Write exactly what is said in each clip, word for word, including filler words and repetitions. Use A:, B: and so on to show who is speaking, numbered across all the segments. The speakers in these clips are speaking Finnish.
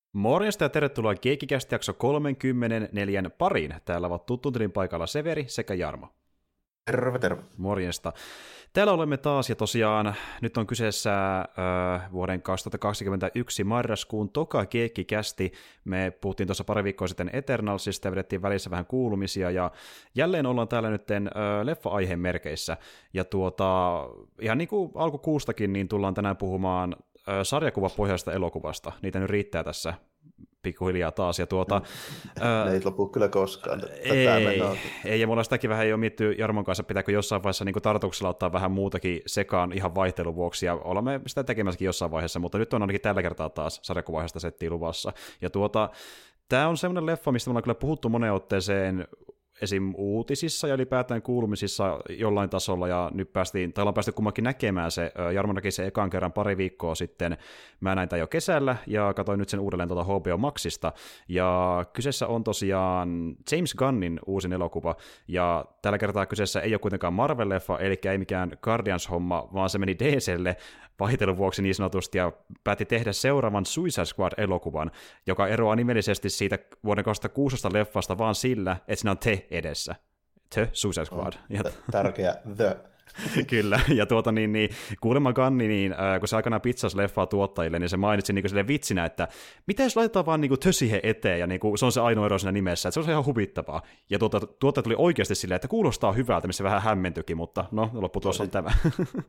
A: Morjesta ja tervetuloa Geekikästä jakso kolmekymmentäneljä pariin. Täällä ovat tuttuun paikalla Severi sekä Jarmo.
B: Terve, terve.
A: Morjesta. Täällä olemme taas ja tosiaan nyt on kyseessä äh, vuoden kaksituhattakaksikymmentäyksi marraskuun toka Geekikästi. Me puhuttiin tuossa pari viikkoa sitten Eternalsista ja vedettiin välissä vähän kuulumisia ja jälleen ollaan täällä nyt äh, leffa-aiheen merkeissä. Ja tuota, ihan niin kuin alkukuustakin, niin tullaan tänään puhumaan äh, sarjakuvapohjaisesta elokuvasta. Niitä nyt riittää tässä pikkuhiljaa taas. Ja tuota,
B: ne ei lopu kyllä koskaan.
A: Ei, ei, ja mulla sitäkin vähän ei ole miettinyt Jarmon kanssa, pitääkö jossain vaiheessa niin tarkoituksella ottaa vähän muutakin sekaan ihan vaihtelun vuoksi, ja olemme sitä tekemässäkin jossain vaiheessa, mutta nyt on ainakin tällä kertaa taas sarjakuvaiheesta settiä luvassa. Ja tuota, tämä on semmoinen leffa, mistä me ollaan kyllä puhuttu moneen otteeseen esim. Uutisissa ja ylipäätään kuulumisissa jollain tasolla, ja nyt päästiin, tai ollaan päästy kummankin näkemään se. Jarmo näki se ekan kerran pari viikkoa sitten, mä näin tämän jo kesällä, ja katsoin nyt sen uudelleen tuota H B O Maxista, ja kyseessä on tosiaan James Gunnin uusin elokuva, ja tällä kertaa kyseessä ei ole kuitenkaan Marvel-leffa, eli ei mikään Guardians-homma, vaan se meni D C:lle vaihteluvuoksi vuoksi niin sanotusti, ja päätti tehdä seuraavan Suicide Squad-elokuvan, joka eroaa nimellisesti siitä vuoden kaksituhattakuusitoista leffasta vaan sillä, että siinä on te edessä. The Suicide Squad. Ja
B: tärkeä the.
A: Kyllä, ja tuota niin, niin kuulemma Gunni, niin, äh, kun se aikanaan pizzasi leffaa tuottajille, niin se mainitsi niin kuin vitsinä, että mitä jos laitetaan vaan niin kuin tö siihen eteen, ja niin kuin, se on se ainoa ero siinä nimessä, että se on se ihan huvittavaa. Ja tuota, tuottaja tuli oikeasti silleen, että kuulostaa hyvältä, missä vähän hämmentyikin, mutta no, lopputulos on tämä.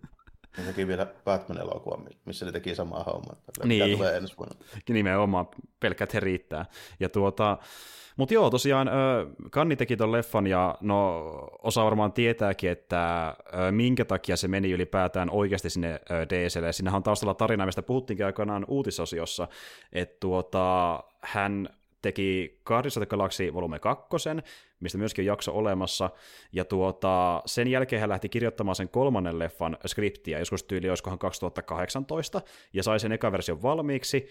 B: Ne teki vielä Batman-elokuva, missä ne teki samaa hommaa.
A: Niin,
B: mikä tulee ensi vuonna.
A: Nimenomaan, pelkät he riittää. Ja tuota, mutta joo, tosiaan Kanni teki ton leffan, ja no osa varmaan tietääkin, että minkä takia se meni ylipäätään oikeasti sinne D C:lle. Siinähän on taustalla tarina, mistä puhuttiinkin aikanaan uutisosiossa, että tuota, hän teki Guardians of the Galaxy volume kaksi, mistä myöskin on jakso olemassa, ja tuota, sen jälkeen hän lähti kirjoittamaan sen kolmannen leffan skriptiä, joskus tyyli olisikohan kaksituhattakahdeksantoista, ja sai sen eka version valmiiksi,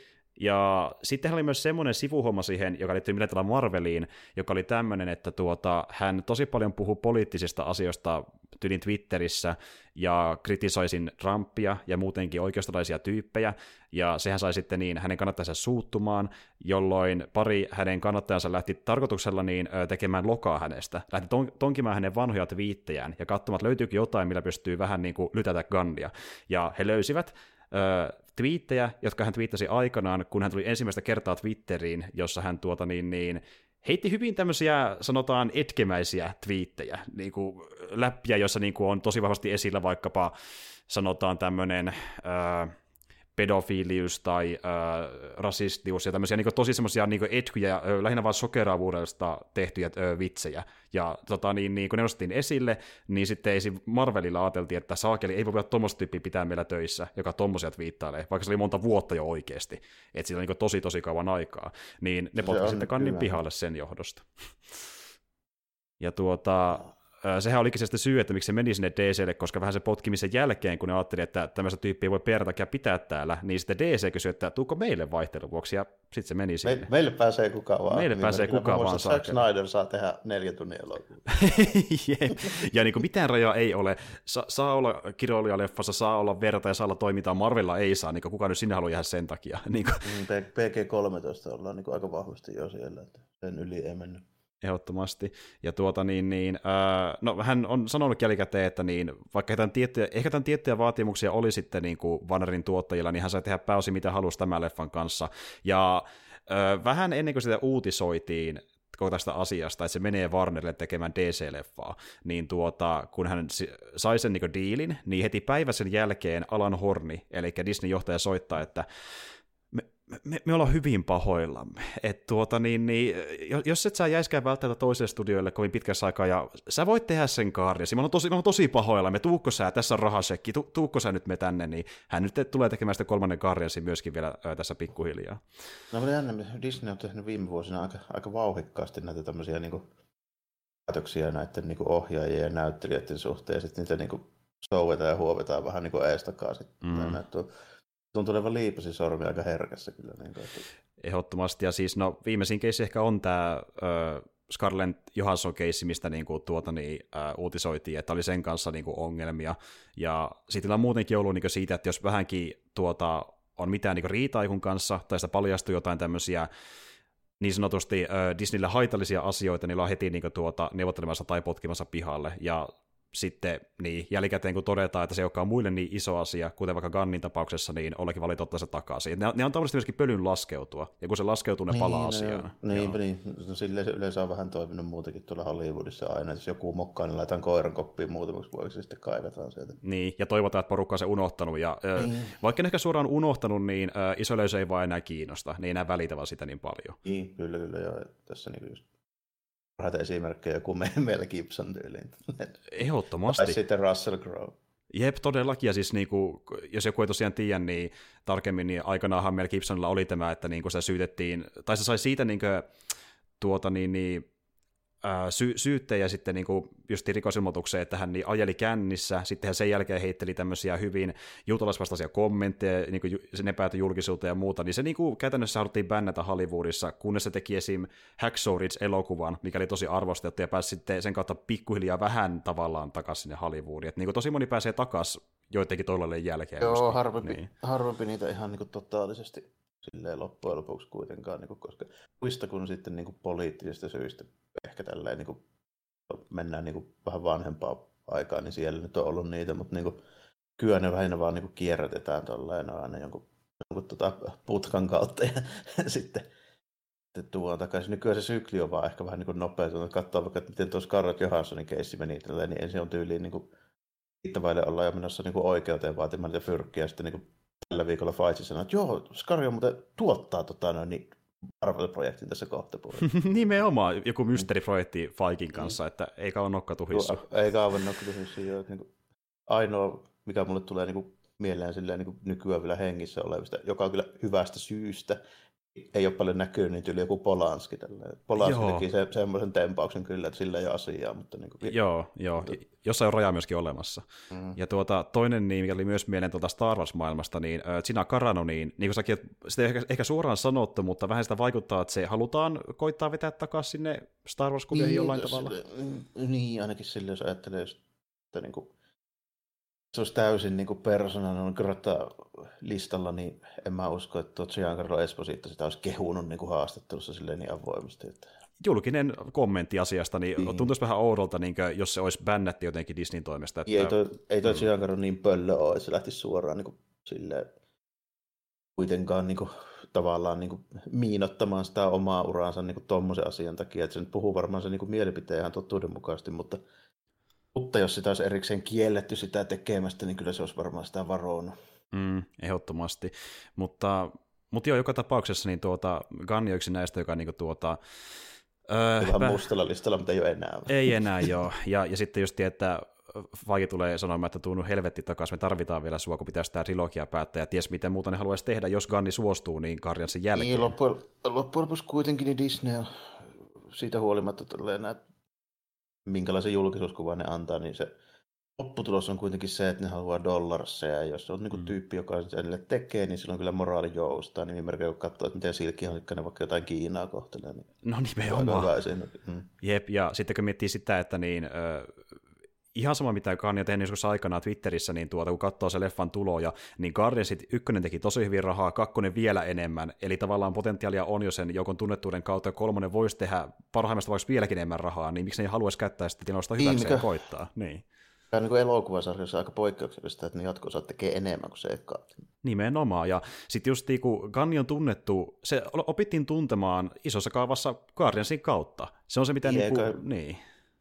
A: ja sitten hän oli myös semmoinen sivuhomma siihen, joka liittyy millä tavalla Marveliin, joka oli tämmöinen, että tuota, hän tosi paljon puhui poliittisista asioista tyylin Twitterissä, ja kritisoisin Trumpia ja muutenkin oikeistolaisia tyyppejä, ja sehän sai sitten niin hänen kannattajansa suuttumaan, jolloin pari hänen kannattajansa lähti tarkoituksella niin tekemään lokaa hänestä, lähti ton- tonkimään hänen vanhoja twiittejään, ja katsomaan, että löytyykö jotain, millä pystyy vähän niin kuin lytätä Gunnia, ja he löysivät ö, twiittejä, jotka hän twiittasi aikanaan, kun hän tuli ensimmäistä kertaa Twitteriin, jossa hän tuota niin, niin heitti hyvin tämmöisiä, sanotaan, etkemäisiä twiittejä, niin kuin läppiä, joissa niin kuin on tosi vahvasti esillä vaikkapa, sanotaan tämmöinen äh, pedofiilius tai äh, rasistius ja tämmöisiä niin kuin tosi semmoisia niin kuin etkyjä, äh, lähinnä vaan sokeraavuudesta tehtyjä äh, vitsejä. Ja tota, niin, niin, kun ne nostettiin esille, niin sitten ei Marvelilla ajateltiin, että saakeli ei voi tuommoista tyyppiä pitää meillä töissä, joka tommosia twiittailee, vaikka se oli monta vuotta jo oikeasti. Että siitä on niin tosi tosi kauan aikaa. Niin ne potki sitten Kannin pihalle sen johdosta. Ja tuota, sehän olikin se sitten syy, että miksi se meni sinne D C:lle, koska vähän se potkimisen jälkeen, kun ne ajatteli, että tämmöistä tyyppiä ei voi perän takia pitää täällä, niin sitten D C kysyi, että tuuko meille vaihtelun vuoksi, ja sitten se meni sinne. Me,
B: meille pääsee kuka vaan.
A: Meille niin pääsee kuka vaan.
B: Zack Snyder saa tehdä neljä tunnin elokuvaa.
A: Ja niin kuin mitään rajaa ei ole. Sa- saa olla kiroilija-leffassa, saa olla verta ja saa olla toimintaa. Marvella ei saa, niin kuka nyt sinne haluaa jäädä sen takia. Niin kuin
B: P G kolmetoista ollaan niin aika vahvasti jo siellä, että sen yli ei mennyt.
A: Ehdottomasti. Ja tuota niin, niin ää, no hän on sanonut jälkikäteen, että niin, vaikka tämän tiettyjä, ehkä tämän tiettyjä vaatimuksia oli sitten niin kuin Warnerin tuottajilla, niin hän sai tehdä pääosin mitä halusi tämän leffan kanssa. Ja ää, vähän ennen kuin sitä uutisoitiin koko tästä asiasta, että se menee Warnerille tekemään D C-leffaa, niin tuota, kun hän sai sen niin kuin diilin, niin heti päivän sen jälkeen Alan Horni, eli Disney-johtaja soittaa, että Me, me, me ollaan hyvin pahoillamme. Et tuota, niin, niin, jos et sä jäiskään välttämättä toiselle studioille kovin pitkässä aikaa, ja sä voit tehdä sen kaardiasi, me ollaan tosi, me ollaan tosi pahoillamme, tuukko sä, tässä on rahasekki, tu, tuukko sä nyt me tänne, niin hän nyt tulee tekemään sitä kolmannen kaardiasi myöskin vielä ää, tässä pikkuhiljaa.
B: No mutta jännä, Disney on tehnyt viime vuosina aika, aika vauhikkaasti näitä tämmöisiä niin kuin päätöksiä näiden niin kuin ohjaajien ja näyttelijöiden suhteen, ja sitten niitä niin kuin souvetaan ja huovetaan vähän niin kuin eestakaan sitten. Mm. Tuntuu olevan liipasi sormi aika herkässä kyllä. Niin
A: Ehdottomasti, ja siis no viimeisin keissi ehkä on tämä äh, Scarlett Johansson keissi, mistä niinku, tuota, niin, äh, uutisoitiin, että oli sen kanssa niinku, ongelmia, ja sitten on muutenkin ollut niinku, siitä, että jos vähänkin tuota, on mitään niin riitaikun kanssa, tai sitä paljastuu jotain tämmöisiä niin sanotusti äh, Disneylle haitallisia asioita, niin ollaan heti niin kuin, tuota, neuvottelemassa tai potkimassa pihalle, ja sitten niin, jälkikäteen kun todetaan, että se ei olekaan muille niin iso asia, kuten vaikka Gunnin tapauksessa, niin ollakin valittu ottaa se takaisin. Ne, ne on tavallisesti myöskin pölyn laskeutua, ja kun se laskeutuu, ne
B: niin,
A: palaa
B: no,
A: asiaan.
B: Niinpä niin, no, silleen se yleensä on vähän toiminut muutenkin tuolla Hollywoodissa aina, jos joku mokkaa, niin laitetaan koiran koppiin muutamaksi vuodeksi, sitten kaivetaan sieltä.
A: Niin, ja toivotaan, että porukka on se unohtanut, ja mm. äh, vaikka ne ehkä suoraan unohtanut, niin äh, iso yleisö ei vaan enää kiinnosta, ne ei enää välitä vaan sitä niin paljon.
B: Niin, kyllä, kyllä, joo, tässä niin just parhaita esimerkkejä joku Mel Gibson tyyliin.
A: Ehdottomasti.
B: Tai sitten Russell Crowe.
A: Jep, todellakin, ja siis niinku, jos joku ei tosiaan tiedä, niin tarkemmin, niin aikanaanhan Mel Gibsonilla oli tämä, että niinku sitä syytettiin, tai se sai siitä niinku, tuota niin, niin ää, sy- syyttejä sitten niinku just rikosilmoitukseen, että hän niin ajeli kännissä, sitten hän sen jälkeen heitteli tämmöisiä hyvin juutalaisvastaisia kommentteja, niinku ne päätyi julkisuuteen ja muuta, niin se niinku käytännössä haluttiin bännätä Hollywoodissa, kunnes se teki esim. Hacksaw Ridge-elokuvan, mikä oli tosi arvostettu, ja pääsi sitten sen kautta pikkuhiljaa vähän tavallaan takaisin sinne Hollywoodiin. Että niinku tosi moni pääsee takaisin joidenkin toilalle jälkeen.
B: Joo, harvempi, niin. harvempi niitä ihan niinku totaalisesti silleen loppujen lopuksi kuitenkaan, niinku, koska muista kun sitten niinku poliittisista syistä ehkä tälleen niinku, mennään niinku vähän vanhempaa aikaa, niin siellä nyt on ollut niitä, mutta niinku, kyllä ne vähän vaan niinku kierrätetään tolleen aina jonkun, jonkun tota putkan kautta ja sitten, sitten tuon takaisin. Nykyään se sykli on vaan ehkä vähän niinku nopea, kun katsoo vaikka, että miten tuossa Scarlett Johanssonin keissi meni tälleen, niin ensin on tyyliin niinku viittavaille ollaan jo menossa niinku oikeuteen vaatimaan niitä fyrkkiä, ja sitten niinku tällä viikolla Feige sanoi, että joo, Scarlett muuten tuottaa tota noin, niin Marvel-projektin tässä kohtapuolella.
A: Nimenomaan joku mysteeriprojekti Feigen kanssa, että ei kauan nokka tuhissu.
B: Ei kauan nokka tuhissu, joo. Niin kuin, ainoa, mikä mulle tulee niin kuin, mieleen silleen, niin kuin, nykyään vielä hengissä olevista, joka on kyllä hyvästä syystä, ei ole paljon näkynyt, niin tyyli joku Polanski. Polanski joo. teki se, semmoisen tempauksen kyllä, että sillä ei ole asiaa. Mutta niin kuin,
A: joo, joo. Mutta jossain on raja myöskin olemassa. Mm. Ja tuota, toinen, niin, mikä oli myös mieleen tuolta Star Wars-maailmasta, niin äh, Gina Carano, niin, niin kuin säkin, sitä ei ehkä, ehkä suoraan sanottu, mutta vähän sitä vaikuttaa, että se halutaan koittaa vetää takaisin sinne Star Wars-kuvioihin niin, jollain tavalla.
B: Niin, ainakin sille, jos ajattelee, että niin kuin, se olisi täysin niin kuin persona non grata listalla, niin en mä usko, että tuo Giancarlo Esposito sitä olisi kehunut niin kuin haastattelussa silleen niin avoimesti. Että
A: julkinen kommentti asiasta, niin mm. tuntuisi vähän oudolta, niin kuin, jos se olisi bännätty jotenkin Disneyn toimesta. Että ei
B: toi, ei toi mm. Giancarlo niin pöllö ole, että se lähtisi suoraan niin kuin, silleen, kuitenkaan niin kuin, tavallaan niin kuin, miinottamaan sitä omaa uraansa niin tuommoisen asian takia, että se nyt puhuu varmaan se niin kuin, mielipiteen ihan totuudenmukaisesti, mutta Mutta jos sitä olisi erikseen kielletty sitä tekemästä, niin kyllä se olisi varmaan sitä varonut.
A: Mm, ehdottomasti. Mutta, mutta joo, joka tapauksessa niin tuota, Gunn on yksi näistä, joka niin tuota,
B: öö, vähän pä... mustalla listalla, mutta ei ole enää.
A: Ei enää, joo. Ja, ja sitten just että Feige tulee sanomaan, että tuunut helvetti takaisin, me tarvitaan vielä sua, kun pitäisi tämä trilogia päättää, ja ties miten muuta ne haluaisi tehdä, jos Gunn suostuu, niin Guardiansin jälkeen.
B: Niin, loppujen lopuksi kuitenkin niin Disney on siitä huolimatta näin, minkälaisen julkisuuskuvan ne antaa, niin se lopputulos on kuitenkin se, että ne haluaa dollarseja, ja jos se on niin kuin tyyppi, joka sen tekee, niin silloin kyllä moraali joustaa, niin nimimerkiksi kun katsoo, että miten Silkkihankkainen vaikka jotain Kiinaa kohtelee. Niin
A: no nimenomaan. Mm. Jep, ja sitten kun miettii sitä, että niin, äh, ihan sama mitä Gunn on tehnyt joskus aikanaan Twitterissä, niin tuota, kun katsoo se leffan tuloja, niin Guardiansit ykkönen teki tosi hyvin rahaa, kakkonen vielä enemmän, eli tavallaan potentiaalia on jo sen joukon tunnettuuden kautta, ja kolmonen voisi tehdä parhaimmasta vaikka vieläkin enemmän rahaa, niin miksi ne ei haluaisi käyttää sitä tilausta hyväksi ja koittaa. Niin.
B: Tämä on niin elokuvasarjassa aika poikkeuksellista, että ne jatko-osat tekee enemmän kuin se eka.
A: Nimenomaan, ja sitten just kun Gunn on tunnettu, se opittiin tuntemaan isossa kaavassa Guardiansin kautta. Se on se, mitä niin kuin, niin.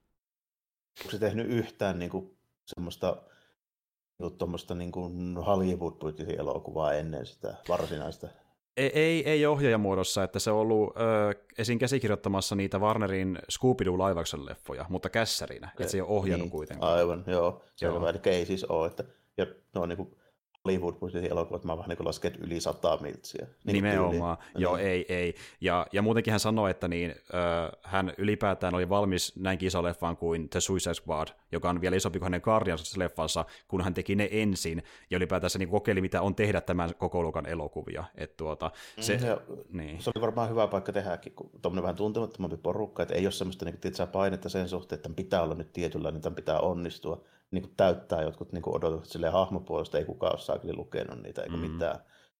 B: Onko se tehnyt yhtään niin kuin, semmoista tuommoista niin kuin Hollywood-budjetin elokuvaa ennen sitä varsinaista?
A: Ei, ei, ei ohjaajamuodossa, että se on ollut ö, esim. Käsikirjoittamassa niitä Warnerin Scooby-Doo live leffoja, mutta kässärinä, että se ei ole ohjannut niin, kuitenkaan.
B: Aivan, joo. Selvä, eli ei siis ole, että ja no niin kuin Hollywood-budjetin elokuvat, mä vähän niin kuin lasken yli sata miltsiä. Niin
A: nimenomaan, tyyliin. Joo, ei, ei. Ja, ja muutenkin hän sanoi, että niin, äh, hän ylipäätään oli valmis näinkin iso leffaan kuin The Suicide Squad, joka on vielä isompi kuin hänen Guardians-leffansa, kun hän teki ne ensin, ja ylipäätään se niin kokeili, mitä on tehdä tämän koko luokan elokuvia. Et tuota, se,
B: mm, ja, niin. se oli varmaan hyvä paikka tehdäkin, kun tuommoinen vähän tuntemattomampi porukka, että ei ole semmoista niin kuin, painetta sen suhteen, että pitää olla nyt tietynlainen, että pitää onnistua. Niin kuin täyttää jotkut niin kuin odotukset silleen hahmopuolesta, ei kukaan ole saakeli lukenut niitä eikä mm. mitään.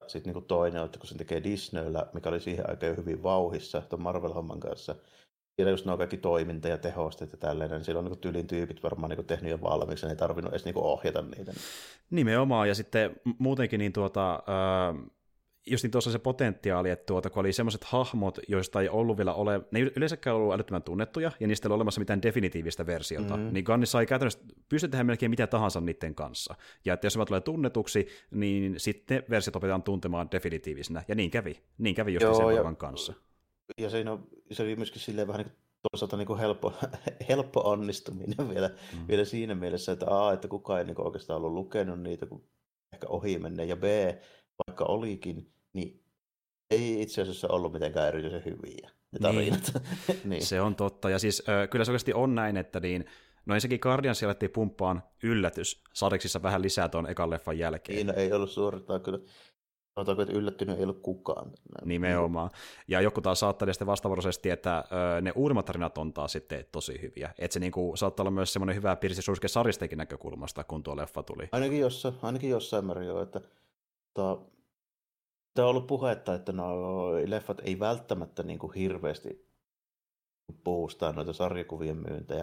B: sitten niinku toinen on, että kun sen tekee Disneyllä, mikä oli siihen aikaan jo hyvin vauhissa tuon Marvel-homman kanssa, siellä just nuo kaikki toiminta ja tehosteet ja tälleen, niin siellä on niinku tyylin tyypit varmaan niinku tehnyt jo valmiiksi, ja ei tarvinnut edes niinku ohjata niitä.
A: Nimenomaan, ja sitten muutenkin niin tuota, äh, just niin tuossa se potentiaali, että tuota, kun oli semmoiset hahmot, joista ei ollut vielä ole, ne ei yleensäkään ollut älyttömän tunnettuja, ja niistä ei ole olemassa mitään definitiivistä versiota, mm-hmm. niin Gunni sai käytännössä pystyä tehdä melkein mitä tahansa niiden kanssa. Ja että jos ne tulee tunnetuksi, niin sitten versiot opetetaan tuntemaan definitiivisenä, ja niin kävi. Niin kävi just sen ja, kanssa.
B: Ja siinä on, se oli myöskin silleen vähän niin kuin toisaalta niin kuin helppo, helppo onnistuminen vielä, mm. vielä siinä mielessä, että A, että kukaan ei niin oikeastaan ollut lukenut niitä, kun ehkä ohi mennä, ja B, vaikka olikin, niin ei itse asiassa ollut mitenkään erityisen hyviä ne tarinat.
A: Niin. niin. Se on totta, ja siis äh, kyllä se oikeasti on näin, että niin, no ensinnäkin Guardians alettiin pumppaan yllätys sarjaksissa vähän lisää tuon ekan leffan jälkeen.
B: Niin, ei ollut suorittaa kyllä. Sanotaanko, että yllättynyt ei ollut kukaan.
A: Nimenomaan. Ja joku taas saattaa sitten vastavuoroisesti, että ö, ne uudemmat tarinat on taas sitten tosi hyviä. Että se niinku, saattaa olla myös semmoinen hyvä piirsi surske sarjistakin näkökulmasta, kun tuo leffa tuli.
B: Ainakin jossain, ainakin jossain määrin jo, että ta, tämä on ollut puhetta, että no, leffat ei välttämättä niinku hirveästi boostaa noita sarjakuvien myyntejä.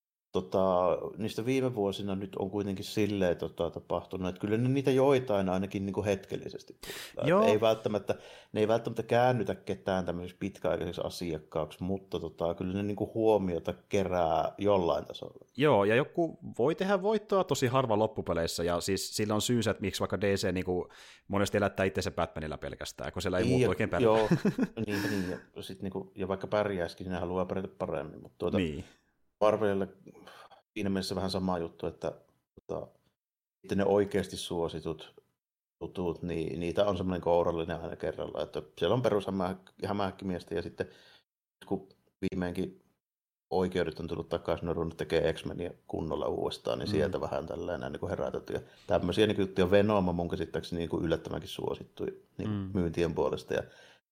B: Tota, niistä viime vuosina nyt on kuitenkin silleen tota, tapahtunut, että kyllä ne niitä joitain ainakin niin kuin hetkellisesti ei välttämättä, ne ei välttämättä käännytä ketään tämmöiseksi pitkäaikaiseksi asiakkaaksi, mutta tota, kyllä ne niin kuin huomiota kerää jollain tasolla.
A: Joo, ja joku voi tehdä voittoa tosi harva loppupeleissä, ja siis sillä on syynsä, että miksi vaikka D C niin kuin monesti elättää itseensä Batmanilla pelkästään, kun siellä ei niin, muuta oikein pärjää.
B: Joo, niin, niin, ja, sit, niin kuin, ja vaikka pärjäisikin, niin ne haluaa pärjätä paremmin, mutta tuota,
A: niin.
B: Marvelille siinä mielessä vähän sama juttu, että, että, että ne oikeasti suositut tutut, niin niitä on semmoinen kourallinen aina kerralla, että siellä on perushämähäkkimiestä ja sitten kun viimeinkin oikeudet on tullut takaisin, ne on ruvennut tekemään X-Menia kunnolla uudestaan, niin mm. sieltä vähän tällainen niin herätetty. Ja tämmöisiä niin juttuja Venom on mun käsittääkseni niin yllättävänkin suosittu niin mm. myyntien puolesta. Ja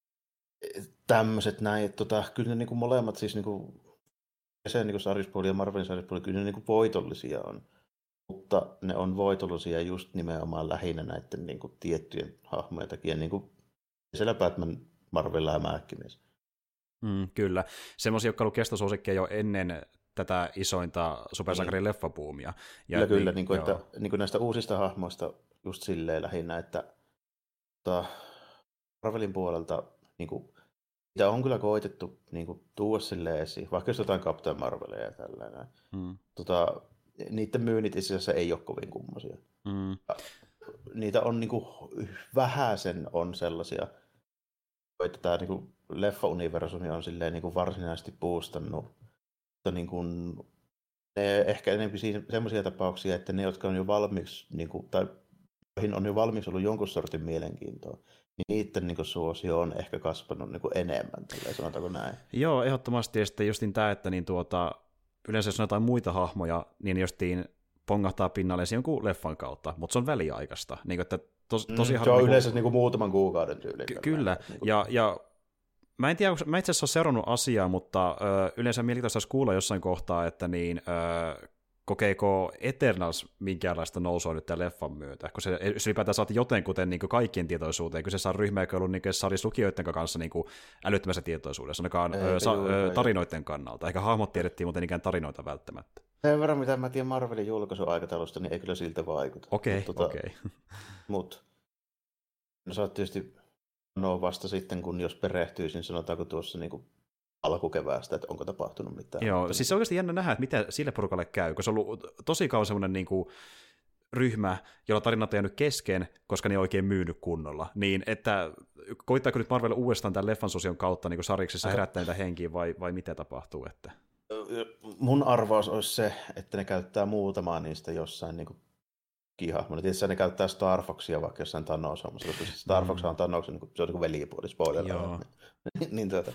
B: tämmöiset näin, että tota, kyllä ne niin kuin molemmat siis niin kuin se niin sarjispuoli ja Marvelin sarjispuoli, kyllä ne niin kuin voitollisia on, mutta ne on voitollisia just nimenomaan lähinnä näiden niin kuin tiettyjen hahmojen takia, niin kuin siellä Batman, Marvel ja Mäkkimies.
A: Mm, kyllä. Semmoisia, jotka on ollut kestosuosikkeja jo ennen tätä isointa supersankarin niin. leffabuumia.
B: Ja kyllä, kyllä niin kuin, että, niin kuin näistä uusista hahmoista just silleen lähinnä, että ta, Marvelin puolelta niin kuin, sitä on kyllä koitettu niin kuin, tuoda silleen esiin, vaikka jos jotain Captain Marvelia ja tällainen. Hmm. Tota, niiden myynnit itse asiassa ei ole kovin kummosia. Hmm. Niitä on niin kuin, vähäsen on sellaisia, että tämä niin kuin, leffa-universumi on silleen, niin kuin, varsinaisesti boostannut. Mutta niin kuin, ne ehkä enemmän sellaisia tapauksia, että ne, jotka on jo valmiiksi, niin kuin, tai joihin on jo valmiiksi ollut jonkun sortin mielenkiintoa, niin niiden niin kuin, suosio on ehkä kasvanut niin kuin, enemmän, tälleen, sanotaanko näin.
A: Joo, ehdottomasti. Ja sitten justiin tämä, että niin tuota, yleensä jos on jotain muita hahmoja, niin justiin pongahtaa pinnalle jonkun leffan kautta, mutta se on väliaikaista. Niin kuin, että tos, tosi
B: mm,
A: harva,
B: se on
A: niin kuin,
B: yleensä niin kuin, muutaman kuukauden tyyliin.
A: Ky- kyllä, niin kuin, ja, ja mä en tiedä, mä itse asiassa olen seurannut asiaa, mutta ö, yleensä mielenkiintoista olisi kuulla jossain kohtaa, että niin, ö, kokeeko Eternals minkäänlaista nousua nyt tämän leffan myötä, kun se, se ylipäätään saati jotenkuten niin kaikkien tietoisuuteen, kun se saa ryhmä, joka on ollut niin sarjislukijoiden kanssa niin älyttömässä tietoisuudessa, ainakaan ö, sa, ö, tarinoiden kannalta. Eikä hahmot tiedettiin, mutta ikään tarinoita välttämättä.
B: Sen verran, mitä mä tiedän Marvelin julkaisuaikataulusta, niin ei kyllä siltä vaikuta.
A: Okei, okay, tota, okei. Okay.
B: Mutta no sä oot tietysti sanoa vasta sitten, kun jos perehtyisin, sanotaanko tuossa niin kuin alkukeväästä, että onko tapahtunut mitään.
A: Joo, siis se on oikeasti jännä nähdä, että mitä sille porukalle käy, kun se on ollut tosi kauan semmoinen niin kuin ryhmä, jolla tarinat on jäänyt kesken, koska ne ei oikein myynyt kunnolla. Niin, että koittaako nyt Marvel uudestaan tämän leffan suosion kautta niin sarjiksessa herättää niitä henkiä, vai, vai mitä tapahtuu? Että
B: mun arvaus olisi se, että ne käyttää muutamaa niistä jossain niin kuin kihahmoja. Tietysti ne käyttää Star Foxia vaikka jossain Thanos on, koska Star Fox on Thanos, niin se on niin velipuoli, spoiler. niin, tuota.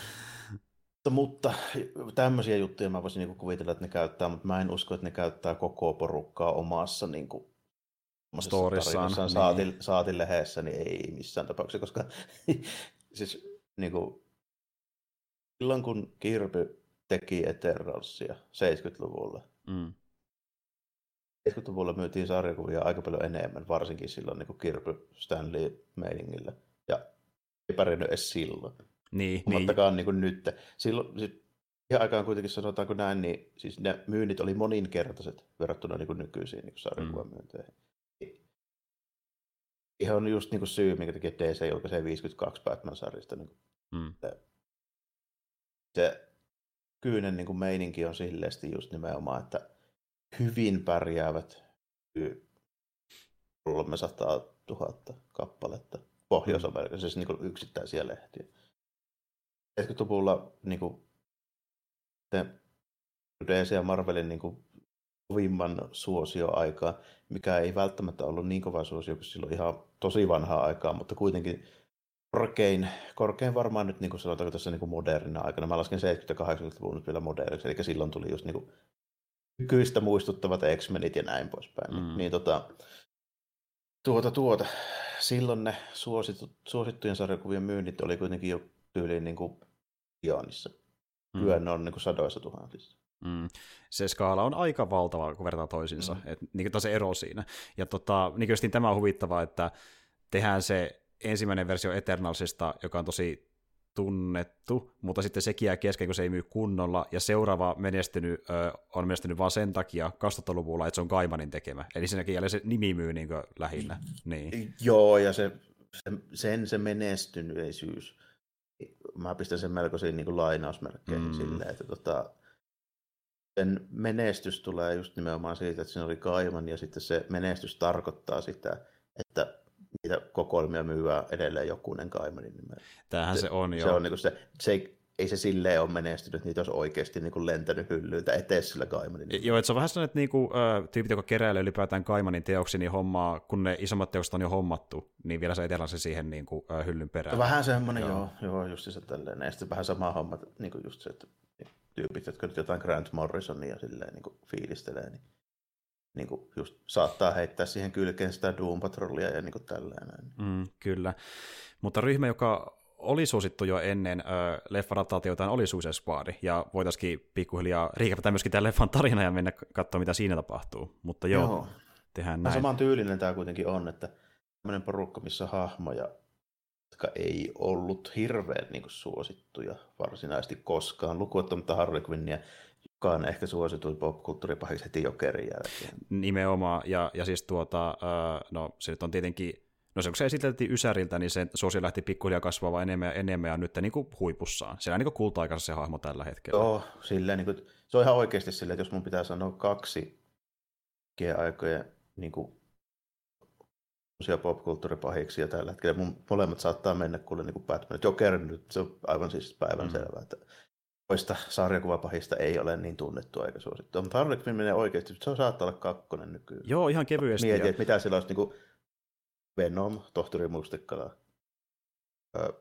B: Mutta tämmöisiä juttuja mä voisin niin kuvitella, että ne käyttää, mutta mä en usko, että ne käyttää koko porukkaa omassa niin kuin,
A: storissaan.
B: Niin. Saatin, saatin lehdessä, niin ei missään tapauksessa, koska siis niin kuin, silloin kun Kirby teki Eternalsia seitsemänkymmentäluvulla, mm. seitsemänkymmentäluvulla myytiin sarjakuvia aika paljon enemmän, varsinkin silloin niin Kirby Stanley-meiningillä. Ja ei pärjännyt edes silloin.
A: Niin,
B: Huomattakaan niin. Niin nyt. Silloin, siis ihan aikaan kuitenkin sanotaanko näin, niin siis ne myynnit oli moninkertaiset verrattuna niin nykyisiin niin sarjakuvamyynteihin. Ihan just niin syy, minkä takia D C julkaisee viisikymmentäkaksi Batman-sarjasta. Niin mm. Se kyinen niin meininki on silleesti just nimenomaan, että hyvin pärjäävät kolmesataatuhatta kappaletta Pohjois-Amerikassa, siis niin yksittäisiä lehtiä. seitsemänkymmentäluvulla niin kuin, D C ja Marvelin niin kuin, kovimman suosioaikaan, mikä ei välttämättä ollut niin kova suosio kuin silloin ihan tosi vanhaa aikaa, mutta kuitenkin korkein, korkein varmaan nyt niin kuin sanotaanko tässä niin kuin modernina aikana. Mä lasken seitsemänkymmentä-kahdeksankymmentäluvun nyt vielä moderniksi, eli silloin tuli just niin kuin nykyistä muistuttavat X-Menit ja näin poispäin. Mm. Niin tota, tuota, tuota, silloin ne suosittu, suosittujen sarjakuvien myynnit oli kuitenkin jo tyyliin niin kuin miljoonissa. Mm. Yön on niin kuin sadoissa tuhansissa.
A: Mm. Se skaala on aika valtava, kun vertaa toisinsa. Mm. Et, niin kuin se ero siinä. Ja tota, niin kuin tämä on huvittavaa, että tehdään se ensimmäinen versio Eternalsista, joka on tosi tunnettu, mutta sitten sekin jää kesken, kun se ei myy kunnolla, ja seuraava menestynyt ö, on menestynyt vain sen takia kaksituhattaluvulla, että se on Gaimanin tekemä. Eli siinäkin jälleen se nimi myy niin kuin lähinnä. Niin.
B: Joo, ja se, se, sen se menestyneisyys, mä pistän sen melkoisiin niin kuin lainausmerkkeihin mm. silleen, että tota, sen menestys tulee just nimenomaan siitä, että siinä oli Gaiman, ja sitten se menestys tarkoittaa sitä, että niitä kokoelmia myyvää edelleen jokunen Gaimanin nimellä.
A: Tämähän se, se on,
B: se
A: joo.
B: On, niin se, se ei, ei se silleen ole menestynyt, niitä olisi oikeasti niin kuin lentänyt hyllyiltä eteen sillä Gaimanin nimellä.
A: Joo, että se on vähän sellainen, että niinku, ö, tyypit, jotka keräilee ylipäätään Gaimanin teoksia, niin hommaa, kun ne isommat teokset on jo hommattu, niin vielä se etelän siihen niinku, ö, hyllyn perään.
B: Vähän semmoinen, joo, joo just se tälleen. Ja sitten vähän sama homma, niin kuin just se, että tyypit, jotka nyt jotain Grant Morrisonia silleen niin kuin fiilistelee, niin niin kuin just saattaa heittää siihen kylkeen sitä Doom Patrollia ja niin kuin tällainen.
A: Mm, kyllä, mutta ryhmä, joka oli suosittu jo ennen äh, leffa-adaptaatioitaan, oli Suicide Squad, ja voitaisiin pikkuhiljaa riikäpätä myöskin tämän leffan tarina ja mennä katsomaan, mitä siinä tapahtuu. Mutta joo, joo. tehdään näin.
B: Saman tyylinen tämä kuitenkin on, että tämmöinen porukka, missä hahmoja, jotka ei ollut hirveän niin kuin suosittuja varsinaisesti koskaan, lukuottamatta Harley Quinnia, joka on ehkä suosituin popkulttuuripahiksi heti Jokerin jälkeen.
A: Nimenomaan, ja, ja siis tuota, äh, no se nyt on tietenkin, no se kun se esiteltiin Ysäriltä, niin se suosio lähti pikkuhiljaa kasvaa enemmän ja enemmän, ja nyt niin kuin huipussaan. Se on niin kuin kulta-aikansa se hahmo tällä hetkellä.
B: Joo, silleen, niin kuin, se on ihan oikeasti silleen, että jos mun pitää sanoa kaksi aikojen niin kuin popkulttuuripahiksi, ja tällä hetkellä mun molemmat saattaa mennä kuule niin kuin Batman. Joker nyt se on aivan siis päivänselvää, mm. että toista sarjakuvapahista ei ole niin tunnettua eikä suosittua. Mutta Harley Quinn menee oikeasti, se saattaa olla kakkonen nykyään.
A: Joo, ihan kevyesti.
B: Mietin, ja että mitä siellä olisi niin kuin Venom, Tohtori Mustikkala. Öö,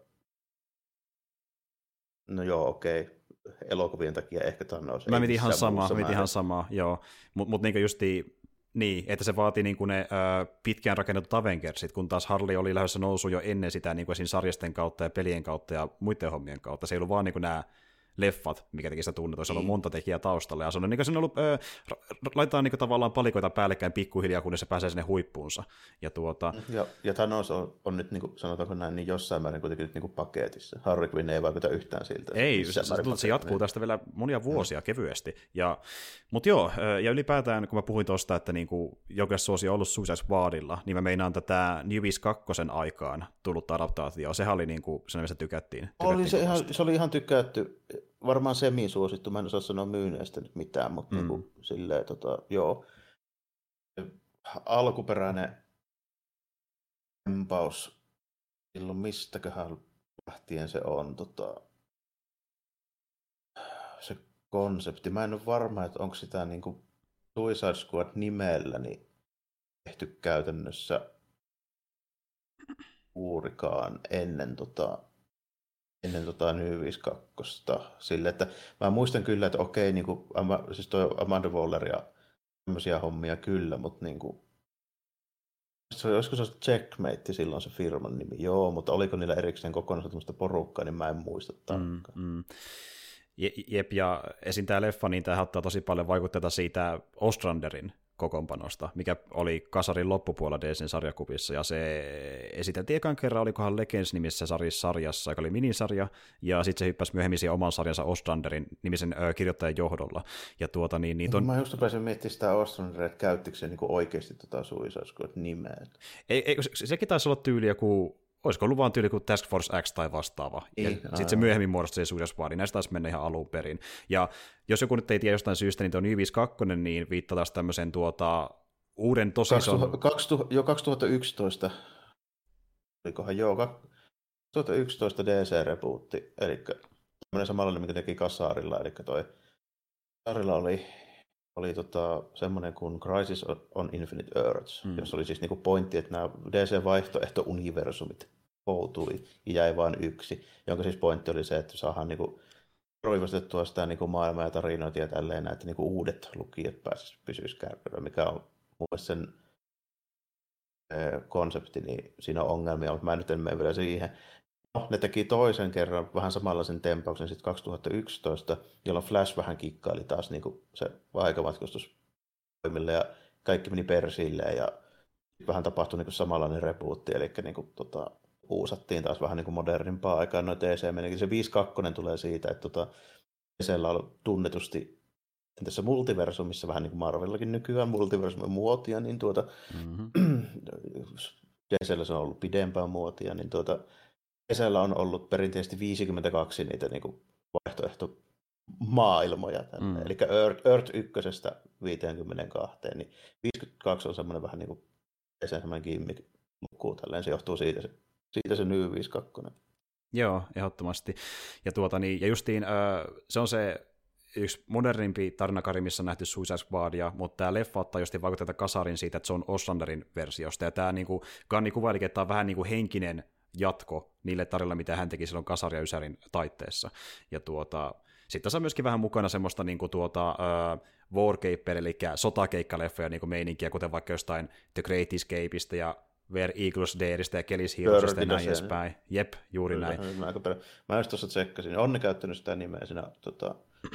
B: no joo, okei. Elokuvien takia ehkä Thanos.
A: Mä mietin ihan samaa, mietin ihan samaa, joo. Mutta mut niinku justiin, niin, että se vaatii niinku ne ö, pitkään rakennetut Avengersit, kun taas Harley oli lähdössä nousu jo ennen sitä niinku siinä sarjasten kautta ja pelien kautta ja muiden hommien kautta. Se ei ollut vaan niinku nämä leffat, mikä teki sitä tunnetua. Se on ollut monta tekijää taustalla, ja se on, niin kuin, ollut, öö, laitetaan niin kuin, tavallaan palikoita päällekkäin pikkuhiljaa, kunnes se pääsee sinne huippuunsa. Ja, tuota...
B: ja, ja Thanos on, on nyt, niin kuin, sanotaanko näin, niin jossain määrin kuitenkin nyt niin kuin paketissa. Harley Quinn ei vaikuta yhtään siltä.
A: Ei, se, se, se jatkuu niin. Tästä vielä monia vuosia mm. kevyesti. Ja, mutta joo, ja ylipäätään, kun mä puhuin tuosta, että niin jokin suosi on ollut Suicide Squadilla, niin mä meinaan tätä New viisikymmentäkaksi aikaan tullutta adaptaatioa. Sehän oli niin kuin, sen mielestä tykättiin. tykättiin
B: oli se, ihan, se oli ihan tykätty. Varmaan semi-suosittu, mä en osaa sanoa myyneestä nyt mitään, mutta mm. niin kuin, silleen, tota, joo. Alkuperäinen tempaus, silloin mistäköhän lähtien se on, tota, se konsepti. Mä en ole varma, että onko sitä niin kuin Suicide Squad nimellä niin tehty käytännössä juurikaan ennen tota, ennen tota New viisikymmentäkaksi sille, että mä muistan kyllä, että okei, niin kuin, siis toi Amanda Waller ja tämmöisiä hommia kyllä, mutta niin kuin, olisiko se Checkmate silloin se firman nimi? Joo, mutta oliko niillä erikseen kokonaan tämmöistä porukkaa, niin mä en muista tarkkaan. Mm, mm.
A: Jep, ja esim. Tämä leffa, niin tämä ottaa tosi paljon vaikutteita siitä Ostranderin kokoonpanosta, mikä oli kasarin loppupuolella D C:n sarjakuvissa, ja se esiteltiin ekan kerran, olikohan Legends-nimisessä sarjassa, joka oli minisarja, ja sitten se hyppäsi myöhemmin siihen oman sarjansa Ostranderin nimisen ö, kirjoittajan johdolla. Ja tuota, niin, niin ton...
B: Mä just pääsin miettimään sitä Ostranderia, että käyttikö se niin oikeasti tota Suicide Squad nimeä.
A: Ei, ei, se, sekin taisi olla tyyli joku, olisiko ollut vaan tyyli kuin Task Force X tai vastaava. Ja sitten se myöhemmin muodostui se Suicide Squad, näistä taisi mennä ihan alun perin. Ja jos joku nyt ei tiedä jostain syystä, niin tuo Y viisikymmentäkaksi, niin viittaa taas tämmöisen tuota, uuden tosison...
B: kaksituhatta, jo kaksituhattayksitoista, olikohan joo, kaksituhattayksitoista D C-rebootti, eli tämmöinen samanlainen, mikä teki Kasarilla, eli toi Kasarilla oli, oli tota, semmoinen kuin Crisis on Infinite Earths, mm. jossa oli siis niinku pointti, että nämä D C-vaihtoehto-universumit koutui ja jäi vain yksi, jonka siis pointti oli se, että saadaan niinku roivastettua sitä niinku maailmaa ja tarinoita ja tälleen, että niinku uudet lukijat pääsisivät pysyisivät kärryillä, mikä on mun mielestä sen konsepti, niin siinä on ongelmia, mutta mä nyt en mene vielä siihen. No, ne teki toisen kerran vähän samanlaisen tempauksen sitten kaksituhattayksitoista, jolloin Flash vähän kikkaili taas niin kuin se aikamatkustusvoimille ja kaikki meni persilleen ja vähän tapahtui niin kuin samanlainen rebootti, eli niin kuin, tota, uusattiin taas vähän niin kuin modernimpaa aikaa noin D C-menikin. Se viisikymmentäkaksi tulee siitä, että tota, D C:llä on tunnetusti tässä multiversumissa, vähän niin kuin Marvelillakin nykyään multiversumin muotia, niin tuota, mm-hmm. D C:llä se on ollut pidempään muotia, niin tuota, D C:llä on ollut perinteisesti viisikymmentäkaksi niitä niin kuin vaihtoehtomaailmoja tänne. Mm. Eli Earth, Earth ykkösestä viisikymmentäkaksi, niin viisikymmentäkaksi on semmoinen vähän niin kuin D C:n semmoinen gimmick lukkuu tälleen, se johtuu siitä se, siitä se Y viisikymmentäkaksi.
A: Joo, ehdottomasti. Ja, tuota, niin, ja justiin äh, se on se yksi modernimpi tarinakari, missä on nähty Suicide Squadia, mutta tämä leffa ottaa justiin vaikutteita kasarin siitä, että se on Ostranderin versiosta, ja tämä niin kuin, Gunni kuvailikin, että tämä on vähän niin kuin henkinen jatko niille tarjolla, mitä hän teki silloin Kasari ja Ysärin taitteessa. Ja tuota, sitten tässä on myöskin vähän mukana semmoista niin kuin tuota, uh, warcaper, eli sotakeikkaleffoja niin kuin meininkiä, kuten vaikka jostain The Great Escapeista ja Where Eagles Dareista ja Kelly's Heroesista ja näin edespäin. Jep, juuri Kyllä, näin.
B: Mä, mä just tuossa tsekkasin. Onni käyttänyt sitä nimeä siinä tota,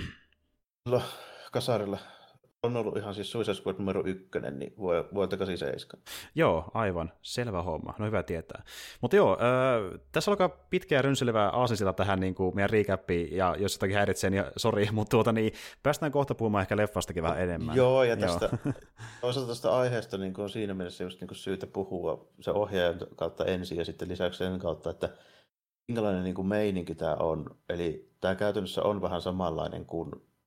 B: Kasarilla. On ollut ihan siis Suicide Squad numero ykkönen, niin vuodelta kahdeksankymmentäseitsemän.
A: Joo, aivan. Selvä homma. No hyvä tietää. Mutta joo, äh, tässä alkaa pitkä ja rynsilevää aasinsilta tähän niin kuin meidän recappiin, ja jos jotakin häiritsee, niin sori, mutta tuota, niin päästään kohta puhumaan ehkä leffastakin vähän enemmän.
B: Joo, ja tästä, toisaalta tästä aiheesta niin on siinä mielessä just niin kuin syytä puhua se ohjaajan kautta ensin, ja sitten lisäksi sen kautta, että minkälainen niin kuin meininki tämä on. Eli tämä käytännössä on vähän samanlainen kuin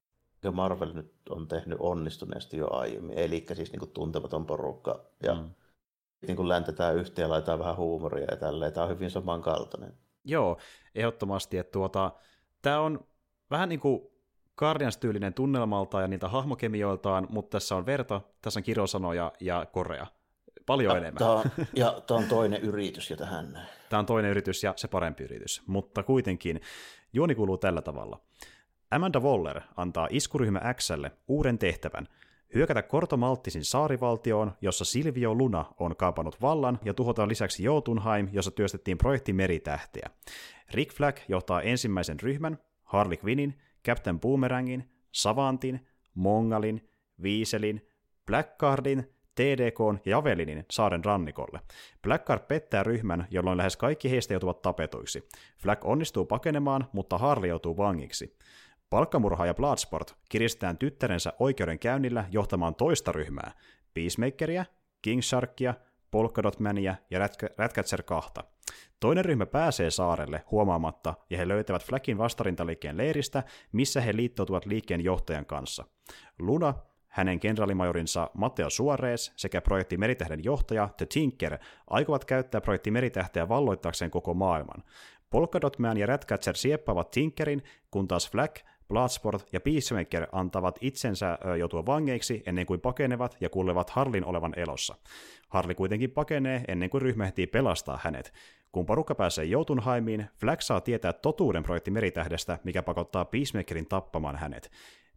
B: Marvel nyt on tehnyt onnistuneesti jo aiemmin, eli siis niin kuin tuntematon porukka, ja mm. niin kuin läntetään yhteen ja laitetaan vähän huumoria ja tälleen, tämä on hyvin samankaltainen.
A: Joo, ehdottomasti, että tuota, tämä on vähän niin kuin Guardians-tyylinen tunnelmalta ja niitä hahmokemioiltaan, mutta tässä on verta, tässä on kirosanoja ja korea. Paljon ja, enemmän.
B: Tämä on, ja tämä on toinen yritys jo tähän näin.
A: Tämä on toinen yritys ja se parempi yritys, mutta kuitenkin juoni kuuluu tällä tavalla. Amanda Waller antaa iskuryhmä X:lle uuden tehtävän, hyökätä Corto Maltesin saarivaltioon, jossa Silvio Luna on kaapannut vallan, ja tuhota lisäksi Jotunheim, jossa työstettiin projekti Meritähteä. Rick Flag johtaa ensimmäisen ryhmän, Harley Quinnin, Captain Boomerangin, Savantin, Mongalin, Weaselin, Blackguardin, T D K:n ja Javelinin saaren rannikolle. Blackguard pettää ryhmän, jolloin lähes kaikki heistä joutuvat tapetuiksi. Flag onnistuu pakenemaan, mutta Harley joutuu vangiksi. Palkkamurhaaja Bloodsport kiristetään tyttärensä oikeudenkäynnillä johtamaan toista ryhmää, Peacemakeria, King Sharkia, Polkadot Mania ja Ratcatcher kahta. Toinen ryhmä pääsee saarelle huomaamatta, ja he löytävät Flagin vastarintaliikkeen leiristä, missä he liittoutuvat liikkeen johtajan kanssa. Luna, hänen kenraalimajorinsa Matteo Suarez sekä projekti Meritähden johtaja The Tinker aikovat käyttää projekti Meritähteä valloittaakseen koko maailman. Polkadot Man ja Ratcatcher sieppaavat Tinkerin, kun taas Flag, Bloodsport ja Peacemaker antavat itsensä joutua vangeiksi ennen kuin pakenevat ja kuulevat Harlin olevan elossa. Harley kuitenkin pakenee ennen kuin ryhmä ehtii pelastaa hänet. Kun porukka pääsee Jotunheimiin, Flag saa tietää totuuden projekti Meritähdestä, mikä pakottaa Peacemakerin tappamaan hänet.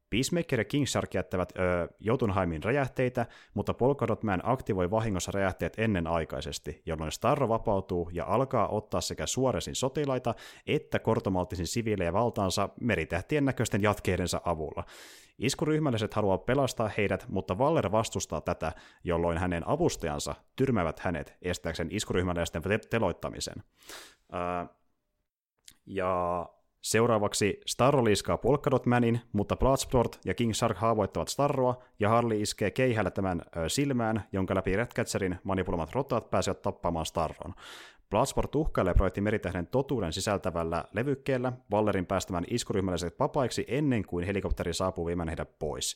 A: Peacemaker ja King Shark jättävät ö, Jotunheimin räjähteitä, mutta Polkadot Man aktivoi vahingossa räjähteet ennenaikaisesti, jolloin Starro vapautuu ja alkaa ottaa sekä Suoresin sotilaita että kortomalttisin siviilejä valtaansa meritähtien näköisten jatkeidensa avulla. Iskuryhmälliset haluaa pelastaa heidät, mutta Waller vastustaa tätä, jolloin hänen avustajansa tyrmäävät hänet estääkseen iskuryhmäläisten te- teloittamisen. Ää, ja seuraavaksi Starro liiskaa Polkadot Manin, mutta Bloodsport ja King Shark haavoittavat Starroa, ja Harley iskee keihällä tämän ö, silmään, jonka läpi Ratcatcherin manipuloimat rotaat pääsevät tappamaan Starron. Bloodsport uhkailee projekti Meritähden totuuden sisältävällä levykkeellä Wallerin päästämään iskuryhmäläiset vapaiksi ennen kuin helikopteri saapuu viemään heidät pois.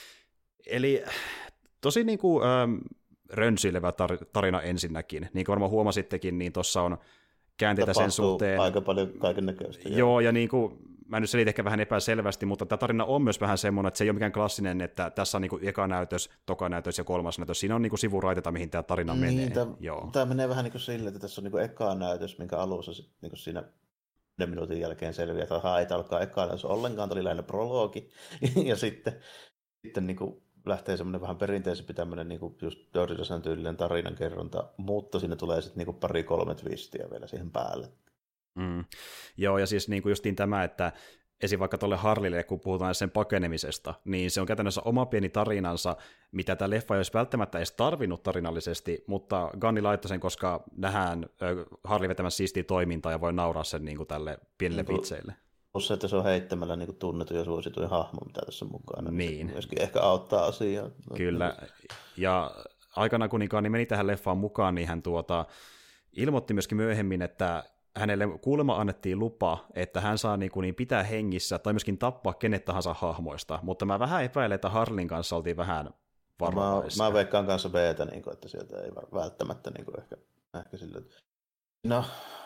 A: Eli tosi niin kuin, ähm, rönsyilevä tar- tarina ensinnäkin. Niin kuin varmaan huomasittekin, niin tuossa on käänteitä sen suhteen.
B: Aika paljon kaikennäköistä.
A: Joo, ja niin kuin, mä nyt selitän ehkä vähän epäselvästi, mutta tämä tarina on myös vähän semmoinen, että se ei ole mikään klassinen, että tässä on niin kuin eka näytös, toka näytös ja kolmas näytös. Siinä on niin kuin sivuraiteita, mihin tämä tarina
B: niin,
A: menee.
B: Tämä,
A: Joo.
B: tämä menee vähän niin kuin silleen, että tässä on niin kuin eka näytös, minkä alussa sit, niin kuin siinä yhden minuutin jälkeen selviää, että ahaa, ei alkaa eka näytös ollenkaan, tämä oli lähinnä prologi. ja sitten, sitten niin kuin lähtee semmoinen vähän perinteisempi tämmöinen niin kuin just Dirty Dozen tyylinen tarinankerronta, mutta siinä tulee sitten niin kuin pari kolme twistiä vielä siihen päälle.
A: Mm. Joo, ja siis niin kuin justiin tämä, että esim. Vaikka tuolle Harleylle, kun puhutaan sen pakenemisesta, niin se on käytännössä oma pieni tarinansa, mitä tämä leffa ei olisi välttämättä edes tarvinnut tarinallisesti, mutta Gunni laittoi sen, koska nähdään Harley vetämässä siistiä toimintaa ja voi nauraa sen niin kuin tälle pienelle niin vitseille.
B: Plus se, että se on heittämällä niin kuin tunnettu ja suosituin hahmo, mitä tässä on mukana.
A: Niin.
B: Se myöskin ehkä auttaa asiaa.
A: Kyllä, ja aikana kun Gunni meni tähän leffaan mukaan, niin hän tuota, ilmoitti myöskin myöhemmin, että hänelle kuulemma annettiin lupa, että hän saa niin kuin niin pitää hengissä tai myöskin tappaa kenet tahansa hahmoista, mutta mä vähän epäilen, että Harleyn kanssa oltiin vähän varovaisia.
B: Mä, mä veikkaan kanssa B:tä, niin kuin, että sieltä ei välttämättä niin kuin ehkä, ehkä sillä. No,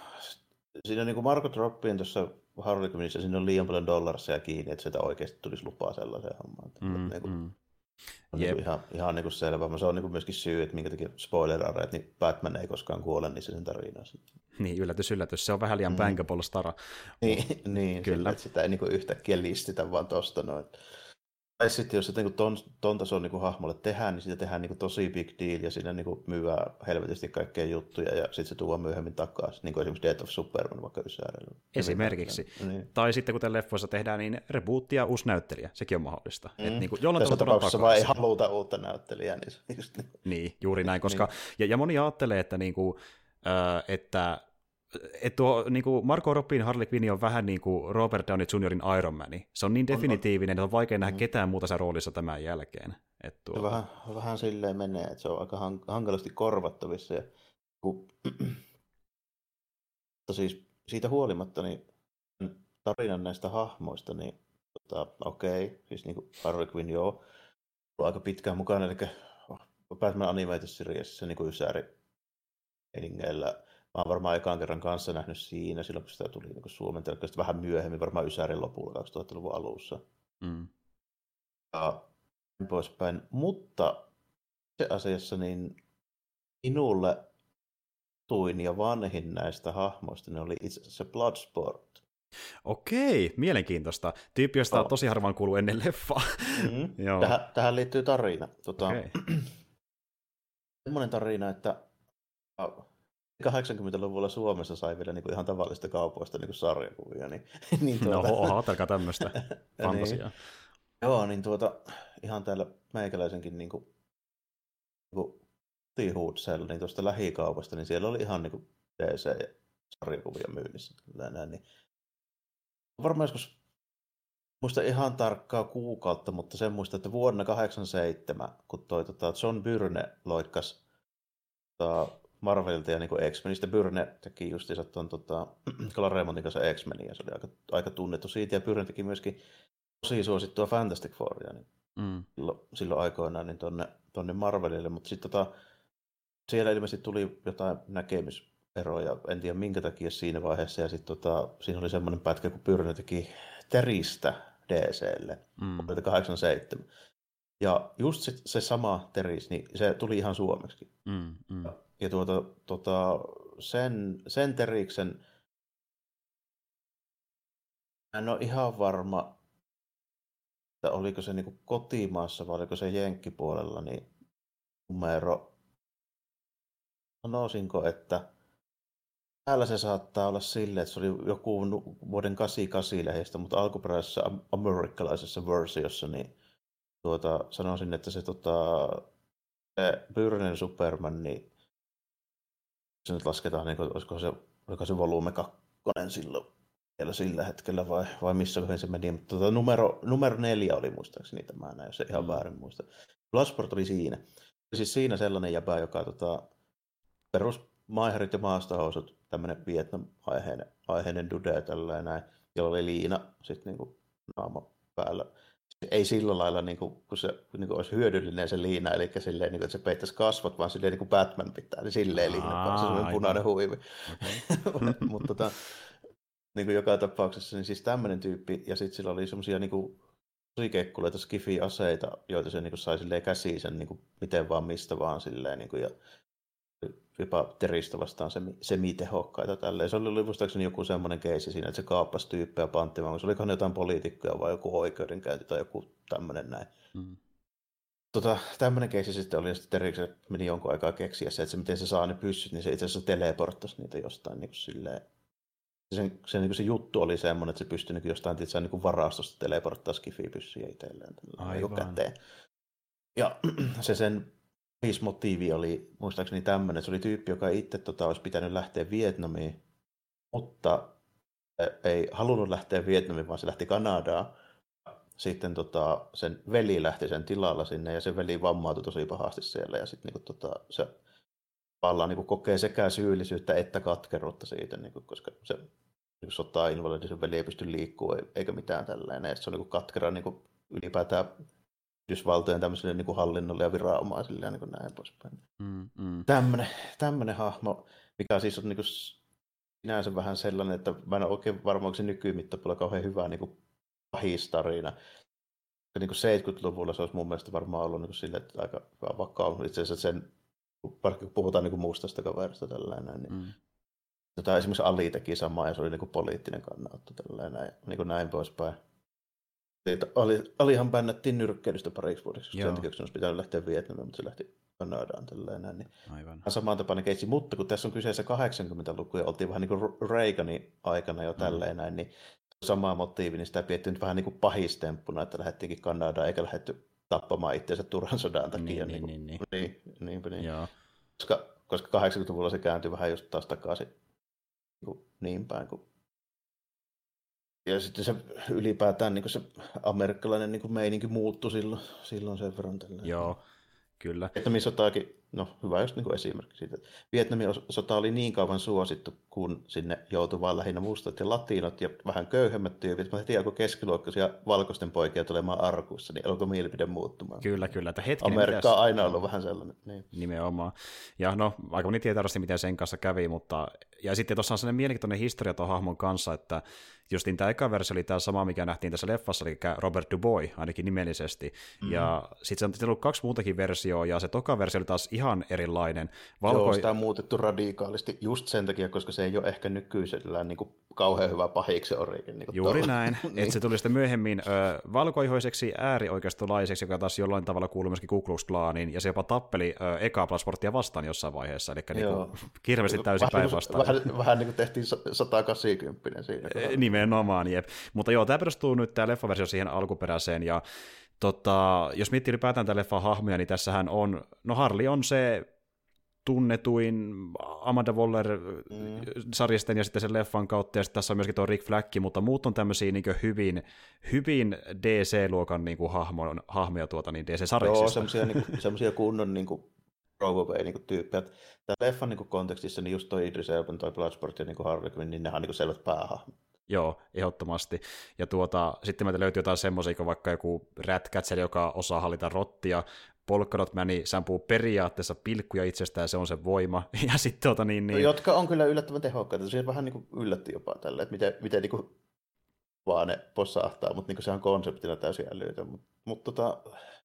B: siinä niin kuin Margot Robbien tuossa Harley Quinnissä siinä on liian paljon dollarseja kiinni, että sieltä oikeasti tulisi lupaa sellaiseen hommaan. Mm, niin kuin, mm. On niin ihan, ihan niin kuin selvä. Se on niin kuin myöskin syy, että minkä takia spoilerareet, niin Batman ei koskaan kuole niissä sen tarinoissa.
A: Niin, yllätys, yllätys. Se on vähän liian mm. bankable stara.
B: Niin, niin kyllä. Sillä, että sitä ei niin kuin yhtäkkiä listitä vaan tosta noin. Tai sitten jos niin ton, ton tason niin hahmolle tehdään, niin siitä tehdään niin tosi big deal ja siinä niin myyvää helvetisti kaikkea juttuja ja sitten se tuo myöhemmin takaisin, niin kuin esimerkiksi Death of Superman vaikka Ysärellä.
A: Esimerkiksi. Niin. Tai sitten kuten leffoissa tehdään, niin rebootti ja uusi näyttelijä, sekin on mahdollista.
B: Mm.
A: Et niin kuin, jollain
B: tässä tapauksessa vaan ei haluta uutta näyttelijää. Niin, just niin.
A: niin juuri näin, koska niin. ja, ja moni ajattelee, että, niin kuin, äh, että että tuo niin kuin Margot Robbien Harley Quinn on vähän niin kuin Robert Downey juniorin Iron Man. Se on niin definitiivinen, että on vaikea nähdä mm. ketään muuta sen roolissa tämän jälkeen. Että tuo...
B: vähän, vähän silleen menee, että se on aika hankalasti korvattavissa. Ja, kun... Mutta siis siitä huolimatta, niin tarinan näistä hahmoista, niin tota, okei, okay, siis niin kuin Harley Quinn joo, on aika pitkään mukana, eli Batman Animated Seriesissä niin kuin Ysäri meiningeillä. Mä oon varmaan ekaan kerran kanssa nähnyt siinä, silloin kun sitä tuli niin Suomen telkkarista vähän myöhemmin, varmaan Ysärin lopulla kaksituhattaluvun alussa. Mm. Ja poispäin. Mutta se asiassa niin minulle tuin ja vanhin näistä hahmoista ne oli itse asiassa Bloodsport.
A: Okei, mielenkiintoista. Tyyppi, josta oh. tosi harvoin kuuluu ennen leffaa.
B: Mm-hmm. tähän, tähän liittyy tarina. Tota, okay. Semmoinen tarina, että kahdeksankymmentäluvulla Suomessa sai vielä niinku ihan tavallista kaupoista niinku sarjakuvia. Niin, niin
A: tuota... No, ajatelkaa tämmöistä fantasiaa.
B: Niin, joo, niin tuota, ihan täällä meikäläisenkin niinku, niinku Huudsell, niin tuosta lähikaupasta, niin siellä oli ihan niinku D C-sarjakuvia myynnissä. Näin, niin. Varmaan joskus, muista ihan tarkkaa kuukautta, mutta sen muista, että vuonna kahdeksankymmentäseitsemän, kun toi tota, John Byrne loikkas tota, Marvelilta ja niin X-Menistä. Byrne teki justiinsa tuon tota, Claremontin kanssa X-Meniä, se oli aika, aika tunnettu siitä, ja Byrne teki myöskin tosi suosittua Fantastic Fouria niin mm. silloin, silloin aikoinaan niin tonne, tonne Marvelille, mutta sitten tota, siellä ilmeisesti tuli jotain näkemyseroja, en tiedä minkä takia siinä vaiheessa, ja sitten tota, siinä oli semmoinen pätkä, kun Byrne teki Teristä D C:lle, mm. kahdeksankymmentäseitsemän. Ja just se, se sama Teris, niin se tuli ihan suomeksi. Mm, mm. Ja tuota, tuota, sen, sen Teriksen, en ole ihan varma, että oliko se niin kuin kotimaassa vai oliko se jenkkipuolella, niin numero, sanoisinko, että täällä se saattaa olla silleen, että se oli joku vuoden kahdeksankymmentäkahdeksan lehdestä, mutta alkuperäisessä amerikkalaisessa versiossa, niin tuota, sanoisin, että se, tota, se Byrnen Superman, niin se nyt lasketaan, niin kuin, olisiko se, oliko se volume kakkonen silloin vielä sillä hetkellä vai, vai missä kohdassa se meni, mutta tuota, numero, numero neljä oli muistaakseni tämä näin, jos ei ihan mm. väärin muista. Bloodsport oli siinä. Siis siinä sellainen jäbä, joka tota, perus maiharit ja maastohousut, tämmöinen Vietnam-aiheinen aiheinen dude tällainen näin, jolla oli liina sitten niinku naama päällä. Ei sillä lailla, niinku, kun se niinku olisi hyödyllinen se liina, eli silleen, niinku, että se peittäisi kasvot, vaan silleen niin kuin Batman pitää, niin silleen liina päässä, semmoinen punainen huivi. Okay. Mutta tota, niin kuin joka tapauksessa, niin siis tämmöinen tyyppi, ja sitten sillä oli semmoisia niinku tosi kekkuleita skifi-aseita, joita se niinku sai silleen käsiin sen niinku miten vaan mistä vaan silleen, niinku, ja jopa teristä vastaan semitehokkaita tälleen. Se oli muistaakseni joku semmoinen keissi siinä, että se kaappasi tyyppejä panttimaan, se olikohan jotain poliitikkoja vai joku oikeudenkäynti tai joku tämmöinen näin. Mm. Tota, tämmöinen keissi sitten oli, ja sitten Terikse meni jonkun aikaa keksiä se, että se miten se saa ne pyssyt, niin se itse asiassa teleporttasi niitä jostain niin kuin silleen. Sen, se, niin kuin se juttu oli semmoinen, että se pystyi niin jostain tietysti, niin kuin varastosta teleporttaa skifipyssyjä itselleen käteen. Ja se sen motiivi oli muistaakseni tämmöinen, että se oli tyyppi, joka itse tota, olisi pitänyt lähteä Vietnamiin, mutta ei halunnut lähteä Vietnamiin, vaan se lähti Kanadaan. Sitten tota, sen veli lähti sen tilalla sinne, ja se veli vammautui tosi pahasti siellä, ja sitten niin tota, se tavallaan niin kokee sekä syyllisyyttä että katkeruutta siitä, niin kuin, koska se niin sotaa invalidi, sen veli ei pysty liikkumaan eikä mitään tällainen, ja se on niin katkera niin ylipäätään Yhdysvaltojen tämmöiselle niin kuin hallinnolle ja viranomaisille ja niin kuin näin poispäin. Mm, mm. Tämmöinen, tämmöinen hahmo, mikä siis on niin kuin sinänsä vähän sellainen, että mä en ole oikein varma, onko se nykymittapuolella kauhean hyvä niin kuin pahistarina. Niin kuin seitsemänkymmentäluvulla se olisi mun mielestä varmaan ollut niin kuin sille, että aika vakaa. Itse asiassa sen, kun puhutaan niin kuin mustasta kaverista tällainen, niin mm. tota, esimerkiksi Ali teki samaa ja se oli niin kuin poliittinen kannanotto tällainen, niin kuin näin poispäin. Ali, Alihan bännättiin nyrkkeilystä pariksi vuodeksi, sen takia, kun se olisi pitänyt lähteä Vietnamiin, mutta se lähti Kanadaan tällainen. Niin aivan. Samantapainen keissi, mutta kun tässä on kyseessä kahdeksankymmentäluku ja oltiin vähän niin kuin Reaganin aikana jo tälleen mm. näin, niin sama motiivi, niin sitä pidettiin nyt vähän niin kuin pahistemppuna, että lähdettiinkin Kanadaan eikä lähdetty tappamaan itseänsä turhan sodan takia. Niin, niin, niin, niin. niin, niin, niin. Koska, koska kahdeksankymmentäluvulla se kääntyi vähän just taas takaisin niin, niin päin kuin. Ja sitten se ylipäätään niin se amerikkalainen niin meininki muuttui silloin, silloin sen verran. Tällä.
A: Joo, kyllä.
B: Vietnamin sotaakin, no hyvä just niin esimerkki siitä. Vietnamin sota oli niin kauan suosittu, kun sinne joutui vaan lähinnä mustat ja latinot ja vähän köyhemmät tyypit. Mä heti alkoi keskiluokkaisia valkoisten poikia tulemaan arkuissa, niin alkoi mielipide muuttumaan.
A: Kyllä, kyllä. Että hetkinen,
B: Amerikka on aina ollut vähän sellainen. Niin.
A: Nimenomaan. Ja no, aika moni tietää varmasti, miten sen kanssa kävi, mutta ja sitten tuossa on sellainen mielenkiintoinen historia tuon hahmon kanssa, että justiin tämä eka versio oli tämä sama, mikä nähtiin tässä leffassa, eli Robert Dubois, ainakin nimellisesti. Mm-hmm. Ja sitten se on ollut kaksi muutakin versioa, ja se toka versio oli taas ihan erilainen. Valko...
B: Joo, sitä on muutettu radikaalisti just sen takia, koska se ei ole ehkä nykyisellään niin kuin kauhean hyvä pahiksi orikin. Niin
A: Juuri tuolla. Näin, niin. Että se tuli sitten myöhemmin ö, valkoihoiseksi äärioikeistolaiseksi, joka taas jollain tavalla kuului myöskin Ku Klux Klaaniin, ja se jopa tappeli ö, ekaa Bloodsportia vastaan jossain vaiheessa, eli niinku, kirveesti täysin päinvastaan.
B: Vähän, vähän niin kuin tehtiin sata kahdeksankymmentä siinä.
A: Nimenomaan, jep. Mutta joo, tämä perustuu nyt tämä leffaversio siihen alkuperäiseen, ja tota, jos miettii ylipäätään tämä leffan hahmoja, niin tässähän on, no Harley on se tunnetuin Amanda Waller-sarjisten mm. ja sitten sen leffan kautta, ja sitten tässä on myöskin tuo Rick Flag, mutta muut on tämmöisiä niin hyvin, hyvin D C-luokan niin hahmo, hahmoja tuota, niin D C-sarjiksista.
B: Joo, semmoisia niin semmoisia kunnon niin throwaway-tyyppejä. Tämän leffan niin kontekstissa niin just toi Idris Elban, toi Bloodsport ja niin Harley Quinn, niin nehän on niin selvät päähahmot.
A: Joo, ehdottomasti. Ja tuota, sitten meiltä löytyy jotain semmoisia, vaikka joku Ratcatcher, joka osaa hallita rottia, Polkadot Man, se ampuu periaatteessa pilkkuja itsestään, se on se voima. Ja sitten tuota niin, niin...
B: Jotka on kyllä yllättävän tehokkaita. Se vähän niin kuin yllätti jopa tällä, että miten, miten niin kuin vaan ne possahtaa, mutta niin kuin se on konseptina täysin älyitä. Mutta mut, tota...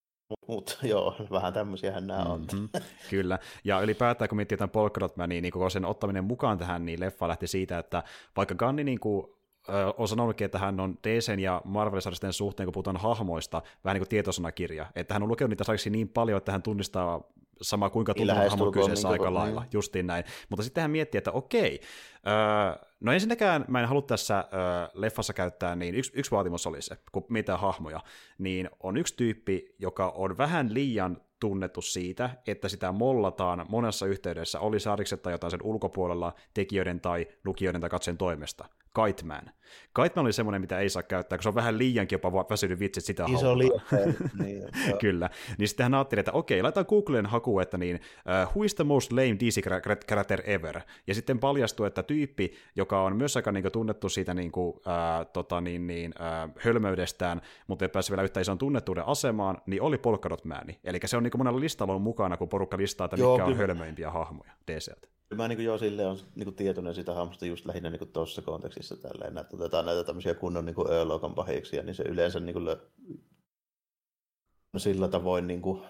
B: Mutta joo, vähän tämmöisiähän nämä on. Mm-hmm,
A: kyllä, ja ylipäätään kun miettii jotain Polkadot Mania, niin koko sen ottaminen mukaan tähän, niin leffa lähti siitä, että vaikka Gunni niin kuin on sanonutkin, että hän on D C:n ja Marvel-sarjisten suhteen, kun puhutaan hahmoista, vähän niin kuin tietosanakirja, että hän on lukenut niitä sarjiksi niin paljon, että hän tunnistaa sama kuinka tuntuu hahmon kyseessä niin aika lailla, niin. Justiin näin. Mutta sitten hän miettii, että okei, öö, no ensinnäkään mä en halua tässä öö, leffassa käyttää, niin yksi, yksi vaatimus oli se, kun mitä hahmoja, niin on yksi tyyppi, joka on vähän liian tunnettu siitä, että sitä mollataan monessa yhteydessä, oli sarjikset tai jotain sen ulkopuolella tekijöiden tai lukijoiden tai katsojien toimesta. Kite Man. Kite Man oli semmoinen, mitä ei saa käyttää, kun se on vähän liiankin jopa väsynyt vitsit sitä
B: hautaa. Niin,
A: Kyllä. Niin sitten hän ajatteli, että okei, laitetaan Googleen haku, että niin, uh, who is the most lame D C-character ever? Ja sitten paljastui, että tyyppi, joka on myös aika niin, tunnettu siitä niin, kuin, uh, tota, niin, niin, uh, hölmöydestään, mutta ei päässyt vielä yhtä ison tunnettuuden asemaan, niin oli Polka Dot Man. Eli se on niin monella listalla on mukana, kun porukka listaa, että Joo, mitkä on hölmöimpiä hahmoja D C:ltä.
B: Mä niin jo silleen on niin tietoinen siitä hahmosta just lähinnä niin tuossa kontekstissa tälleen, että otetaan näitä tämmöisiä kunnon niin Ö-luokan pahiksia, niin se yleensä niin kuin, no sillä tavoin niin kuin,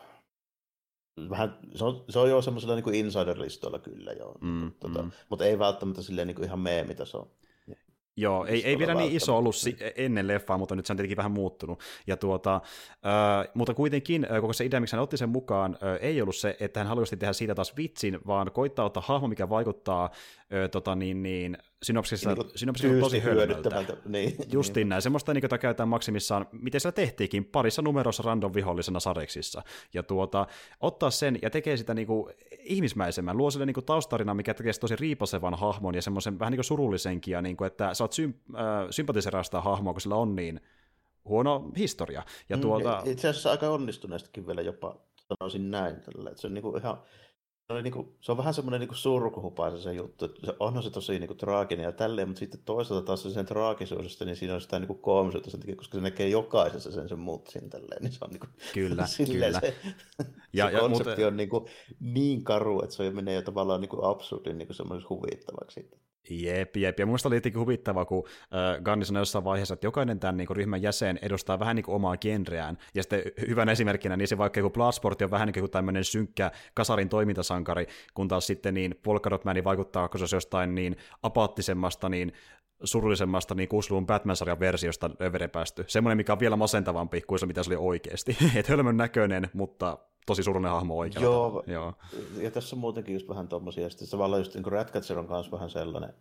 B: vähän, se on, se on jo semmoisella niin insider-listoilla kyllä jo,
A: mm,
B: tota,
A: mm.
B: mutta ei välttämättä silleen niin kuin ihan meemitaso.
A: Joo, ei, ei vielä niin iso ollut si- ennen leffaa, mutta nyt se on tietenkin vähän muuttunut. Ja tuota, äh, mutta kuitenkin koko se idea, miksi hän otti sen mukaan, äh, ei ollut se, että hän halusi tehdä siitä taas vitsin, vaan koittaa ottaa hahmo, mikä vaikuttaa äh, tota, niin, niin, synopsissa, niin synopsissa on tosi hölmöltä.
B: Niin,
A: Justiin niin. Näin, semmoista, niin, jota käytetään maksimissaan, miten siellä tehtiinkin, parissa numerossa random vihollisena sareksissa. Ja tuota, ottaa sen ja tekee sitä niin kuin, ihmismäisemmän, luo sille niin kuin, taustarina, mikä tekee tosi riipasevan hahmon ja semmoisen vähän niin kuin surullisenkin, ja niin kuin, että sä oot symp- äh, sympatiseraa sitä hahmoa, kun sillä on niin huono historia. Ja
B: mm,
A: tuota...
B: Itse asiassa aika onnistuneestikin vielä jopa sanoisin näin, tällä, että se on niin kuin ihan Se on, niin kuin, se on vähän semmoinen niin surkuhupaisa se juttu, että se onhan se tosi niin kuin, traaginen ja tälleen, mutta sitten toisaalta taas sen traagisuudesta, niin siinä on sitä niin koomisuutta sen takia, koska se näkee jokaisessa sen sen mutsin tälleen, niin se on niin kuin,
A: kyllä, kyllä.
B: Se, ja, se ja, konsepti mutta... on niin, kuin, niin karu, että se menee jo tavallaan niin kuin absurdin niin semmoisessa huvittavaksi.
A: Jep, jep. Ja minusta oli jotenkin huvittavaa, kun äh, Gunn sanoi jossain vaiheessa, että jokainen tämän niin kuin, ryhmän jäsen edustaa vähän niin kuin omaa genreään. Ja sitten hyvän esimerkkinä, niin se vaikka joku Bloodsport on vähän niin kuin tämmöinen synkkä kasarin toimintasankari, kun taas sitten niin Polka Dot Man vaikuttaa, kun se olisi jostain niin apaattisemmasta, niin surullisemmasta niin kuusikymmentäluvun Batman-sarjan versiosta överepästy. Semmoinen, mikä on vielä masentavampi kuin se, mitä se oli oikeasti. Että hölmön näköinen, mutta tosi surullinen hahmo oikealla.
B: Joo, Joo, ja tässä on muutenkin just vähän tommosia. Sitten tavallaan just niin kuin Ratcatcher on myös vähän sellainen,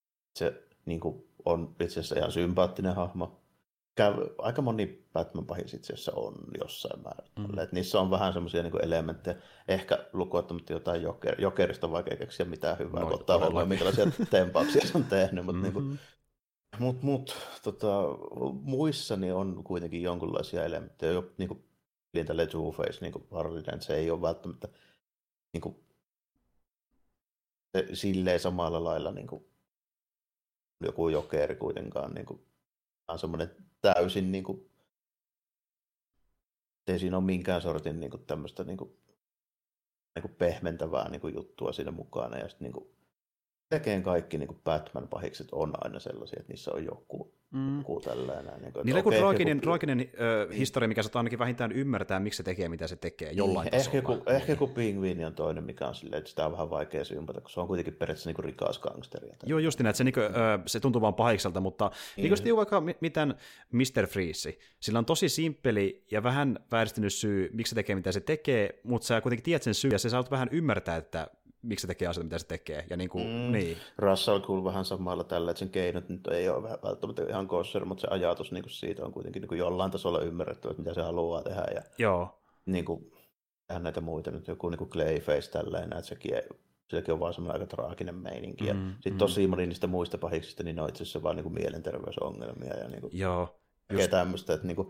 B: se niin kuin on itse asiassa ihan sympaattinen hahmo. Aika moni Batman-pahis itse asiassa on jossain määrin. Mm. Et niissä on vähän semmoisia niin kuin elementtejä. Ehkä lukuottamatta jotain joker, jokerista vaikea keksiä mitään hyvää, no, kun ottaa huomioon, minkälaisia tempauksia se on tehnyt. Mutta mm-hmm. niin mut, mut, tota, muissani on kuitenkin jonkunlaisia elementtejä. Jo, niin kuin tälle Two-Face, niin kuin Harley Dent, se ei ole välttämättä niin kuin, se, silleen samalla lailla niin kuin, joku jokeri kuitenkaan. Niin kuin, on semmoinen täysin, niin kuin, ei siinä ole minkään sortin niin kuin, tämmöistä niin kuin, niin kuin pehmentävää niin kuin, juttua siinä mukana. Ja sitten niin kuin, tekeen kaikki niin kuin Batman-pahikset on aina sellaisia, että niissä on joku, mm. joku tällainen. Niin
A: niillä on joku traaginen, traaginen äh, historia, mikä saattaa ainakin vähintään ymmärtää, miksi se tekee, mitä se tekee jollain
B: niin,
A: tasolla.
B: Ehkä joku, niin. ehkä joku Pingviini on toinen, mikä on silleen, että sitä on vähän vaikea sympata, koska se on kuitenkin periaatteessa niin rikas gangsteri.
A: Joo, just niin, että se, niin kuin, äh, se tuntuu vaan pahikselta, mutta niin. niin kuin vaikka mitään mister Freeze, sillä on tosi simppeli ja vähän vääristynyt syy, miksi se tekee, mitä se tekee, mutta sä kuitenkin tiedät sen syy, ja sä saat vähän ymmärtää, että miksi se tekee asioita, mitä se tekee. Ja niin kuin, mm. niin.
B: Russell kuuluu vähän samalla tällä, että sen keinot nyt ei ole välttämättä ihan kosher, mutta se ajatus niin kuin siitä on kuitenkin niin kuin jollain tasolla ymmärretty, että mitä se haluaa tehdä. Ja
A: Joo.
B: Niin kuin, tehdä näitä muita. Nyt joku niin kuin Clayface tälleen, että sekin, sekin on vaan semmoinen aika traaginen meininki. Mm, ja sitten mm. tosi moni niistä muista pahiksista, niin ne on itse asiassa vaan niin kuin mielenterveysongelmia. Ja niin kuin
A: Joo.
B: Just... tämmöistä, että niin kuin,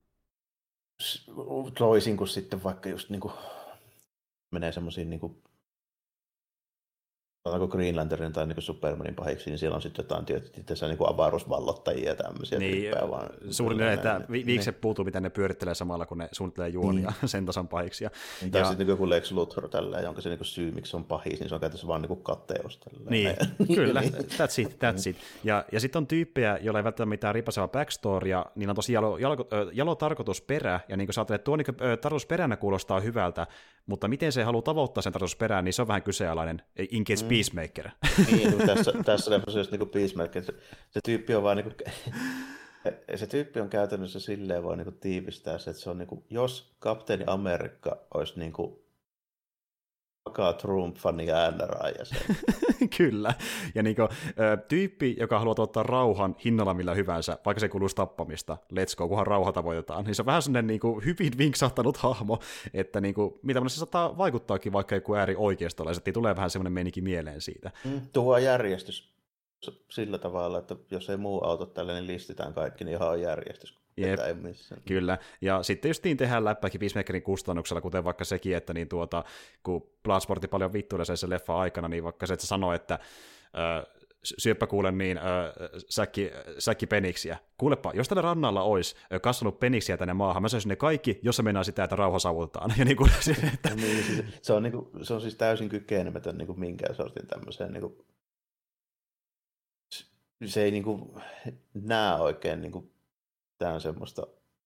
B: toisin kuin sitten vaikka just niin kuin, menee semmoisiin niin kuin Otanko Green Lanternin tai niin Supermanin pahiksi, niin siellä on sitten jotain tietysti tässä niin avaruusvallottajia ja tämmöisiä
A: niin,
B: tyyppejä. Vaan
A: suunnilleen, että vi- viikset niin. puutuu, miten ne pyörittelee samalla, kun ne suunnittelee juonia niin. sen tason pahiksi.
B: Niin, tai ja... sitten joku Lex Luthor, tällä, jonka se niin syy, miksi se on pahis, niin se on käytössä vaan niin kateus.
A: Niin, kyllä, that's it, that's it. Ja, ja sitten on tyyppejä, joilla ei välttämättä mitään ripasevaa backstorya, niillä on tosi jalo, jalo, jalo tarkoitusperä, ja niin kuin sä ajattelet, että tuo niin tarkoitusperänä kuulostaa hyvältä, mutta miten se haluaa tavoittaa sen tarkoitusperään, niin se on vähän kyseenalainen, in case Peacemaker.
B: Niin, tässä, tässä leffassa just niin Peacemaker, se, se tyyppi on vaan niin kuin, se tyyppi on käytännössä silleen voi niin tiivistää se, että se on niin kuin, jos Kapteeni Amerikka olisi niin kuin vakaa Trump-fani ja N R A-jäsen.
A: Kyllä. Ja niin kuin, tyyppi, joka haluaa tuottaa rauhan hinnalla millä hyvänsä, vaikka se kuuluisi tappamista, let's go, kunhan rauha tavoitetaan, niin se on vähän sellainen niin kuin, hyvin vinksahtanut hahmo, että niin kuin, mitä se saattaa vaikuttaakin vaikka joku ääri oikeistolaiset, niin tulee vähän semmoinen meininki mieleen siitä.
B: Mm, tuo järjestys sillä tavalla, että jos ei muu auto tälle, niin listitään kaikki, niin ihan on järjestys.
A: Jep, kyllä. Ja sitten justiin tehdään läppäkin Peacemakerin kustannuksella, kuten vaikka sekin, että niin tuota, kun Bloodsportti paljon vittuilee sen leffa aikana, niin vaikka se, että se sanoo, että äh, syöppä kuulen niin äh, säkki, säkki peniksiä. Kuulepa, jos tällä rannalla olisi kasvanut peniksiä tänne maahan, mä söisin ne kaikki, jos se mennään sitä, että rauha saavutetaan. Ja niin kuin, että...
B: no niin, siis, se, on niin kuin, se on siis täysin kykenemätön niin kuin minkään sortin tämmöiseen. Niin kuin... Se ei niin kuin, näe oikein niin kuin, tämä on semmoista,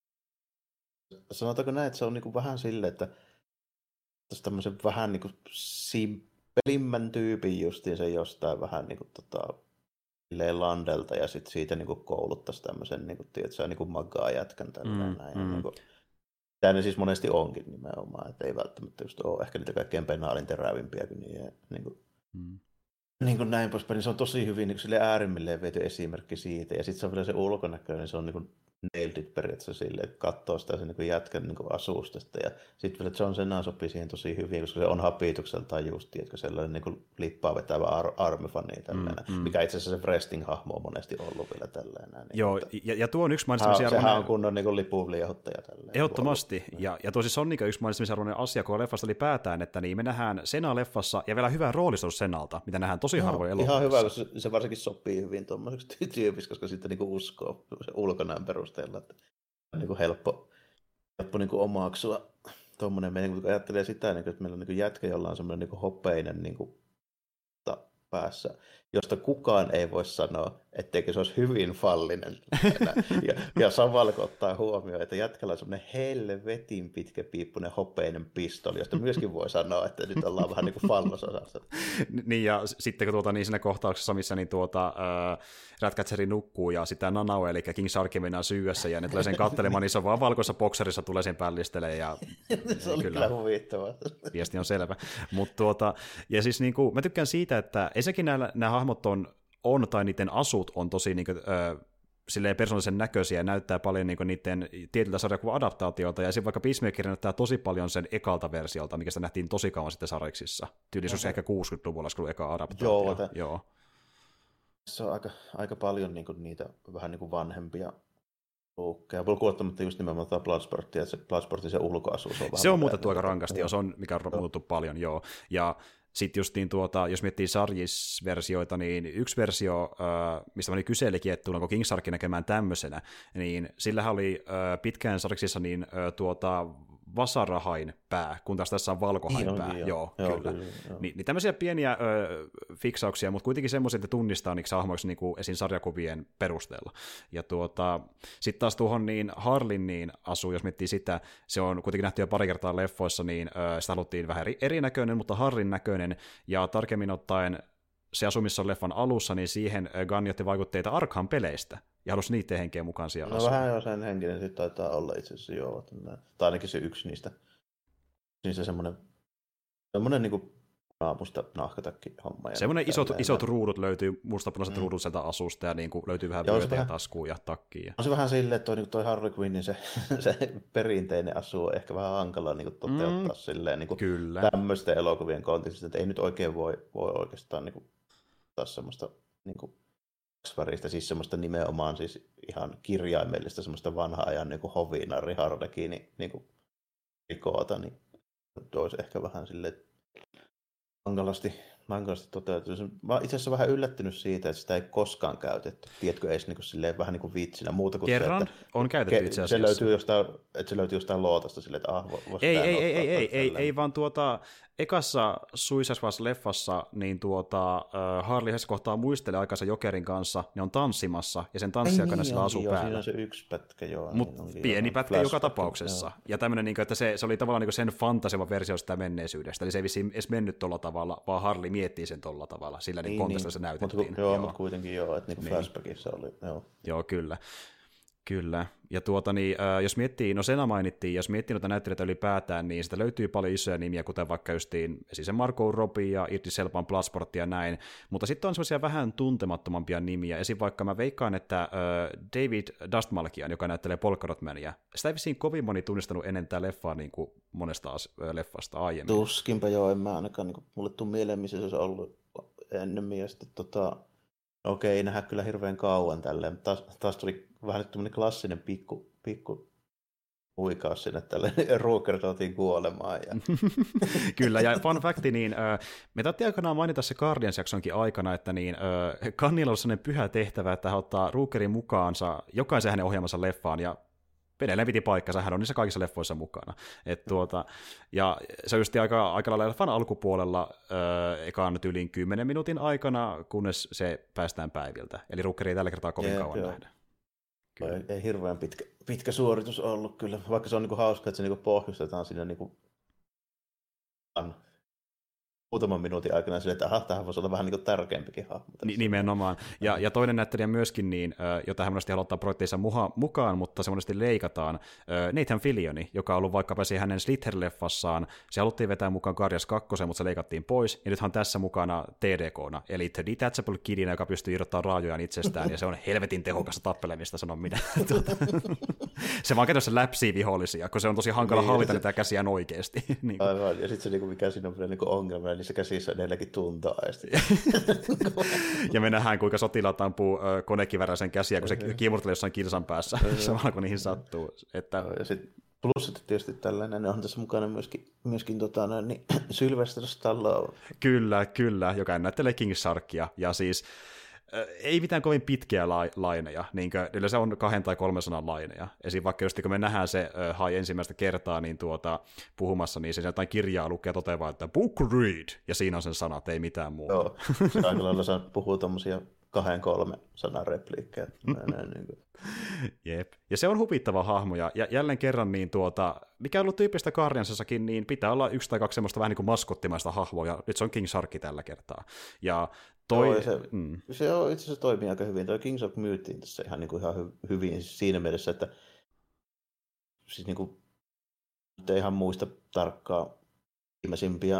B: sanotaanko näin, että se on niinku vähän silleen, että tässä tämmöisen vähän niinku simpelimmän tyypin justiin se jostain vähän niinku tota Landelta ja sitten siitä niinku kouluttaisi tämmöisen niinku, tiedätkö, niinku magaa jätkän tällä mm, näin. Mm. Niinku, tämä ne siis monesti onkin nimenomaan, että ei välttämättä just ole ehkä niitä kaikkein penaalin terävimpiä kuin niin, niinku, mm. niin kuin näin poispäin, niin se on tosi hyvin niin sille äärimmilleen viety esimerkki siitä ja sitten se on vielä se ulkonäköinen, niin se on niin kuin nailed it periaatteessa silleen, että katsoo sitä sen niin jätkän niin asustasta. Ja sitten vielä John Cena sopii siihen tosi hyvin, koska se on hapitukseltaan just, että sellainen niin kuin lippaa vetävä ar- armifani, mm, mm. mikä itse asiassa se wrestling-hahmo on monesti ollut vielä tällainen. Niin,
A: joo,
B: että...
A: ja, ja tuo on yksi
B: mainitsemisen arvoinen... Sehän on kunnon niin lipuliehdottaja tällainen.
A: Ehdottomasti, ja, ja tosi se on niin yksi mainitsemisen arvoinen asia, kun leffasta ylipäätään, että niin me nähdään Cena-leffassa, ja vielä hyvä roolistus Senalta, mitä nähdään tosi no, harvoin elokuvassa.
B: Ihan hyvä, koska se, se varsinkin sopii hyvin tuommoiseksi tyypiksi, koska sitten niin uskoo se ulkonäön perusteella, että niin kuin helppo, helppo niin kuin omaksua tuommoinen meidän, kun ajattelee sitä, niin kuin, että meillä on niin kuin jätkä, jolla on semmoinen niin kuin hopeinen niin kuin, ta, päässä, josta kukaan ei voi sanoa, etteikö se olisi hyvin fallinen. ja, ja samalla kun ottaa huomioon, että jätkällä on semmoinen helvetin pitkäpiippunen hopeinen pistoli, josta myöskin voi sanoa, että nyt ollaan vähän niin kuin fallososassa.
A: Niin ja sitten kun tuota, niin siinä kohtauksessa, missä niin tuota, äh, Ratcatcheri nukkuu ja sitä Nanao, eli King Shark mennään syyössä ja ne tulee sen kattelemaan, niin se on vaan valkoisessa bokserissa tulee sen pällistelee. Ja,
B: se oli kyllä huvittavaa.
A: Viesti on selvä. Mut, tuota, ja siis niin kuin, mä tykkään siitä, että ensinnäkin nämä, nämä hahmot on, on tai niiden asut on tosi niin kuin, äh, silleen persoonallisen näköisiä ja näyttää paljon niin kuin niiden tietyltä sarjakuva-adaptaatiolta, ja sitten vaikka Peacemaker näyttää tosi paljon sen ekalta versiolta, mikä sitä nähtiin tosi kauan sitten sarjiksissa. Tyylisuus ehkä kuusikymmentäluvulla, kun eka adaptaatio.
B: Joo, te...
A: Joo.
B: Se on aika, aika paljon niin kuin niitä vähän niin kuin vanhempia luukkeja. Lukuottamatta just nimenomaan tämä Bloodsportia, että se Bloodsportin se ulkoasuus on vähän...
A: Se on muutettu aika rankasti, ja se on, mikä on muuttu paljon, joo. Ja sitten justiin tuota, jos miettii sarjisversioita, niin yksi versio, mistä mä kyselikin, että tullaanko King Shark näkemään tämmöisenä, niin sillähän oli pitkään sarjiksissa niin tuota, vasarahain pää, kun taas tässä on valkohain niin, pää. Niin, joo, joo, kyllä. kyllä joo. Ni, niin tämmöisiä pieniä ö, fiksauksia, mutta kuitenkin semmoisia, että tunnistaa niiksi hahmoiksi niin esim. Sarjakuvien perusteella. Ja tuota, sitten taas tuohon niin Harlin niin asuu, jos miettii sitä, se on kuitenkin nähty jo pari kertaa leffoissa, niin ö, sitä haluttiin vähän eri, erinäköinen, mutta Harlin näköinen, ja tarkemmin ottaen se asu, missä on leffan alussa, niin siihen Gunn otti vaikutteita Arkham-peleistä, ja halusi niiden henkeä mukaan siellä
B: no, asua. No vähän jo sen henkinen sitten taitaa olla itse asiassa joo. Tai ainakin se yksi niistä. Niistä semmoinen, semmoinen niin kuin musta nahkatakki homma.
A: Semmoinen isot, isot ruudut löytyy, mustapunaiset mm. ruudut sieltä asusta, ja niin kuin löytyy vähän vyötä ja taskuun ja takkiin.
B: On se vähän silleen, että toi, niin toi Harley Quinnin se, se perinteinen asu on ehkä vähän hankala niin kuin toteuttaa mm. silleen niin kuin tämmöisten elokuvien kontekstista, että ei nyt oikein voi, voi oikeastaan niin kuin, taas semmoista niin kuin väristä, siis semmoista nimenomaan siis ihan kirjaimellista semmoista vanhaa ajan niin kuin hovinari Harlekiini niin kuin rikoota, niin olisi ehkä vähän silleen hankalasti, hankalasti toteutettu. Mä itse asiassa vähän yllättynyt siitä, että sitä ei koskaan käytetty. Tiedätkö, edes niin kuin, silleen, vähän niin kuin vitsinä. Muuta kuin
A: kerran
B: se, että
A: on käytetty itse asiassa.
B: Se löytyy jostain, että se löytyy jostain lootasta silleen, että ah, voisi
A: ei, ei, ei, ei, ei, ei, ei, vaan tuota, ekassa Suicide Squad-leffassa niin tuota, uh, Harley yhdessä kohtaa muistelee aikansa Jokerin kanssa, ne on tanssimassa, ja sen tanssijakana niin, sillä asuu
B: joo,
A: päällä.
B: Siinä on se yksi pätkä, joo.
A: Mutta
B: niin
A: pieni pätkä joka tapauksessa. Joo. Ja tämmöinen, että se, se oli tavallaan sen fantasiavan versio sitä menneisyydestä, eli se ei vissiin edes mennyt tuolla tavalla, vaan Harley miettii sen tolla tavalla, sillä niin,
B: niin
A: kontekstilla
B: niin.
A: se näytettiin.
B: Mutta, joo, joo. mutta kuitenkin joo, että niin niin. Flashbackissa oli. Joo,
A: joo kyllä. Kyllä, ja tuota niin, äh, jos miettii, no Sena mainittiin, jos miettii noita näyttelijöitä ylipäätään, niin sitä löytyy paljon isoja nimiä, kuten vaikka justiin siis Marco Robbie ja Idris Elban Bloodsport ja näin, mutta sitten on semmoisia vähän tuntemattomampia nimiä, esim. Vaikka mä veikkaan, että äh, David Dastmalchian, joka näyttelee Polka Dot Mania, sitä ei vissiin kovin moni tunnistanut ennen tätä leffaa niin kuin monesta äh, leffasta aiemmin.
B: Tuskinpä joo, en mä ainakaan, niin kuin, mulle tuu mieleen, missä se olisi ollut ennemmin, ja sitten tota... Okei, ei nähdä kyllä hirveän kauan tälleen. Taas, taas tuli vähän nyt tämmöinen klassinen pikku, pikku huikaus sinne tälleen. Rooker tuotiin kuolemaan. Ja...
A: Kyllä, ja fun facti, niin äh, me taittiin aikanaan mainita se Guardians-jaksonkin aikana, että niin, äh, Kannilla on sellainen pyhä tehtävä, että hän ottaa Rookerin mukaansa jokaisen hänen ohjaamansa leffaan, ja edelleen piti paikkansa, hän on niissä kaikissa leffoissa mukana. Et tuota, ja se on just aika, aika lailla leffan alkupuolella öö, ekaan yli kymmenen minuutin aikana, kunnes se päästään päiviltä. Eli Rookeri ei tällä kertaa kovin Jeep, kauan joo. nähdä.
B: Ei, ei hirveän pitkä, pitkä suoritus ollut kyllä, vaikka se on niinku hauska, että se niinku pohjustetaan siinä niinku muutaman minuutin aikana sille, että aha, tähän voisi olla vähän niin tärkeämpikin hahmo.
A: Nimenomaan. Ja, ja toinen näyttelijä myöskin, niin, jota hän monesti haluaa projekteissa mukaan, mutta se monesti leikataan, Nathan Fillioni, joka on ollut vaikkapa hänen Slither-leffassaan, se haluttiin vetää mukaan Guardians kaksi, mutta se leikattiin pois, ja nythän tässä mukana T D K:na, eli The Detachable Kidina, joka pystyy irrottamaan raajojaan itsestään, ja se on helvetin tehokasta tappelemista, sanon minä. tuota. Se vaan käytössä läpsii vihollisia, kun se on tosi hankala niin, hallita se... niitä käsiään oikeasti. niin.
B: Aivan, ja sitten se, mikä siinä on niin ongelma, niissä käsissä edelläkin tuntaa.
A: Ja me nähdään, kuinka sotilaat ampuu konekiväräisen käsiä, kun se kiemurtelee jossain kilsan päässä, samalla kun niihin sattuu. Että...
B: Ja sitten plus, että tietysti tällainen, ne on tässä mukana myöskin, myöskin tota, niin, Sylvester Stallone.
A: Kyllä, kyllä, joka näyttelee King Sharkia, ja siis ei mitään kovin pitkiä la- laineja, niin kuin, se on kahden tai kolmen sanan laineja. Esim. Vaikka just kun me nähdään se uh, Hai ensimmäistä kertaa niin tuota, puhumassa, niin se jotain kirjaa lukee ja toteaa, että book read, ja siinä on sen sanat, ei mitään muuta.
B: Joo, se aika lailla puhuu tommosia kahden kolme sanan repliikkejä. niin
A: Jep. Ja se on huvittava hahmo, ja jälleen kerran, niin tuota, mikä on ollut tyypistä Guardiansissakin, niin pitää olla yksi tai kaksi semmoista vähän niin kuin maskottimaista hahmoa, ja nyt se on King Shark tällä kertaa. Ja toi...
B: Joo, se, mm. se on, itse asiassa toimii aika hyvin. Toi King Shark myytiin tässä ihan, niin kuin ihan hy- hyvin siinä mielessä, että siis niin kuin, ei ihan muista tarkkaan viimeisimpiä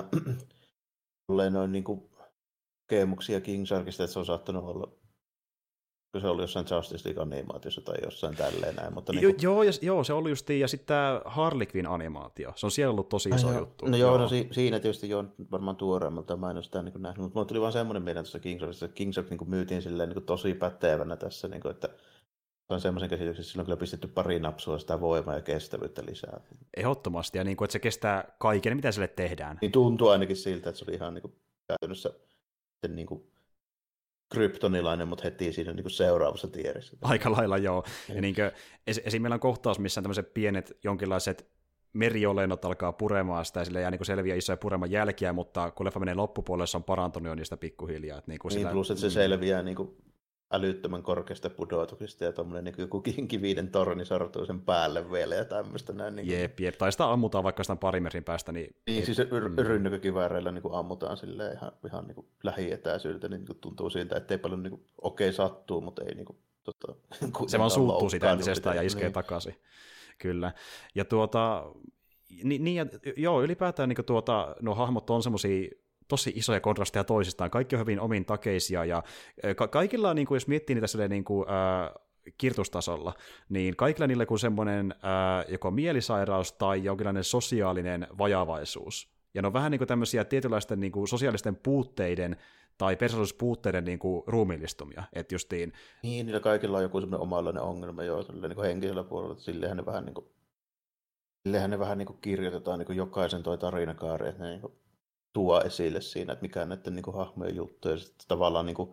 B: noin niin kuin kokemuksia King Sharkista, että se on saattanut olla, kun se oli jossain Justice League-animaatiossa tai jossain tälleen näin. Mutta
A: jo,
B: niin kuin...
A: joo, ja, joo, se oli justiin, ja sitten tämä Harley Quinn-animaatio, se on siellä ollut tosi iso
B: no,
A: juttu.
B: No joo, joo. No si- siinä tietysti jo varmaan tuoreemmalta, mä en ole sitä niin nähnyt, mutta mulle tuli vaan semmoinen mieleen tuossa King Sharkista, että King Shark niin myytiin silleen niin tosi pätevänä tässä, niin kuin, että on semmoisen käsityksen, että sillä on kyllä pistetty pari napsua sitä voimaa ja kestävyyttä lisää.
A: Ehdottomasti, ja niin kuin, että se kestää kaiken, mitä sille tehdään.
B: Niin tuntuu ainakin siltä, että se oli ihan niin kuin, käytännössä niin kuin, kryptonilainen, mutta heti siinä niin kuin seuraavassa tierissä.
A: Aika lailla joo. Ja niin kuin, esim. Meillä on kohtaus, missä tämmöiset pienet jonkinlaiset meriolennot alkaa puremaan sitä, ja sille jää niin kuin selviä isoja pureman jälkiä, mutta kun leffa menee loppupuolelle, se on parantunut jo niistä pikkuhiljaa. Että niin kuin
B: niin,
A: sillä...
B: plus, että se selviää niin kuin älyttömän korkeasta pudotuksista, ja tuommoinen niin joku kinkividen torni sortuu sen päälle vielä, ja tämmöistä näin. Niin kuin...
A: Jep, jep, tai sitä ammutaan vaikka sitä pari metrin päästä. Niin,
B: niin siis yr- rynnäkökivääreillä niin ammutaan silleen ihan, ihan niin kuin lähietäisyydeltä, niin kuin tuntuu siltä, että ei paljon niin kuin, okei okay, sattuu, mutta ei niin kuin, tota,
A: se vaan suuttuu sitä entisestään ja iskee
B: niin.
A: takaisin. Kyllä. Ja tuota, niin, niin ja, joo, ylipäätään niin tuota, nuo hahmot on semmosia tosi isoja kontrasteja toisistaan, kaikki on hyvin omin takeisia, ja ka- kaikilla, niin kuin, jos miettii niitä silleen, niin kuin, äh, kirtustasolla, niin kaikilla niillä kuin semmoinen äh, joko mielisairaus tai jonkinlainen sosiaalinen vajavaisuus. Ja ne on vähän niin kuin tämmöisiä tietynlaisten niin kuin sosiaalisten puutteiden tai persoonallisuuspuutteiden niin kuin ruumiillistumia. Että justiin...
B: Niin, niillä kaikilla on joku semmoinen omanlainen ongelma jo niin kuin henkisellä puolella, että silleenhän ne vähän niin kuin, silleenhän ne vähän niin kuin kirjoitetaan niin kuin jokaisen toi tarinakaari, että ne niin kuin tuo esille siinä, että mikä on näiden niin kuin hahmojen juttu, ja sitten tavallaan niin kuin,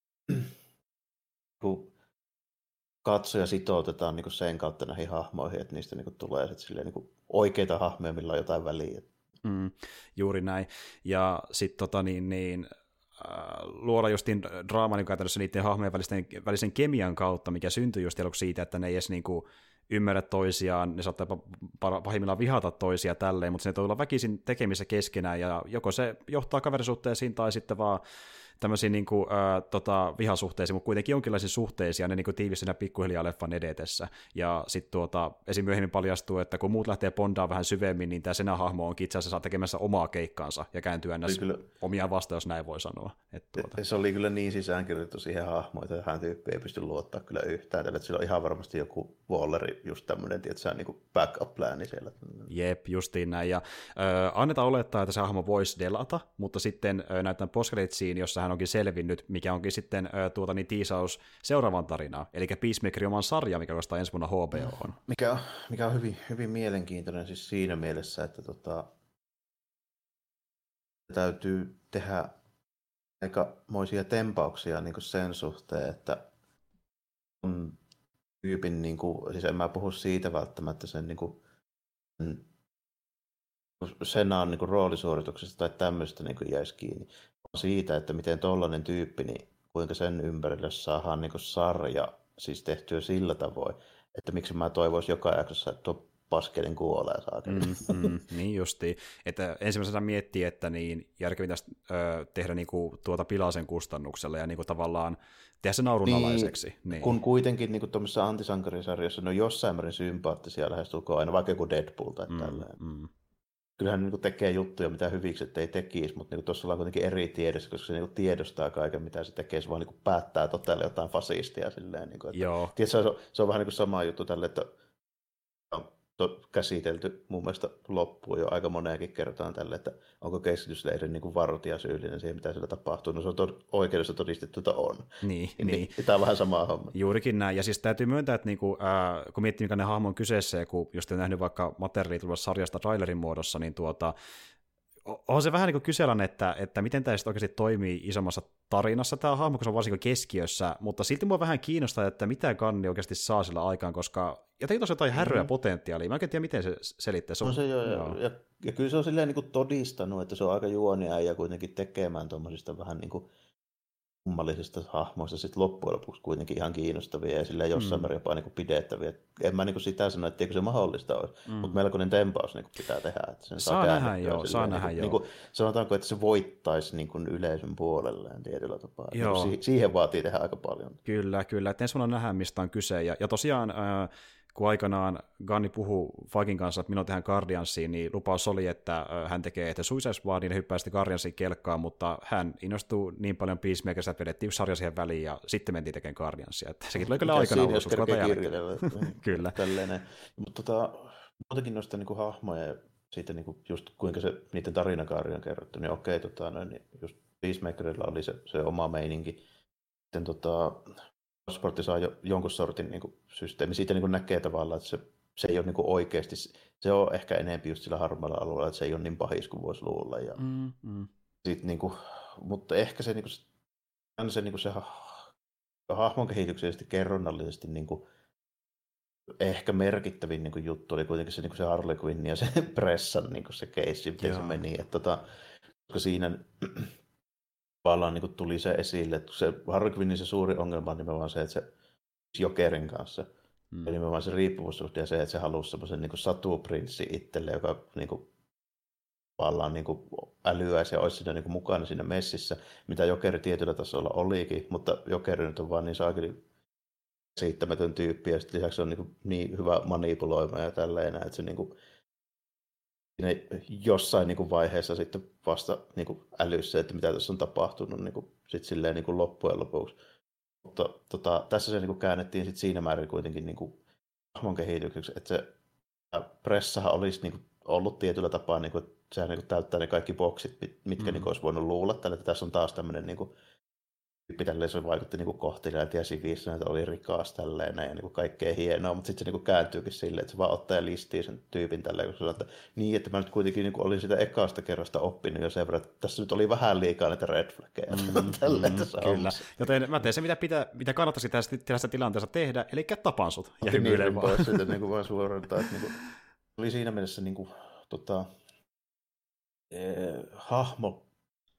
B: niin katsoja sitoutetaan niin kuin sen kautta näihin hahmoihin, että niistä niin kuin tulee sitten silleen niin kuin oikeita hahmoja, millä on jotain väliä.
A: Mm, juuri näin. Ja sitten tota niin, niin luoda justiin draaman niin käytännössä niiden hahmojen välisen, välisen kemian kautta, mikä syntyi just siitä, että ne ei edes niin kuin ymmärrä toisiaan, ne saattaa pahimmillaan vihata toisia tälleen, mutta se tulee väkisin tekemissä keskenään, ja joko se johtaa kaverisuhteisiin, tai sitten vaan tämmöisiin niin kuin, äh, tota, vihasuhteisiin, mutta kuitenkin jonkinlaisiin suhteisiin, ja ne niin kuin tiivistynyt pikkuhiljaa leffan edetessä. Ja sitten tuota, esim. Myöhemmin paljastuu, että kun muut lähtee bondaan vähän syvemmin, niin tämä Sena-hahmo onkin itse asiassa tekemässä omaa keikkaansa, ja kääntyä näissä kyllä omia vastaan, jos näin voi sanoa. Et, tuota.
B: Se oli kyllä niin sisäänkirjoitettu siihen hahmoon, että hän tyyppi ei pysty luottaa kyllä yhtään, että sillä on ihan varmasti joku Walleri, just tämmöinen, että se on niin backup-plääni siellä.
A: Jep, justiin näin, ja äh, annetaan olettaa, että se hahmo voisi delata, mutta sitten äh, näytetään post-credit-siin, jossa hän onkin selvinnyt, mikä onkin sitten äh, tuota, niin tiisaus seuraavaan tarinaan, eli Peacemakerin oman sarja, mikä kostaa ensi vuonna H B O:n.
B: Mikä on, mikä on hyvin, hyvin mielenkiintoinen siis siinä mielessä, että tota, täytyy tehdä aikamoisia tempauksia niin kuin sen suhteen, että on tyypin, niin kuin, siis en mä puhu siitä välttämättä sen, niin kuin, Senan niin kuin roolisuorituksesta tai tämmöistä niin kuin jäisi kiinni, siitä, että miten tollainen tyyppi, niin kuinka sen ympärille saadaan niin kuin sarja siis tehtyä sillä tavoin, että miksi mä toivoisin joka jaksossa, että tuo paskelin kuolee saakeli.
A: Mm, mm, niin justiin. Että ensimmäisenä miettii, että niin järkevintä ö, tehdä niinku tuota Pilasen kustannuksella ja niinku tavallaan tehdä se naurunalaiseksi.
B: Niin,
A: niin.
B: Kun kuitenkin niinku tuommoisessa antisankarisarjassa ne on jossain määrin sympaattisia lähestulkoon aina, vaikka joku Deadpool tai mm, tällainen. Mm. Kyllähän ne niinku tekee juttuja, mitä hyviksi ettei tekisi, mutta niinku tuossa ollaan kuitenkin eri tiedossa, koska se niinku tiedostaa kaiken, mitä se tekee, se vaan niinku päättää totella jotain fasistia. Silleen, niinku, että,
A: Joo.
B: Tiedätkö, se, on, se on vähän niinku sama juttu tälle, että on käsitelty mun mielestä loppuun jo aika moneenkin kertaan tälle, että onko keskitysleirin niin kuin vartija syyllinen siihen, mitä siellä tapahtuu. No se on to- oikeudessa todistettu, että on.
A: Niin,
B: niin,
A: niin.
B: Tämä on vähän sama homma.
A: Juurikin näin. Ja siis täytyy myöntää, että niinku, äh, kun miettii, mikä ne hahmo on kyseessä, ja kun just on nähnyt vaikka materiaalia tulossa sarjasta trailerin muodossa, niin tuota, on se vähän niin kuin kysellään, että, että miten tämä oikeasti toimii isommassa tarinassa tämä hahmo, kun se on varsinkin keskiössä, mutta silti mua vähän kiinnostaa, että mitä Gunn oikeasti saa sillä aikaan, koska jotenkin tuossa jotain härryä mm-hmm. potentiaalia. Mä en tiedä, miten se selittää. Se on,
B: no se joo, joo. Ja, ja kyllä se on silleen niin kuin todistanut, että se on aika juonia ja kuitenkin tekemään tuommoisista vähän niin kuin kummallisista hahmoista sit loppujen lopuksi kuitenkin ihan kiinnostavia ja silleen jossain määrin mm. jopa niin pidettäviä. En mä niin sitä sano, etteikö se mahdollista olisi, mm. mutta melkoinen tempaus niin pitää tehdä. Että sen
A: saa, saa nähdä, joo. Saa nähdä,
B: niin,
A: joo.
B: Niin kuin, sanotaanko, että se voittaisi niin kuin yleisön puolelleen tietyllä tapaa. Joo. Si- siihen vaatii tehdä aika paljon.
A: Kyllä, kyllä. Et ensi vuonna nähdään, mistä on kyse. Ja, ja tosiaan, äh, kun aikanaan Gunni puhui Fagin kanssa, että minun tehdään Guardiansiin, niin lupaus oli, että hän tekee että Suicide Squadin ja hyppää sitten Guardiansiin kelkkaan, mutta hän innostuu niin paljon Peacemakerista, että vedettiin yksi sarja siihen väliin ja sitten mentiin tekemään Guardiansia. Että sekin tuli kyllä aikana ulos, kun
B: Kyllä. Mutta tota, muutenkin noista niinku hahmoja ja siitä niinku just kuinka se niiden tarinakaari on kerrottu, niin okei, tota, no, niin just Peacemakerilla oli se, se oma meininki. Sitten tota, Sportti saa jo jonkun sortin niin kuin, systeemi. Siitä niin kuin näkee tavallaan, että se, se ei ole niin kuin oikeasti, se on ehkä enemmän just sillä harmaalla alueella, että se ei ole niin pahis kuin voisi luulla. Ja
A: mm, mm.
B: Sit, niin kuin, mutta ehkä se, niin kuin, se, niin kuin se hahmon kehityksellisesti kerronnallisesti niin kuin, ehkä merkittävin niin kuin, juttu oli kuitenkin se, niin kuin se Harley Quinn ja se pressan niin kuin se keissi, miten se meni. Että, tota, koska siinä tavallaan niin tuli se esille, että se Harley Quinnin se suuri ongelma on nimenomaan se, että se Jokerin kanssa, mm. eli nimenomaan se riippuvuussuhde ja se, että se halusi semmoisen niin satuprinssi itselle, joka niin kuin, tavallaan niin älyäisi ja olisi siinä niin kuin, mukana siinä messissä, mitä Jokeri tietyllä tasolla olikin, mutta Jokeri nyt on vaan niin saakeli käsittämätön tyyppi ja sitten lisäksi se on niin, kuin, niin hyvä manipuloima ja tälleen, että se niin kuin, jossain niin kuin vaiheessa sitten vasta niin kuin älyssä, että mitä tässä on tapahtunut niin kuin, sit silleen, niin kuin loppujen lopuksi. Mutta tota, tässä se niin kuin käännettiin sit siinä määrin kuitenkin niin kuin hahmon kehitykseksi, että se pressahan olisi niin kuin ollut tietyllä tapaa, niin kuin, että sehän niin kuin täyttää ne kaikki boksit, mitkä mm. niin kuin olisi voinut luulla tälle, että tässä on taas tämmöinen niin kuin, tyyppi tälleen, se vaikutti niin kohteliaat ja sivissä, että oli rikas tälleen ja niin kuin kaikkea hienoa, mutta sitten se niin kuin kääntyykin silleen, että se vaan ottaa ja listii sen tyypin tälleen, kun se sanoo, että niin, että mä nyt kuitenkin niin kuin olin sitä ekasta kerrasta oppinut jo sen verran, että tässä nyt oli vähän liikaa näitä red flaggeja. Mm, tälleen, mm,
A: kyllä, joten mä teen se, mitä, pitää, mitä kannattaisi tässä, tässä tilanteessa tehdä, eli tapan sut.
B: Ja hymyilen vaan. Pois siitä niin kuin vaan suoraan, että niin kuin, oli siinä mielessä niin kuin, tota, eh, hahmo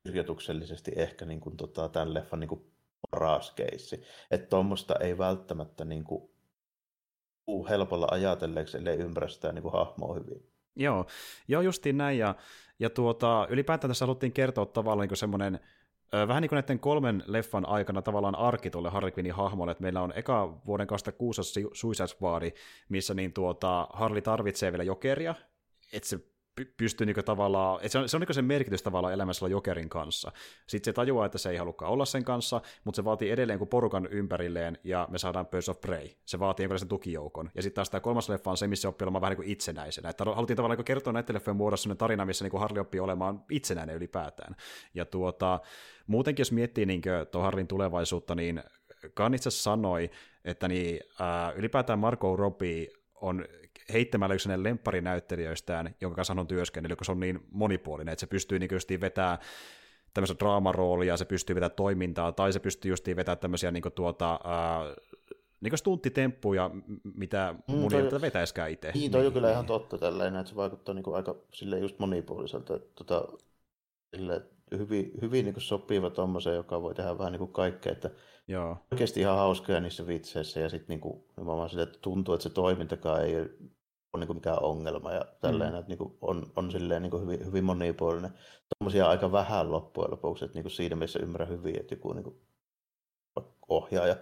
B: kirjoituksellisesti ehkä niin kuin, tota, tämän leffan niin kuin paras keissi. Että tuommoista ei välttämättä niin kuin, tuu helpolla ajatelleeksi, ellei ymmärrä sitä niin kuin hahmoa hyvin.
A: Joo, joo justiin näin, ja, ja tuota, ylipäätään tässä haluttiin kertoa tavallaan niin semmoinen, vähän niin kuin näiden kolmen leffan aikana tavallaan arki tuolle Harley Quinnin hahmolle, että meillä on eka vuoden kaksituhattakuusi Suicide Squad, missä niin tuota, Harley tarvitsee vielä Jokeria, että se pystyy niinku tavallaan, että se on, se on niinku sen merkitys tavallaan elämässä Jokerin kanssa. Sitten se tajuaa, että se ei halukkaan olla sen kanssa, mutta se vaatii edelleen kuin porukan ympärilleen, ja me saadaan Birds of Prey. Se vaatii jonkinlaisen tukijoukon. Ja sitten taas tämä kolmas leffa on se, missä oppii olemaan vähän niin kuin itsenäisenä. Että haluttiin tavallaan niin kertoa näiden leffojen muodossa sellainen tarina, missä niin Harley oppii olemaan itsenäinen ylipäätään. Ja tuota, muutenkin, jos miettii niin tuon Harleyn tulevaisuutta, niin Gunn itse sanoi, että niin, ää, ylipäätään Margot Robbie on heittämällä yksi hänen lempparinäyttelijöistään, jonka kanssa hän on työskennellyt, kun se on niin monipuolinen, että se pystyy niin justiin vetämään tämmöistä draamaroolia, se pystyy vetämään toimintaa, tai se pystyy justiin vetämään tämmöisiä niin tuota, ää, niin stunttitemppuja, mitä mun mm, ei toi, vetäiskään itse.
B: Niin, toi niin, on kyllä niin. Ihan totta tällainen, että se vaikuttaa niin aika silleen just monipuoliselta, että tota, silleen, hyvin, hyvin niin sopiva tommoseen, joka voi tehdä vähän niin kuin kaikkea, että
A: Joo.
B: Oikeasti ihan hauskoja niissä vitseissä ja sitten niinku, että tuntuu, että se toimintakaan ei ole niinku mikään ongelma ja tällainen, mm. että niinku on, on silleen niinku hyvin, hyvin monipuolinen. Tuommoisia aika vähän loppujen lopuksi, että niinku siinä mielessä ymmärrän hyvin, että joku niinku ohjaaja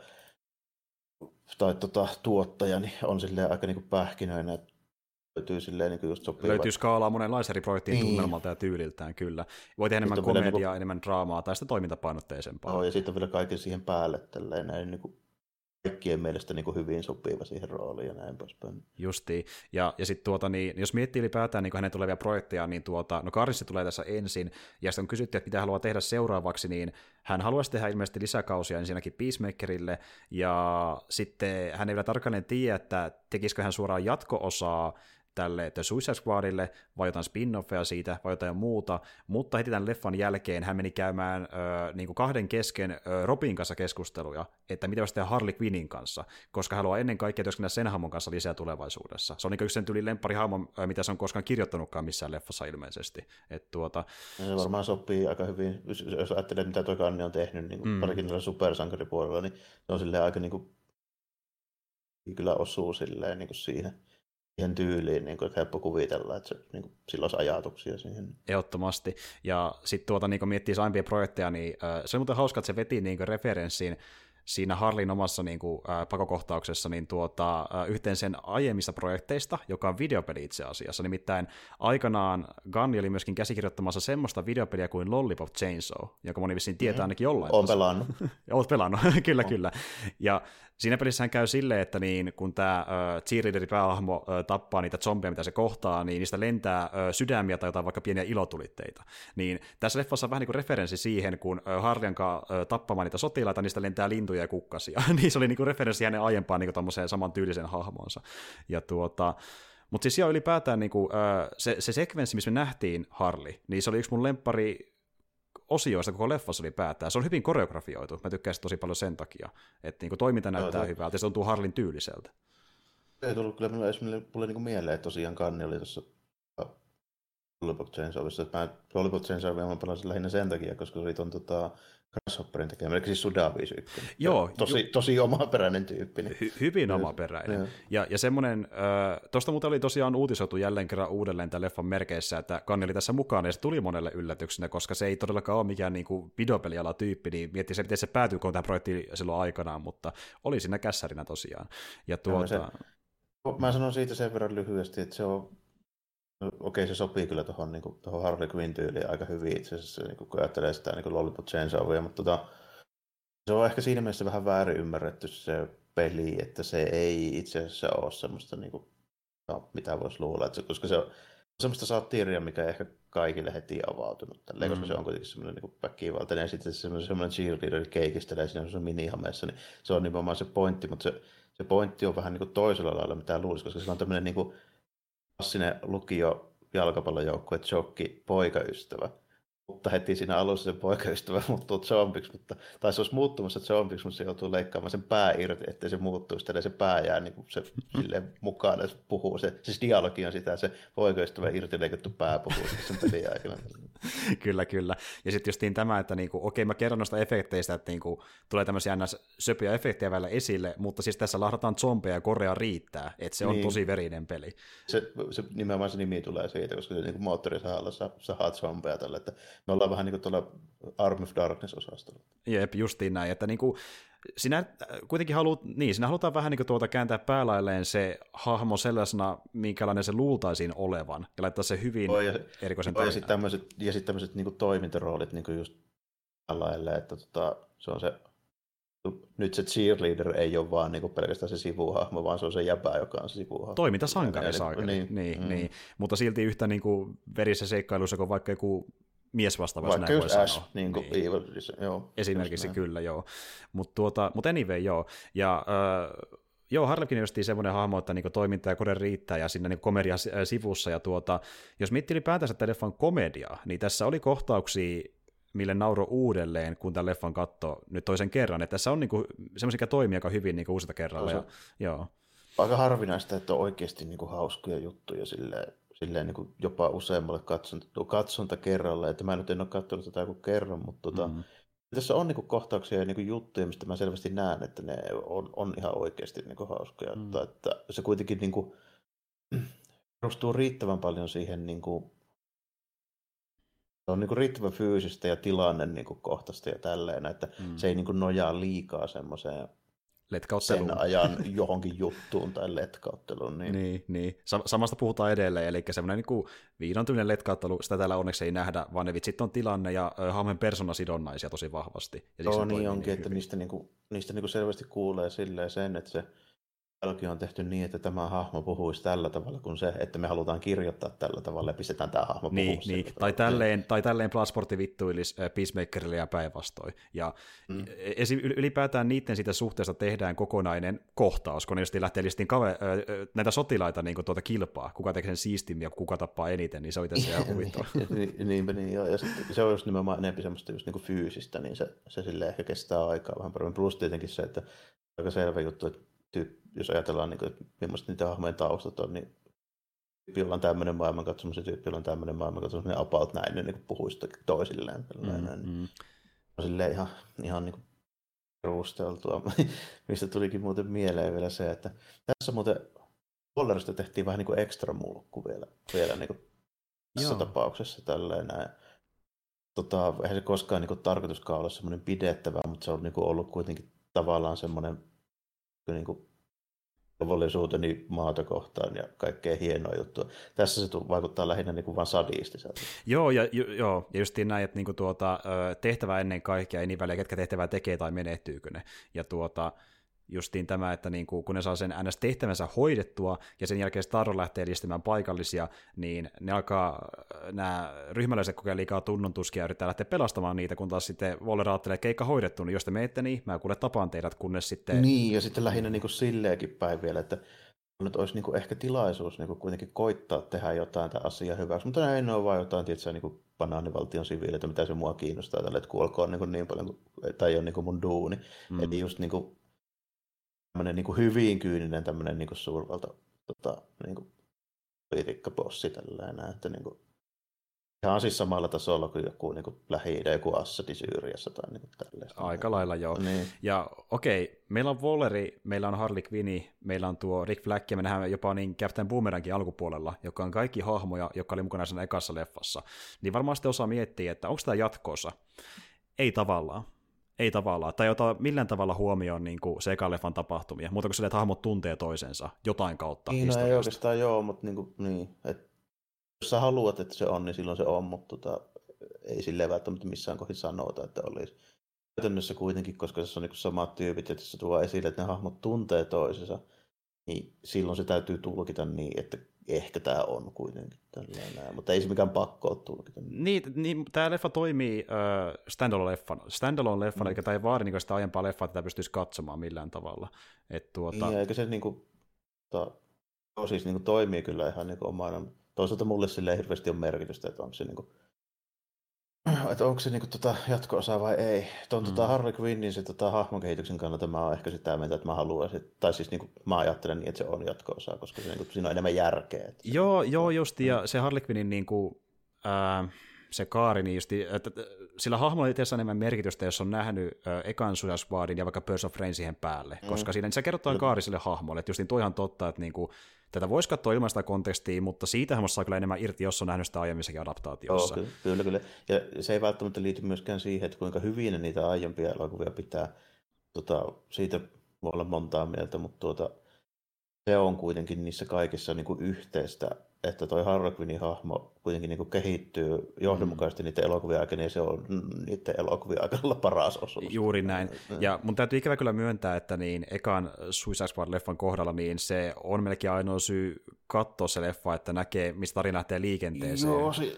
B: tai tota, tuottaja niin on silleen aika niinku pähkinöinen, että löytyy silleen niinku just sopiva.
A: Löytyy skaalaa monenlaisen eri projektin niin. Tunnelmalta ja tyyliltään, kyllä. Voi tehdä enemmän komediaa, niinku enemmän draamaa tai sitä toimintapainotteisempaa.
B: No, ja sitten on vielä kaiken siihen päälle tälleen näin niinku kaikkien mielestä niin kuin hyvin sopiva siihen rooliin ja näin poispäin.
A: Justiin. Ja, ja sitten tuota, niin, jos miettii ylipäätään niin hänen tulevia projekteja, niin tuota, no Karissi tulee tässä ensin, ja sitten on kysytty, että mitä haluaa tehdä seuraavaksi, niin hän haluaisi tehdä ilmeisesti lisäkausia ensinnäkin Peacemakerille, ja sitten hän ei vielä tarkalleen tiedä, että tekisikö hän suoraan jatko-osaa tälle The Suicide Squadille, vai jotain spin-offeja siitä, vai jotain muuta, mutta heti tämän leffan jälkeen hän meni käymään ö, niin kuin kahden kesken ö, Robin kanssa keskusteluja, että mitä voisi tehdä Harley Quinnin kanssa, koska hän haluaa ennen kaikkea työskennellä sen hahmon kansa lisää tulevaisuudessa. Se on niin yksi sen tyyli lemppari-hahmo, mitä se on koskaan kirjoittanutkaan missään leffassa ilmeisesti. Et tuota...
B: Se varmaan sopii aika hyvin, jos ajattelee, mitä toi Kanni on tehnyt, niin mm. parikin tällä supersankaripuolella, niin se on silleen aika niin kuin, kyllä osuu silleen niin kuin siihen. Siihen tyyliin, niin kuin, helppo kuvitella, että se, niin kuin, sillä olisi ajatuksia siihen.
A: Ehdottomasti. Ja sitten tuota, niin kun miettii aiempia projekteja, niin äh, se on muuten hauska, että se veti niin kuin, referenssiin siinä Harleyn omassa niin kuin, äh, pakokohtauksessa niin tuota, äh, yhteen sen aiemmista projekteista, joka on videopeli itse asiassa. Nimittäin aikanaan Gunn oli myöskin käsikirjoittamassa semmoista videopeliä kuin Lollipop Chainsaw, joka moni vissiin tietää ainakin jollain.
B: Olen pelannut.
A: Olet pelannut, kyllä, on. Kyllä. Ja siinä pelissähän käy silleen, että niin, kun tämä uh, cheerleaderin päähahmo uh, tappaa niitä zombeja, mitä se kohtaa, niin niistä lentää uh, sydämiä tai jotain vaikka pieniä ilotulitteita. Niin tässä leffassa on vähän niin kuin referenssi siihen, kun uh, Harley alkaa uh, tappamaan niitä sotilaita, niistä lentää lintuja ja kukkasia. Niin se oli niin kuin referenssi hänen aiempaan niin tommoseen saman tyylisen hahmonsa. Ja tuota... Mutta siis jo ylipäätään niin kuin, uh, se, se sekvenssi, missä me nähtiin Harley, niin se oli yksi mun lemppari osioista koko leffassa oli päättää. Se on hyvin koreografioitu. Mä tykkäsin tosi paljon sen takia, että niinku toiminta näyttää no, hyvältä ja se tuntuu Harleyn tyyliseltä.
B: Ei tullut kyllä minulle, mulle niinku mieleen, että tosiaan Kanni oli tuossa Lollipop Chainsawissa. Lollipop Chainsawia mä pelasin lähinnä sen takia, koska se oli tuon tota, Grasshopperin tekemä, eli siis Sudavis ykkönen.
A: Joo.
B: Tosi, ju- tosi omaperäinen tyyppi. Niin.
A: Hy- hyvin omaperäinen. Ja, ja semmoinen, äh, tuosta muuten oli tosiaan uutisoitu jälleen kerran uudelleen tämän leffan merkeissä, että Kanni oli tässä mukaan, ja se tuli monelle yllätyksenä, koska se ei todellakaan ole mikään niin kuin videopeliala tyyppi, niin miettii se, miten se päätyy, kun tähän projektiin silloin aikanaan, mutta oli siinä kässärinä tosiaan. Ja tuota...
B: se, mä sanon siitä sen verran lyhyesti, että se on okei, se sopii kyllä tuohon niin Harley Quinn-tyyliin aika hyvin itse asiassa, niin kun ajattelee sitä niin Lollipop Chainsawia, mutta tota, se on ehkä siinä mielessä vähän väärin ymmärretty se peli, että se ei itse asiassa ole semmoista, niin kuin, no, mitä voisi luulla, että se, koska se on semmoista satiiria, mikä ei ehkä kaikille heti avautunut, tälleen, mm. koska se on kuitenkin semmoinen niin väkivaltainen, ja sitten semmoinen, semmoinen cheerleader keikistelee siinä semmoisen minihameessa, niin se on nimenomaan se pointti, mutta se, se pointti on vähän niin kuin toisella lailla, mitä luulisi, koska se on tämmöinen niin kuin klassinen lukio jalkapallojoukkue jokki poikaystävä, mutta heti siinä alussa se poikaystävä muuttuu zombiksi, mutta, tai se olisi muuttumassa zombiksi, mutta se joutuu leikkaamaan sen pää irti, ettei se muuttuisi, ja se pää jää niin se silleen mukaan, ja se puhuu, se, siis dialogi on sitä, se poikaystävä irti leikattu pää puhuu sen pelin aikana.
A: Kyllä, kyllä. Ja sitten justiin tämä, että niinku, okei, mä kerron noista efekteistä, että niinku, tulee tämmöisiä ns. Söpöjä efektejä välillä esille, mutta siis tässä lahdataan zombeja ja Korea riittää, että se on niin. tosi verinen peli.
B: Se, se, nimenomaan se nimi tulee siitä, koska se niinku moottorisahalla sä sahat zombeja tällä, että me ollaan vähän niin kuin tuolla Arm of Darkness-osastolla.
A: Jep, justiin näin, että niinku, sinä kuitenkin haluat, niin, sinä halutaan vähän niin tuota kääntää päälailleen se hahmo sellaisena, minkälainen se luultaisiin olevan, ja laittaa se hyvin oh, ja, erikoisen
B: oh, ja sitten tämmöiset, ja sit tämmöiset niin toimintaroolit niin just päälailleen, että tota, se on se, nyt se cheerleader ei ole vaan niin pelkästään se sivuhahmo, vaan se on se jäpä, joka on se sivuhahmo.
A: Toimintasankari saakeli, niin, niin, mm. niin, mutta silti yhtä niin kuin verissä seikkailussa kuin vaikka joku mies vastaava,
B: vaikka
A: näin voi
B: Ash,
A: sanoa.
B: Niin kuin niin. Evil, joo,
A: esimerkiksi kyllä, joo. Mutta tuota, mut anyway, joo. Ja äh, joo, Harlequin on justiin semmoinen hahmo, että niinku toiminta ja kode riittää ja siinä niinku komedia sivussa. Ja tuota, jos miettii ylipäätänsä tämän leffan komediaa, niin tässä oli kohtauksia, mille nauro uudelleen, kun tämän leffan katsoi nyt toisen kerran. Että tässä on niinku semmoisia, mikä toimii aika hyvin niinku uusilta kerralla. Ja, joo.
B: Aika harvinaista, että on oikeasti niinku hauskoja juttuja silleen, silleen niin kuin jopa useammalle katsonta, katsonta kerralla, että mä nyt en ole katsonut tätä kuin kerran, mutta tota, mm-hmm. tässä on niin kuin kohtauksia ja niin kuin juttuja, mistä mä selvästi näen, että ne on, on ihan oikeasti niin kuin hauskoja, mm-hmm. että, että se kuitenkin niin kuin, perustuu riittävän paljon siihen, niin kuin, se on niin kuin riittävän fyysistä ja tilanne niin kuin kohtaista ja tälleen, että mm-hmm. se ei niin kuin nojaa liikaa semmoiseen sen ajan johonkin juttuun tai letkautteluun. Niin,
A: niin, niin. Samasta puhutaan edelleen, eli semmoinen niin viidantyinen letkauttelu, sitä täällä onneksi ei nähdä, vaan ne vitsit on tilanne ja hahmojen persoonasidonnaisia tosi vahvasti. Ja
B: joo, niin onkin, niin että niistä, niinku, niistä niinku selvästi kuulee silleen sen, että se jälki on tehty niin, että tämä hahmo puhuisi tällä tavalla kuin se, että me halutaan kirjoittaa tällä tavalla ja pistetään tämä hahmo
A: niin,
B: puhumaan.
A: Niin. Tai, tälleen, tai tälleen Bloodsportti vittuilisi Peacemakerille ja päinvastoin. Ja mm. ylipäätään niiden siitä suhteesta tehdään kokonainen kohtaus, kun ne just lähtee listiin kave, näitä sotilaita niin tuota kilpaa, kuka tekee sen siistimmin ja kuka tappaa eniten, niin se on itse ihan huvittava.
B: Niinpä niin, joo. Ja se on just nimenomaan enemmän semmoista just niin fyysistä, niin se, se sille ehkä kestää aikaa vähän paremmin. Plus tietenkin se, että aika selvä juttu, että tyyppi, jos ajatellaan, niin kuin, että millaista niitä hahmojen taustat on, niin tyyppi, jolla on tämmöinen maailmankatsomus ja tyyppi, jolla on tämmöinen maailmankatsomus, niin about näin, ne niin puhuisi toisilleen. Mm, mm. On silleen ihan, ihan niin perusteltua, mistä tulikin muuten mieleen vielä se, että tässä muuten Wallerista tehtiin vähän niin kuin ekstra mulkku vielä, vielä niin kuin tässä Joo. tapauksessa tälleen näin. Tota, eihän se koskaan niin kuin tarkoituskaan olla semmoinen pidettävä, mutta se on niin kuin ollut kuitenkin tavallaan semmoinen niin kuin velvollisuuteni maata kohtaan ja kaikkea hienoa juttua. Tässä se vaikuttaa lähinnä niin kuin vaan sadistiselta.
A: Joo, ja, jo, joo, ja justiin näin, että niinku tuota, tehtävä ennen kaikkea, ei niin väliä, ketkä tehtävää tekee tai menehtyykö ne. Ja tuota, justiin tämä, että niinku, kun ne saa sen ns. Tehtävänsä hoidettua, ja sen jälkeen Starro lähtee listämään paikallisia, niin ne alkaa, nämä ryhmäläiset kokee liikaa tunnontuskia ja yrittää lähteä pelastamaan niitä, kun taas sitten Waller ajattelee, että keikka hoidettu, niin jos te menette, niin mä kuule tapaan teidät, kunnes sitten...
B: Niin, ja sitten lähinnä niin kuin silleenkin päin vielä, että nyt olisi niin kuin ehkä tilaisuus niin kuin kuitenkin koittaa tehdä jotain tämän asian hyväksi, mutta ei ole vaan jotain, tietysti, niin kuin banaanivaltion siviilitä, mitä se mua kiinnostaa tälle, että kuolkoon niin, niin paljon, tai ei ole niin kuin mun duuni. Mm. Eli just niin kuin tämmöinen niin kuin hyvin kyyninen tämmöinen niin kuin suurvalta tota, niin kuin poliitikkapossi tällainen, että niin kuin, ihan siis samalla tasolla kuin joku niin kuin Lähi-idän, joku Assadi Syyriassa tai niin kuin tällaista.
A: Aika lailla joo. Niin. Ja okei, meillä on Walleri, meillä on Harley Quinn, meillä on tuo Rick Flag ja me nähdään jopa niin Captain Boomerangin alkupuolella, joka on kaikki hahmoja, jotka oli mukana siinä ekassa leffassa. Niin varmaan sitten osaa miettiä, että onko tämä jatkoosa? Ei tavallaan. Ei tavallaan, tai ota millään tavalla huomioon niin kuin se ekan leffan tapahtumia, muuta kuin sille, että hahmot tuntee toisensa jotain kautta
B: niin, historiasta. No ei oikeastaan joo, mutta niin kuin, niin, että jos sä haluat, että se on, niin silloin se on, mutta tota, ei silleen välttämättä missään kohdin sanota, että olisi. Käytännössä kuitenkin, koska se on niin kuin samat tyypit, että se tuo esille, että ne hahmot tuntee toisensa, niin silloin se täytyy tulkita niin, että ehkä tämä on kuitenkin tällainen, mutta ei se mikään pakko ole tulkita.
A: Niin, niin tämä leffa toimii äh, standalone-leffana, standalone-leffana, mm. eli tämä ei vaadi niin sitä aiempaa leffaa, että tämä pystyisi katsomaan millään tavalla. Et, tuota...
B: Niin, eikä se niin kuin, to, siis, niin kuin, toimii kyllä ihan niin kuin omana. Toisaalta mulle sille ei hirveästi ole merkitystä, että onko se, niin kuin, että onko se niin kuin, tota, jatko-osa vai ei. Tuon mm. tota, Harley Quinnin se tota, hahmon kehityksen kannalta mä oon ehkä sitä mieltä, että mä haluaisin, tai siis niin kuin, mä ajattelen niin, että se on jatko-osa, koska se, niin kuin, siinä on enemmän järkeä. Että
A: joo, joo just, ja se Harley Quinnin niin kuin, äh, se kaari, niin justi, että sillä hahmolla itse asiassa enemmän merkitystä, jos on nähnyt äh, ekan Suicide Squadin ja vaikka Birds of Rain siihen päälle, mm. koska siinä niin se kertoo kaari sille hahmolle, että just niin toi ihan totta, että niinku, tätä voisi katsoa ilman sitä kontekstia, mutta siitähän saa kyllä enemmän irti, jos on nähnyt sitä aiemmissakin adaptaatiossa.
B: Joo, kyllä, kyllä. Ja se ei välttämättä liity myöskään siihen, että kuinka hyvin ne niitä aiempia elokuvia pitää. Tota, siitä voi olla montaa mieltä, mutta tuota, se on kuitenkin niissä kaikissa niin kuin yhteistä, että toi Harley Quinnin hahmo kuitenkin niin kuin kehittyy johdonmukaisesti mm. niiden elokuvien aikana, ja se on niiden elokuvien aikana paras osuus.
A: Juuri näin. Ja mun täytyy ikävä kyllä myöntää, että niin ekan Suicide Squad-leffan kohdalla niin se on melkein ainoa syy katsoa se leffa, että näkee, mistä tarina lähtee liikenteeseen.
B: Joo, si-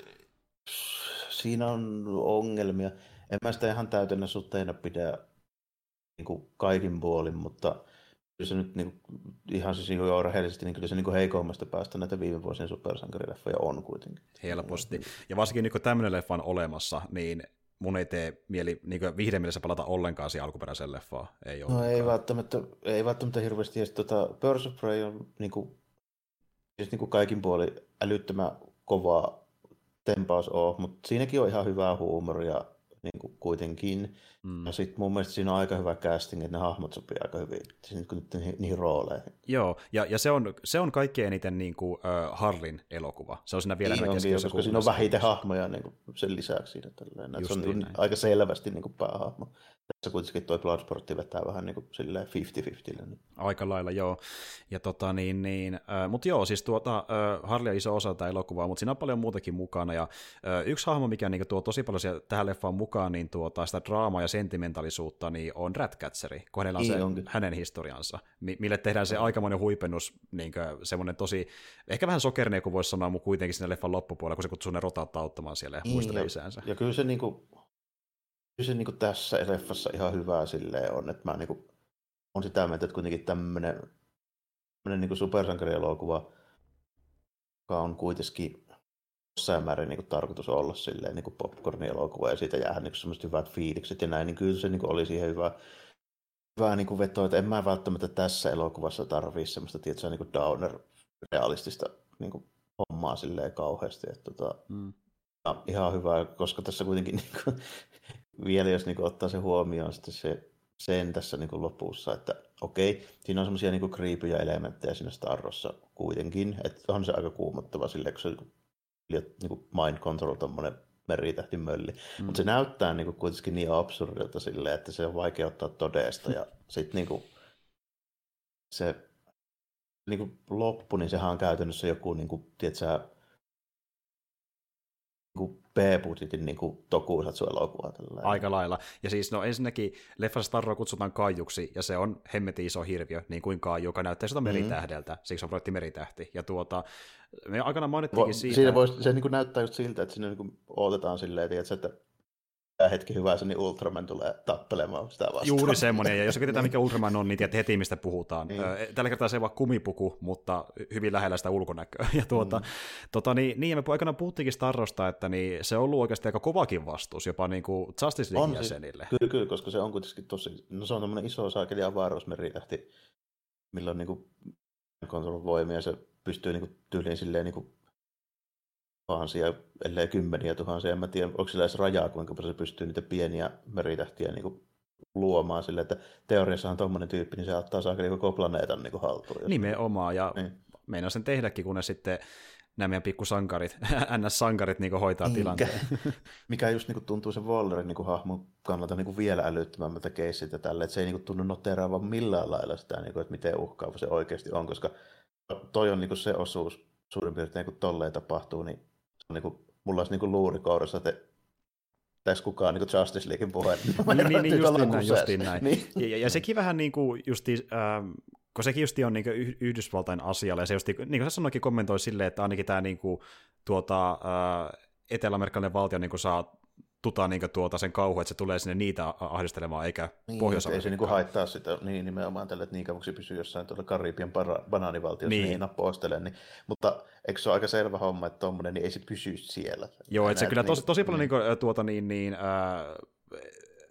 B: siinä on ongelmia. En mä sitä ihan täytänä sutteina pidä niin kuin kaikin puolin, mutta kyllä se nyt niin kuin, ihan siis niin rehellisesti, niin kyllä se niin kuin heikoimmasta päästä näitä viime vuosien supersankarileffoja on kuitenkin.
A: Helposti. Ja varsinkin niin kun tämmöinen leffa on olemassa, niin mun ei tee mieli niin vihden mielessä palata ollenkaan siihen alkuperäiseen leffaan. Ei
B: no ei välttämättä, ei välttämättä hirveästi. Ja tota, Birds of Prey on niin kuin, siis niin kuin kaikin puolin älyttömän kovaa tempaus on, mutta siinäkin on ihan hyvää huumoria. Niin kuin kuitenkin. Mm. Ja sitten mun mielestä siinä on aika hyvä casting, että ne hahmot sopii aika hyvin siis niihin, niihin rooleihin.
A: Joo, ja, ja se, on, se on kaikkein eniten niin kuin, uh, Harlin elokuva. Se on siinä vielä
B: niin keskiössä. Koska siinä on vähiten hahmoja niin kuin sen lisäksi. Siinä, se on niin aika selvästi niin kuin päähahmo. Tässä kuitenkin tuo Bloodsport vetää vähän niin kuin silleen viisikymmentä viisikymmentä.
A: Aika lailla, joo. Ja tota niin, niin äh, mutta joo, siis tuota, äh, Harley on iso osa tätä elokuvaa, mutta siinä on paljon muutakin mukana, ja äh, yksi hahmo, mikä niin tuo tosi paljon siellä, tähän leffaan mukaan, niin tuota, sitä draamaa ja sentimentaalisuutta, niin on Ratcatcheri, kun hänellä on se, hänen historiansa, mille tehdään se aikamoinen huipennus, niin semmoinen tosi, ehkä vähän sokerinen, kun voisi sanoa, mutta kuitenkin sinne leffan loppupuolella, kun se kutsuu ne rotat auttamaan siellä ja muistelee isäänsä. Ja
B: kyllä se niin kuin Kyllä se niin kuin tässä leffassa ihan hyvää silleen on, että mä niin kuin, on sitä mieltä, että kuitenkin tämmöinen, tämmöinen niin supersankarielokuva, joka on kuitenkin jossain määrin niin kuin tarkoitus olla silleen niin kuin popcorn-elokuva ja siitä jäähän niin semmoiset hyvät fiilikset ja näin, niin kyllä se niin kuin oli siihen hyvä, hyvä niin kuin veto, että en mä välttämättä tässä elokuvassa tarvii semmoista tietysti niin kuin downer-realistista niin kuin hommaa silleen kauheasti, että tota, mm. ihan hyvä, koska tässä kuitenkin niin kuin, vielä jos niin kuin, ottaa se huomioon sitten se, sen tässä niin kuin lopussa, että okei, siinä on semmoisia niin creepyjä elementtejä siinä Starrossa kuitenkin, että on se aika kuumottava silleen, kun se niin kuin mind control tommoinen meritähtimölli, mm. mutta se näyttää niin kuin, kuitenkin niin absurdilta silleen, että se on vaikea ottaa todesta ja sitten niin kuin, se niin kuin loppu, niin sehän on käytännössä joku, niin kuin, tiedätkö, B-budjetin niin tokusatsu-elokuvaa.
A: Aika lailla. Ja siis no ensinnäkin leffassa Starroa kutsutaan Kaijuksi, ja se on hemmetin iso hirviö, niin kuin Kaiju, joka näyttää sitä meritähdeltä, mm-hmm. siksi on projekti Meritähti. Ja tuota, me aikana mainittiinkin siitä.
B: Siinä voisi, se niin kuin näyttää just siltä, että siinä niin kuin odotetaan silleen, tiedätkö, että tämä hetki hyvä, se niin Ultraman tulee tappelemaan sitä vastaan.
A: Juuri semmoinen, ja jos tiedetään mikä Ultraman on, niin tiedät heti mistä puhutaan. Niin. Tällä kertaa se ei vaan kumipuku, mutta hyvin lähellä sitä ulkonäköä. Ja tuota, mm. tota, niin, niin, ja me aikanaan puhuttiinkin Starrosta, että niin, se on ollut oikeasti aika kovakin vastus, jopa niin kuin Justice League jäsenille.
B: Kyllä, kyllä, koska se on kuitenkin tosi, no se on tämmöinen iso saakeli avaruusmeritähti, millä on niin kuin kontrollivoimia, ja se pystyy niin kuin tyyliin silleen niin kuin tuhansia, ellei kymmeniä tuhansia. En mä tiedä, onko sillä edes rajaa, kuinka paljon se pystyy niitä pieniä meritähtiä niin kuin luomaan sille, että teoriassahan tuommoinen tyyppi, niin se ottaa saakeli koko planeetan niin kuin haltuun.
A: Nimenomaan, ja niin. Meinaa sen tehdäkin, kun ne sitten nämä meidän pikkusankarit, N S-sankarit niin hoitaa Inkä. tilanteen.
B: Mikä just niin kuin tuntuu sen Wallerin niin kuin hahmon kannalta niin kuin vielä älyttömämmältä keissiltä tälle, että se ei niin kuin tunnu noteeraavan millään lailla sitä, niin kuin, että miten uhkaava se oikeasti on, koska toi on niin kuin se osuus suurin piirtein, kun tolleen tapahtuu, niin niin kuin, mulla olisi niin luurikourassa, että tässä kukaan niin Justice Leaguein puheen.
A: Niin, niin, niin justiin näin. Justiin näin. Niin. Ja, ja sekin vähän niin kuin justi, ähm, kun sekin justi on niin kuin Yhdysvaltain asialla, ja se justi, niin kuin sä sanoikin, kommentoi silleen, että ainakin tämä niin kuin, tuota, äh, etelä-amerikkalainen valtio niin kuin saa tuta niin kuin, tuota, sen kauhu, että se tulee sinne niitä ahdistelemaan, eikä
B: niin,
A: Pohjois-Amerikkaan.
B: Ei se niin kuin haittaa sitä niin nimenomaan tälle, että niin kauaksi pysyy jossain tuolla Karibian para- banaanivaltiossa niin, niin nappoostele. Niin, mutta eikö se ole aika selvä homma, että tuommoinen niin ei se pysy siellä?
A: Joo, että se kyllä tosi, tosi paljon niin kuin, tuota, niin, niin, äh,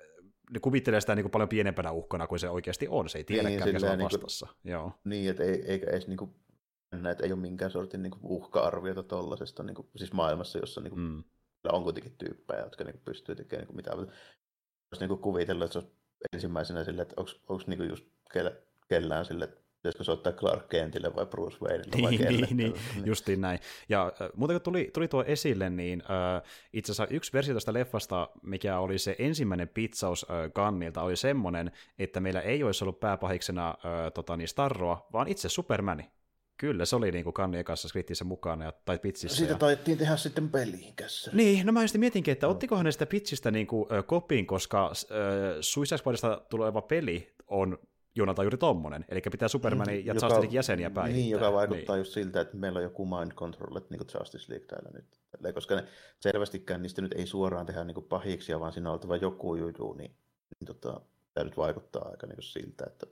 A: ne kuvittelee sitä niin kuin paljon pienempänä uhkana kuin se oikeasti on. Se ei tiedäkään, niin, mikä se on niin vastassa.
B: Niin,
A: Joo.
B: niin että ei, eikä edes niin kuin, että ei ole minkään sortin niin kuin uhka-arviota tuollaisesta, niin kuin, siis maailmassa, jossa niin kuin, mm. on kuitenkin tyyppejä, jotka niin pystyy tekemään niin mitä. Jos niin kuvitella, että se olisi ensimmäisenä silleen, että onko niin just kellään silleen, että pitäisikö soittaa Clark Kentille vai Bruce Wayneille vai
A: niin,
B: kelle.
A: Niin, niin, justiin näin. Ja äh, muuten kun tuli, tuli tuo esille, niin äh, itse asiassa yksi versio tästä leffasta, mikä oli se ensimmäinen pitsaus äh, Gunnilta, oli semmoinen, että meillä ei olisi ollut pääpahiksena äh, tota, niin Starroa, vaan itse Supermani. Kyllä, se oli niin kuin Gunnin ekassa skriptissä mukana, ja, tai pitsissä.
B: Siitä
A: ja...
B: taidettiin tehdä sitten peliinkässä.
A: Niin, no mä just mietinkin, että no. ottikohan ne sitä pitsistä niin kuin, äh, kopiin, koska äh, Suicide Squadista tuleva peli on juonalta juuri tommonen, eli pitää Supermanin ja Justice League jäseniä päihittää.
B: Niin, joka vaikuttaa niin. just siltä, että meillä on joku mind control, niin kuin Justice League täällä nyt. Koska ne, selvästikään niistä nyt ei suoraan tehdä niin kuin pahiksia, vaan siinä on oltava joku juju, niin, niin tota, tämä nyt vaikuttaa aika niin kuin siltä, että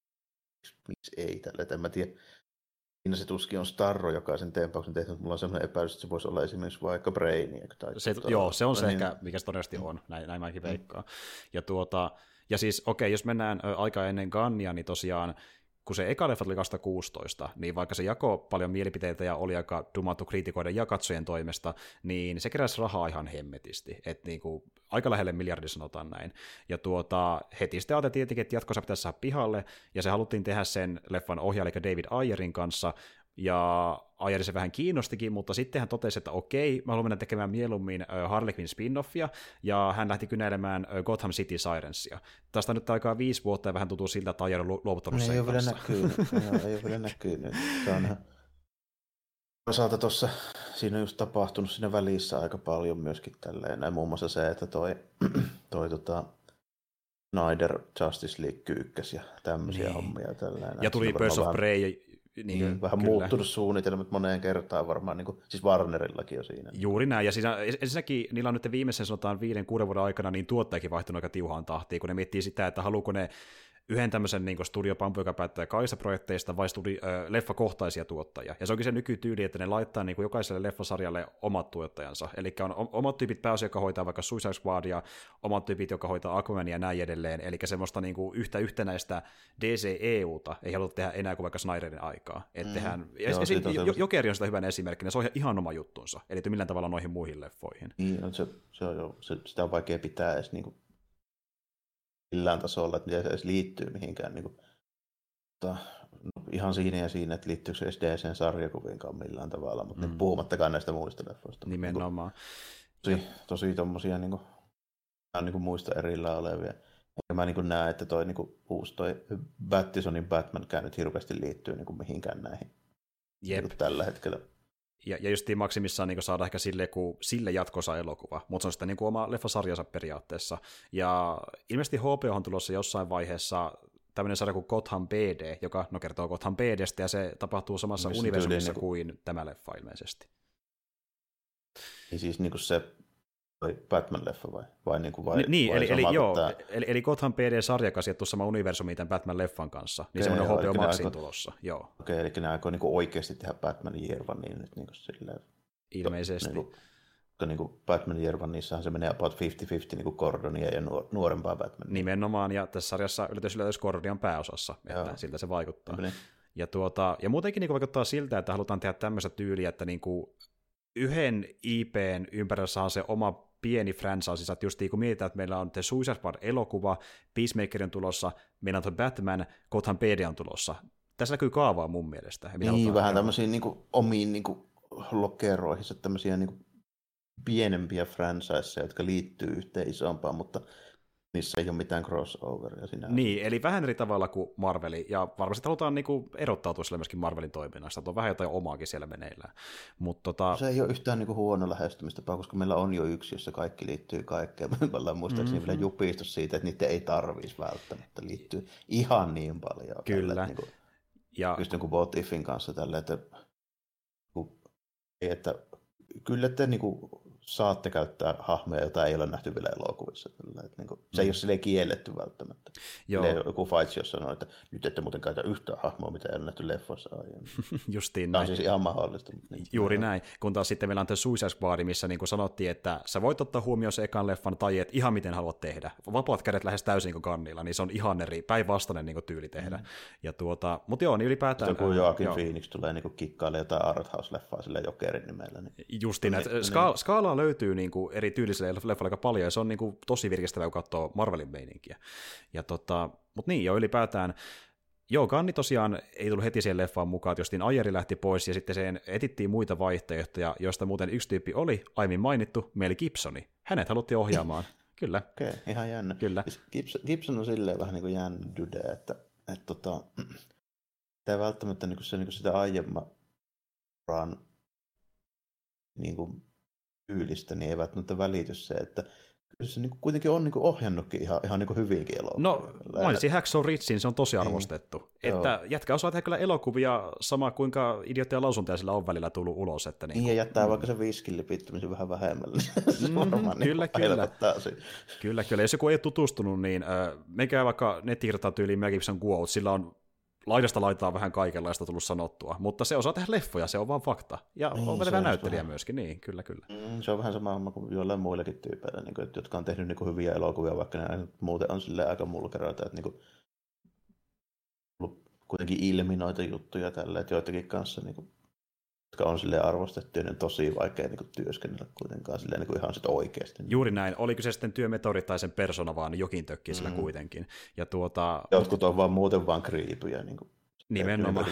B: miksi ei tällä. En mä tiedä, siinä se tuskin on Starro, joka sen teempauksen tehnyt, mutta mulla on sellainen epäilys, että se voisi olla esimerkiksi vaikka Brainiac. Tai
A: se,
B: tuota,
A: joo, se on se
B: niin,
A: ehkä, mikä se todennäköisesti on, näin, näin mäkin veikkaan. Ja tuota... Ja siis, okei, okay, jos mennään ö, aikaa ennen Gunnia, niin tosiaan, kun se eka leffa tuli kaksituhattakuusitoista, niin vaikka se jakoi paljon mielipiteitä ja oli aika dumattu kriitikoiden ja katsojien toimesta, niin se keräsi rahaa ihan hemmetisti. Että niinku, aika lähelle miljardi sanotaan näin. Ja tuota, heti sitten ajateltiin tietenkin, että jatkossa pitäisi saada pihalle, ja se haluttiin tehdä sen leffan ohjaaja, eli David Ayerin kanssa, ja Ayer se vähän kiinnostikin, mutta sitten hän totesi, että okei, mä haluan mennä tekemään mieluummin Harley Quinn spin-offia, ja hän lähti kynäilemään Gotham City Sirensia. Tästä on nyt aikaa viisi vuotta, ja vähän tuntuu siltä, että Ayer on luovuttanut sen kanssa.
B: Ei ole vielä näkynyt. Ei ole vielä näkynyt. Se on toisaalta tuossa, siinä on just tapahtunut siinä välissä aika paljon myöskin tälleen. Näin muun muassa se, että toi, toi tota, Snyder Justice League kyykkäs ja tämmöisiä niin. hommia. Tälleen.
A: Ja tuli Birds of Prey.
B: Niin, mm, vähän kyllä. muuttunut suunnitelmat moneen kertaan varmaan, niin kuin, siis Warnerillakin jo siinä.
A: Juuri näin, ja siinä, ensinnäkin niillä on nyt viimeisen sanotaan viiden, kuuden vuoden aikana niin tuottajakin vaihtunut aika tiuhaan tahtiin, kun ne miettii sitä, että haluuko ne yhden tämmöisen niin studiopampu, joka päättää kaikista projekteista, vai studi, äh, leffakohtaisia tuottajia. Ja se onkin se nykytyyli, että ne laittaa niin kuin jokaiselle leffasarjalle omat tuottajansa. Eli on omat tyypit pääosin, joka hoitaa vaikka Suicide Squadia, omat tyypit, joka hoitaa Aquamania ja näin edelleen. Eli semmoista niin kuin yhtä yhtenäistä D C E U:ta ei haluta tehdä enää kuin vaikka Snyderin aikaa. Mm. Tehdään, Joo, esi- jo- Jokeri on sitä hyvänä esimerkkinä, se on ihan oma juttunsa. Eli millään tavalla noihin muihin leffoihin.
B: Niin, se, se on jo, se, sitä on vaikea pitää edes niin kuin millään tasolla, että miten se edes liittyy mihinkään. Niin kuin, tota, no, ihan siinä ja siinä, että liittyykö se edes D C:n sarjakuviinkaan millään tavalla, mutta mm. puhumattakaan näistä muista leffoista.
A: Nimenomaan.
B: Niin kuin, tosi, tosi tommosia niin kuin, niin kuin muista erillään olevia. Enkä mä niin näe, että toi niin kuin, uusi toi Battisonin Batman nyt hirveästi liittyy niin kuin, mihinkään näihin niin kuin, tällä hetkellä.
A: Ja, ja just maksimissaan niin saada ehkä sille, kun, sille jatkossa elokuva, mutta se on sitten niin oma leffasarjansa periaatteessa. Ja ilmeisesti H B O on tulossa jossain vaiheessa tämmöinen sarja kuin Gotham P D, joka no, kertoo Gotham P D:stä, ja se tapahtuu samassa Missä universumissa niin kuin... kuin tämä leffa ilmeisesti.
B: Niin siis niin kuin se Batman-leffa vai? vai, niin, kuin vai
A: Ni, niin,
B: vai
A: eli, eli, joo,
B: tämä...
A: eli, eli Gotham P D-sarja sijoittuu sama universumiin tämän Batman-leffan kanssa, niin semmoinen H B O Maxin aiko... tulossa. Joo.
B: Okei, eli ne aikoo niin oikeasti tehdä Batmanin Jervaniin nyt niin kuin silleen.
A: Ilmeisesti.
B: Niin kuin, niin kuin Batman Jervanissahan se menee about viisikymmentä viisikymmentä niin kuin Gordonia ja nuorempaa Batmania.
A: Nimenomaan, ja tässä sarjassa yllätys yllätys Gordon on pääosassa, että joo. siltä se vaikuttaa. Niin. Ja, tuota, ja muutenkin niin kuin vaikuttaa siltä, että halutaan tehdä tämmöistä tyyliä, että niin kuin yhden I P:n ympärillä on se oma pieni franchise, että just kun mietitään, että meillä on The Suicide Squad-elokuva, Peacemaker on tulossa, meillä on The Batman, Gotham P D on tulossa. Tässä näkyy kaavaa mun mielestä.
B: Niin, vähän tämmöisiin niin kuin, omiin niin kuin, lokeroihin, tämmöisiä niin kuin, pienempiä franchiseja, jotka liittyy yhteen isompaan, mutta niissä ei ole mitään crossoveria sinänsä.
A: Niin, eli vähän eri tavalla kuin Marveli, ja varmasti halutaan niinku erottautua sillä myöskin Marvelin toiminnasta, että on vähän jotain omaakin siellä meneillään. Mut, tota...
B: Se ei ole yhtään niinku huono lähestymistapa, koska meillä on jo yksi, jossa kaikki liittyy kaikkeen. Me ollaan muistaakseni mm-hmm. vielä jupistus siitä, että niitä ei tarvitsisi välttämättä liittyy ihan niin paljon.
A: Kyllä.
B: Tälle, niinku,
A: ja...
B: just niin kuin What Ifin kanssa tälle, että, että kyllä te niinku saatte käyttää hahmoja, joita ei ole nähty vielä elokuvissa. Että niin kuin, se ei ole silleen kielletty välttämättä. Joku Feitsi, jos sanoo, että nyt ette muuten käytä yhtään hahmoa, mitä ei ole nähty leffoissa aiemmin.
A: Justiin
B: Tämä
A: näin.
B: on siis ihan mahdollista. Niin,
A: Juuri näin. näin. Kun taas sitten meillä on The Suicide Squad, missä niin kuin sanottiin, että sä voit ottaa huomioon se ekan leffan tai et ihan miten haluat tehdä. Vapaat kädet lähes täysin kuin Gunnilla, niin se on ihan eri, päinvastainen niin tyyli tehdä. Mm. Ja tuota, mutta joo, niin ylipäätään...
B: Sitten kun Joaquin Phoenix tulee niin kikkailemaan jotain Arthouse-leffaa sille Jokerin nimellä. Niin...
A: Justiin näin. Ska- skaalaa löytyy niin kuin eri tyylisille leffoille aika paljon, ja se on niin kuin tosi virkistävää, kun katsoo Marvelin meininkiä. Ja tota, mutta niin, jo ylipäätään, joo, Gunni tosiaan ei tullut heti siihen leffaan mukaan, että jostain Ayeri lähti pois, ja sitten sen etittiin muita vaihtoehtoja, joista muuten yksi tyyppi oli aiemmin mainittu, Mel Gibsoni. Hänet haluttiin ohjaamaan. Kyllä.
B: Okei, okay, ihan jännä.
A: Kyllä.
B: Gibson, Gibson on silleen vähän niin kuin jännä dude, että, että tota, tämä ei välttämättä niin kuin se, niin kuin sitä aiemman niin kuin tyylistä, niin ei välttämättä välity se, että se niin kuin kuitenkin on niin kuin ohjannutkin ihan, ihan niin kuin hyvinkin elokuvia.
A: No, mainitsin Hacksaw Ridgein, se on tosi arvostettu. Mm. Että joo. Jätkä osaa tehdä kyllä elokuvia sama kuinka idiootteja lausuntoja sillä on välillä tullut ulos. Että niin,
B: niin ja jättää mm. vaikka se viskillipittumisen vähän vähemmälle.
A: Mm, varmaan kyllä, niin kyllä. Kyllä, kyllä. Jos joku ei ole tutustunut, niin äh, meikä vaikka nettikirjoittaa tyyliin Mel Gibson quote, sillä on laidasta laitaa vähän kaikenlaista tullut sanottua, mutta se osaa tehdä leffoja, se on vaan fakta. Ja niin, on vetävä näyttelijä vähän myöskin, niin kyllä, kyllä.
B: Mm, se on vähän sama homma kuin joillain muillakin tyypeillä, niin kuin, jotka on tehnyt niin kuin hyviä elokuvia, vaikka ne muuten on silleen aika mulkeroita, että niin kuin, kuitenkin ilmi noita juttuja tällä, että joitakin kanssa, niin kuin, jotka on silleen arvostettuja, niin on tosi vaikea niin kuin, työskennellä kuitenkaan silleen, niin kuin ihan sit oikeasti.
A: Juuri näin, oliko se sitten työmetodi tai sen persona, vaan jokin tökkii sillä mm. kuitenkin. Ja tuota,
B: jotkut on vaan muuten vaan kriipyjä, niin kuin
A: nimenomaan.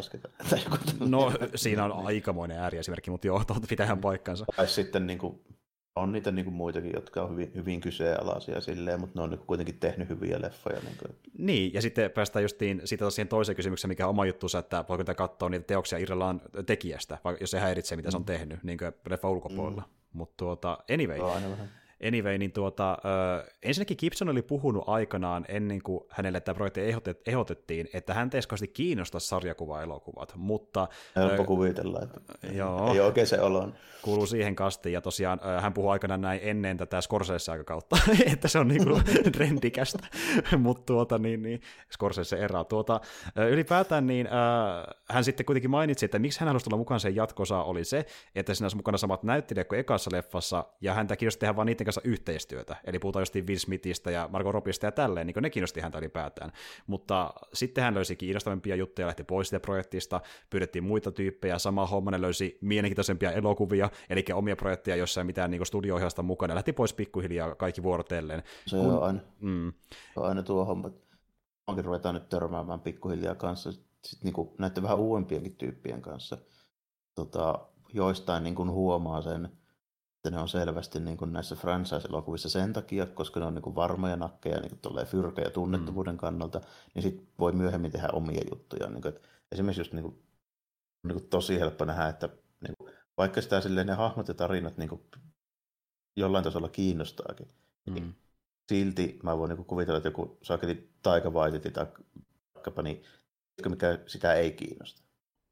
A: No, siinä on aikamoinen ääriesimerkki, mutta joo, tuolta pitää ihan paikkansa.
B: Tai sitten niin kuin, on niitä niin kuin muitakin, jotka on hyvin, hyvin kyseenalaisia silleen, mutta ne on niin kuitenkin tehnyt hyviä leffoja. Niin, kuin.
A: Niin, ja sitten päästään justiin siitä siihen toiseen kysymykseen, mikä on oma juttusa, että voiko te katsoa niitä teoksia irrallaan tekijästä, vai jos se häiritsee, mitä mm. se on tehnyt, niin kuin leffa ulkopuolella. Mm. Mutta tuota, anyway.
B: No, aina vähän.
A: Anyway, niin tuota, äh, ensinnäkin Gibson oli puhunut aikanaan ennen kuin hänelle tämä projekti ehdotet, ehdotettiin, että hän teiskasti kiinnostaa sarjakuva-elokuvat, mutta
B: helppo äh, kuvitella, että
A: joo,
B: ei oikein se olo.
A: Kuuluu siihen kastiin, ja tosiaan äh, hän puhui aikanaan näin ennen tätä Scorsese-aikakautta, että se on niinku trendikästä, mutta tuota, niin, niin, Scorsese-eraa. Tuota, äh, ylipäätään niin, äh, hän sitten kuitenkin mainitsi, että miksi hän halusi tulla mukaan sen jatkosa oli se, että siinä olisi mukana samat näyttelijät kuin ekassa leffassa, ja häntä kiinnosti tehdä vaan niiden kanssa yhteistyötä, eli puhutaan jostain Will Smithistä ja Margot Robbista ja tälleen, niin kuin ne kiinnosti häntä ylipäätään. Mutta sitten hän löysi kiinnostavampia juttuja, lähti pois siitä projektista, pyydettiin muita tyyppejä, sama homma, ne löysi mielenkiintoisempia elokuvia, eli omia projekteja, jossa ei mitään niin studio-ohjausta mukana, lähti pois pikkuhiljaa kaikki vuorotelleen.
B: Se Kun, on aina, mm. se on aina tuo homma. Onkin ruvetaan nyt törmäämään pikkuhiljaa kanssa, sit niin kuin näiden vähän uudempienkin tyyppien kanssa, tota, joistain niin kuin huomaa sen, että ne on selvästi niin kuin näissä franchise-elokuvissa sen takia, koska ne on niin kuin varmoja nakkeja niin kuin fyrkä ja tunnettavuuden mm. kannalta, niin sitten voi myöhemmin tehdä omia juttuja. Niin kuin, että esimerkiksi just niin kuin, niin kuin tosi helppo nähdä, että niin kuin, vaikka sitä silleen, ne hahmot ja tarinat niin kuin, jollain tasolla kiinnostaakin, mm. niin silti mä voin niin kuin, kuvitella, että joku saakeli Taika Waititi tai vaikkapa, niin mikä sitä ei kiinnosta.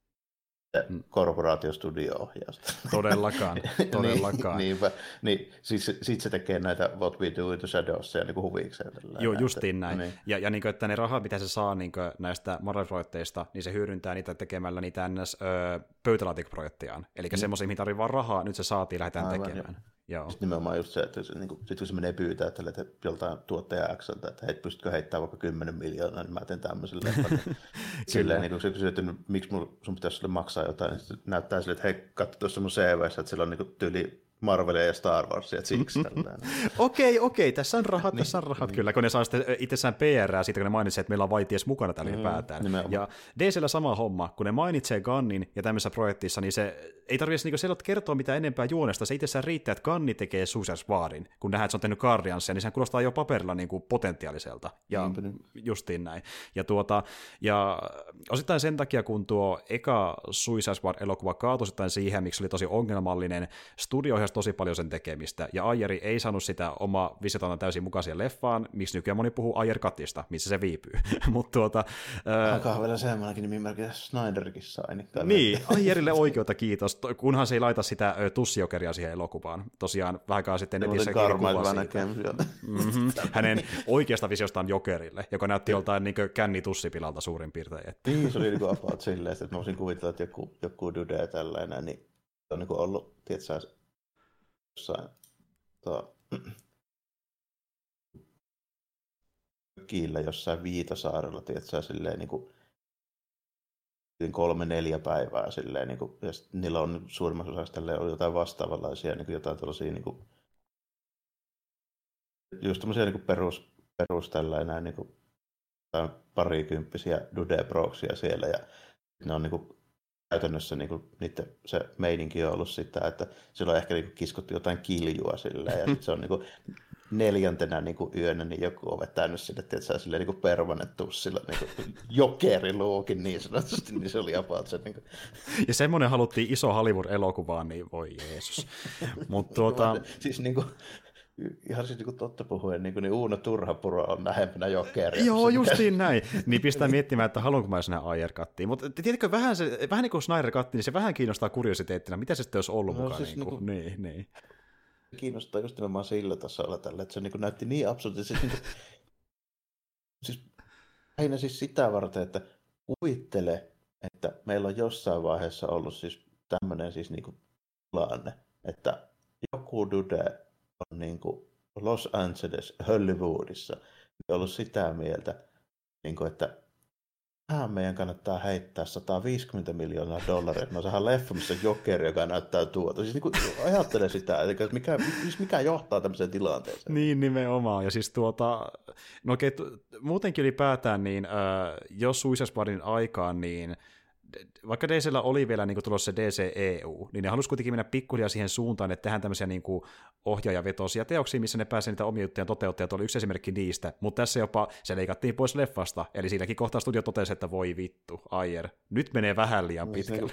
B: Korporaatiostudio-ohjausta.
A: Todellakaan, todellakaan.
B: niin, niinpä, niin siis sit se tekee näitä What We Do in the Shadows ja niin huvikseen.
A: Joo, justiin näin. Niin. Ja, ja niin kuin, että ne rahat, mitä se saa niin kuin näistä Marvel-projekteista, niin se hyödyntää niitä tekemällä niitä ns. Pöytälaatikkoprojektejaan. Eli mm. semmoisia, mihin tarvii vaan rahaa, nyt se saatiin, lähdetään Aivan, tekemään. Jo. Joo.
B: Sitten nimenomaan just se, että se, niin kuin, sit kun se menee pyytää tälle, että joltain tuottaja Xltä, että hei, pystytkö heittämään vaikka kymmenen miljoonaa, niin mä teen tämmöisen leffan. Silleen, niin kun se kysyy, että miksi sun pitäisi sulle maksaa jotain, niin se näyttää sille, että hei, katso tuossa mun C V:ssä, että sillä on niin kuin, tyyli Marvelia ja Star Warsia, että siksi tällainen.
A: Okei, okei, tässä on rahat, tässä on rahat niin, kyllä, kun ne saa sitten itsessään P R:ää siitä, kun ne mainitsee, että meillä on Vaities mukana täällä mm, ylipäätään. Nimenomaan. Ja D C:llä sama homma, kun ne mainitsee Gunnin ja tämmöisessä projektissa, niin se ei tarvitse niin siellä kertoa mitään enempää juonesta, se itsessään riittää, että Gunni tekee Suicide Squadin, kun nähdään, että se on tehnyt Guardiansia, niin sehän kuulostaa jo paperilla niin kuin potentiaaliselta, ja mm, justiin näin. Ja, tuota, ja osittain sen takia, kun tuo eka Suicide Squad-elokuva kaatui osittain siihen, miksi oli tosi ongelmallinen, studio ohjasi tosi paljon sen tekemistä, ja Ayeri ei saanut sitä oma visiota täysin mukaan siihen leffaan, miksi nykyään moni puhuu Ayer Cutista, missä se viipyy. Mut tuota,
B: alkaa vielä semmoinenkin nimimerkki, Snyderkin sai.
A: Niin, Ayerille oikeutta kiitos, kunhan se ei laita sitä tussijokeria siihen elokuvaan. Tosiaan vähän aikaa sitten netissä kirkuva siitä. Mm-hmm. Hänen oikeasta visiostaan Jokerille, joka näytti joltain niin känni tussipilalta suurin piirtein. Että.
B: Niin, se oli niin about silleen, että mä voisin kuvitella, että joku, joku dude ja tällainen, niin se on niin ollut, tietsä, jossain to, kiillä jossain Viitasaarella, tietsä, silleen niin kuin kolme, neljä päivää silleen, niin kuin, ja niillä on suurimmassa osassa tälleen oli jotain vastaavanlaisia, niin kuin jotain tällaisia, niin kuin, just tämmöisiä niin kuin perus, perus tällainen, niin kuin, parikymppisiä Dude-Proxia siellä, ja ne on niin kuin, käytännössä niin kuin, niiden, se meininki on ollut sitä, että siellä on ehkä niin kuin, kiskottu jotain kiljua silleen, ja sitten se on niin kuin, neljäntenä niin kuin yönä, niin joku on vetänyt sinne, että saa silleen niin kuin permanent sillä niin kuin jokeriluukin niin sanotusti, niin se oli about se. Niin kuin.
A: Ja semmoinen haluttiin iso Hollywood-elokuvaan, niin voi Jeesus. Mut tuota...
B: siis niin kuin, ihan siis niin kuin totta puhuen, niin, kuin, niin Uuno Turhapuro on lähempänä jokeria.
A: Joo, justiin näin. Niin pistää miettimään, että haluanko mä sinä Ayer Cuttiin. Mutta tiedätkö, vähän, se, vähän niin kuin Snyder Cut, niin se vähän kiinnostaa kuriositeettina. Mitä se sitten olisi ollut no, mukaan? Siis niin, kuin, niin, niin.
B: Kiinnostaa just nimenomaan sillä tasolla tällä, että se niin kuin näytti niin absurdisesti. Siis, siis aina siis sitä varten, että kuvittele, että meillä on jossain vaiheessa ollut siis tämmöinen siis niin kuin tilanne, että joku dude on niin kuin Los Angeles, Hollywoodissa, ollut sitä mieltä, niin kuin, että tähän meidän kannattaa heittää sata viisikymmentä miljoonaa dollaria, että me saadaan leffa, missä on jokeri, joka näyttää tuota. Siis niin kuin, ajattele sitä, että mikä, siis mikä johtaa tämmöiseen tilanteeseen.
A: Niin, nimenomaan. Ja siis tuota, no okei, muutenkin ylipäätään, niin äh, jos Suicide Squadin aikaan, niin vaikka D C:llä oli vielä niin kuin tulossa se D C E U, niin ne halusi kuitenkin mennä pikkuhiljaa siihen suuntaan, että tehdään tämmöisiä niin kuin ohjaajavetoisia teoksia, missä ne pääsee niitä omia juttuja toteuttajat, oli yksi esimerkki niistä, mutta tässä jopa se leikattiin pois leffasta, eli siinäkin kohtaa studio totesi, että voi vittu, Ayer, nyt menee vähän liian pitkälle.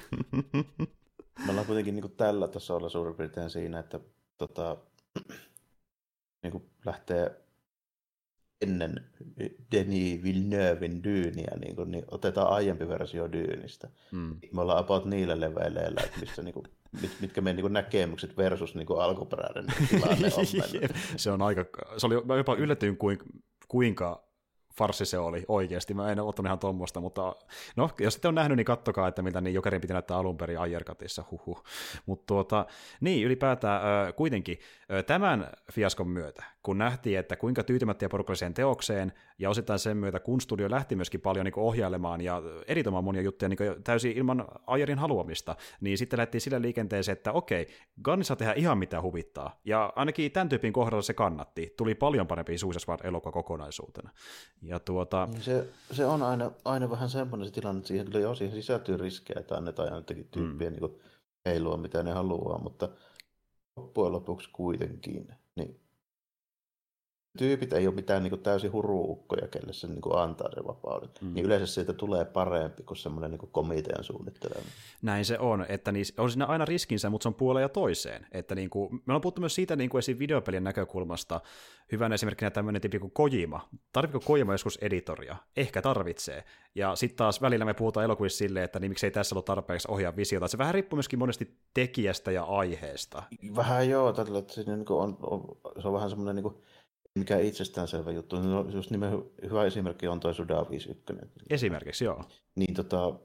B: Me ollaan kuitenkin niin kuin tällä tasolla suurin piirtein siinä, että tota, niin kuin lähtee ennen Denis Villeneuven Dyyniä, niin, kuin, niin otetaan aiempi versio Dyynistä. Mm. Me ollaan about niillä leveleillä, että missä, niin kuin, mit, mitkä meidän niin kuin näkemykset versus niin kuin alkuperäinen tilanne on mennyt.
A: Se on aika, se oli jopa yllätyin kuinka, kuinka farssi se oli oikeasti. Mä en ole ottanut ihan tuommoista, mutta no, jos sitten on nähnyt, niin kattokaa, että miltä niin Jokerin piti näyttää alun perin Ayer Cutissa, huhuh. Mutta tuota, niin, ylipäätään äh, kuitenkin äh, tämän fiaskon myötä, kun nähtiin, että kuinka tyytymättä ja porukkalliseen teokseen, ja osittain sen myötä, kun studio lähti myöskin paljon niin kuin ohjailemaan ja editomaan monia juttuja niin kuin täysin ilman Ayerin haluamista, niin sitten lähtiin sillä liikenteeseen, että okei, Gunn saa tehdä ihan mitä huvittaa, ja ainakin tämän tyypin kohdalla se kannatti. Tuli paljon parempi Suicide Squad-elokuva kokonaisuutena. Ja tuota...
B: se, se on aina, aina vähän semmoinen se tilanne, että siihen kyllä jo siihen sisältyy riskejä, että annetaan jotenkin tyyppiä mm. niin heilua, mitä ne haluaa, mutta loppujen lopuksi kuitenkin, niin tyypit ei ole mitään niin kuin täysin huruukkoja, kelle se niin kuin antaa ne vapaudet. Mm. Niin yleensä siitä tulee parempi kuin semmoinen niin kuin komitean suunnittelema.
A: Näin se on, että niin, on siinä aina riskinsä, mutta se on puoleen ja toiseen. Että niin kuin, me ollaan puhuttu myös siitä niin kuin esim. Videopelien näkökulmasta. Hyvänä esimerkkinä tämmöinen tyyppi kuin Kojima. Tarvitko Kojima joskus editoria? Ehkä tarvitsee. Ja sitten taas välillä me puhutaan elokuvissa silleen, että niin miksei tässä ole tarpeeksi ohjaa visiota. Se vähän riippuu myöskin monesti tekijästä ja aiheesta.
B: Vähän joo, tällä, että se, niin on, on, se on vähän semmoinen... Niin kuin mikä itsestäänselvä juttu. No, just nimen hyvä esimerkki on toi Suda viisikymmentäyksi.
A: Esimerkiksi, joo.
B: Niin tota,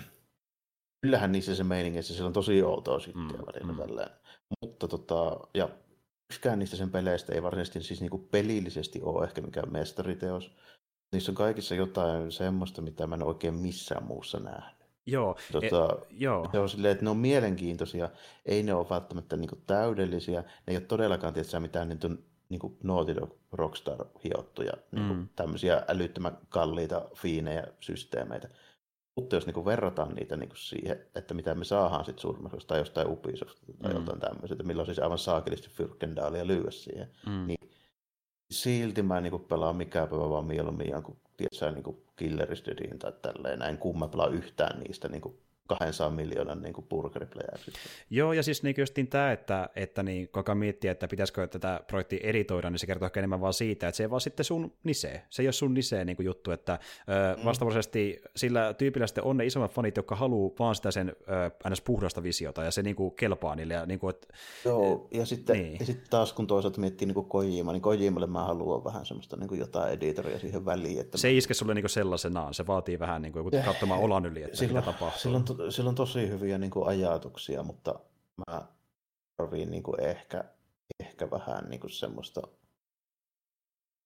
B: kyllähän niissä se meiningissä, siellä on tosi outoa sitten mm, välillä mm. tälleen. Mutta tota, ja yksikään niistä sen peleistä ei varsinaisesti siis niinku pelillisesti ole ehkä mikään mestariteos. Niissä on kaikissa jotain semmoista, mitä mä en oikein missään muussa nähnyt.
A: Joo.
B: Tota, e, joo. Se on silleen, että ne on mielenkiintoisia, ei ne ole välttämättä niinku täydellisiä, ne ei ole todellakaan tietysti mitään niin niin kuin Naughty Dog, Rockstar hiottuja, niin kuin mm. tämmöisiä älyttömän kalliita, fiinejä systeemeitä. Mutta jos niin kuin verrataan niitä niin kuin siihen, että mitä me saadaan sitten suurimmaksi tai jostain Ubisoftilta tai mm. jotain tämmöiseltä, millä on siis aivan saakelisti fyrkkendaalia lyödä siihen, mm. niin silti mä niin kuin pelaan mikään päivä vaan mieluummin jonkun, tiedätkö, niin kuin Killer is Deadin tai tälleen näin, kun mä pelaan yhtään niistä niin kuin kaksisataa miljoonan niin burgeripläjäyksistä.
A: Joo, ja siis niin justiin tämä, että, että niin, koko miettii, että pitäisikö tätä projektia editoida, niin se kertoo ehkä enemmän vaan siitä, että se ei vaan sitten sun nisee. Se ei ole sun nisee niin juttu, että mm. vastaavasti sillä tyypillä sitten on ne isommat fanit, jotka haluaa vaan sitä sen ns. Puhdasta visiota, ja se niin kuin kelpaa niille. Ja, niin kuin, että,
B: joo, ja sitten, niin. ja sitten taas kun toisaalta miettii niin kuin Kojima, niin Kojimalle mä haluan vähän semmoista niin kuin jotain editoria siihen väliin. Että
A: se ei iske sulle niin kuin sellaisenaan, se vaatii vähän niin kuin joku katsomaan olan yli, että
B: silloin,
A: mitä tapahtuu.
B: Silloin, sillä on tosi hyviä niin kuin ajatuksia, mutta mä tarviin niin kuin ehkä, ehkä vähän niin kuin semmoista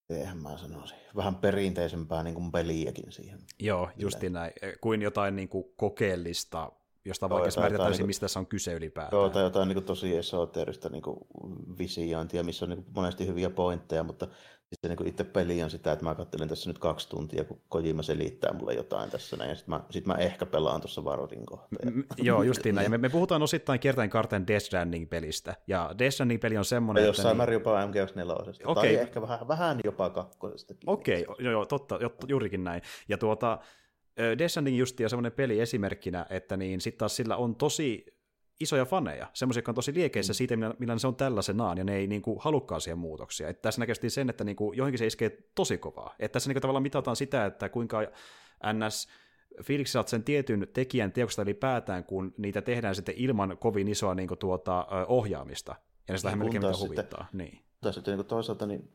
B: eihän mä sanoisin, vähän perinteisempää niin kuin peliäkin siihen.
A: Joo, justiin näin, kuin jotain niin kuin kokeellista, josta vaikka määritetään, niin mistä tässä on kyse ylipäätään.
B: Joo, tai jotain niin kuin tosi esoteerista niin kuin visiointia, missä on niin kuin monesti hyviä pointteja, mutta sitten niin kuin itse peli on sitä, että mä katselin tässä nyt kaksi tuntia, kun Kojima selittää mulle jotain tässä näin, ja sitten mä, sit mä ehkä pelaan tuossa Varodin kohtaan.
A: M- joo, justiin näin. Me, me puhutaan osittain kertain kartan Death Stranding-pelistä, ja Death Stranding-peli on semmoinen,
B: ja
A: että...
B: jossain
A: niin...
B: määrin jopa M G S neljä, okay. Tai ehkä vähän, vähän jopa kakkosestakin.
A: Okei, okay. joo, totta, juurikin näin. Ja tuota... Death Stranding justiin on semmoinen peli esimerkkinä, että niin sitten taas sillä on tosi isoja faneja, semmoisia, jotka on tosi liekeissä mm. siitä, millainen se on tällaisenaan, ja ne ei niinku halukkaan siihen muutoksia. Että tässä näköisesti sen, että niinku johonkin se iskee tosi kovaa. Että tässä niinku tavallaan mitataan sitä, että kuinka ns. Fiiliksi saat sen tietyn tekijän teoksesta ylipäätään, kun niitä tehdään sitten ilman kovin isoa niinku tuota, ohjaamista. Ja ne sitä melkein mitä huvittaa. Niin.
B: Tai sitten niin toisaalta niin,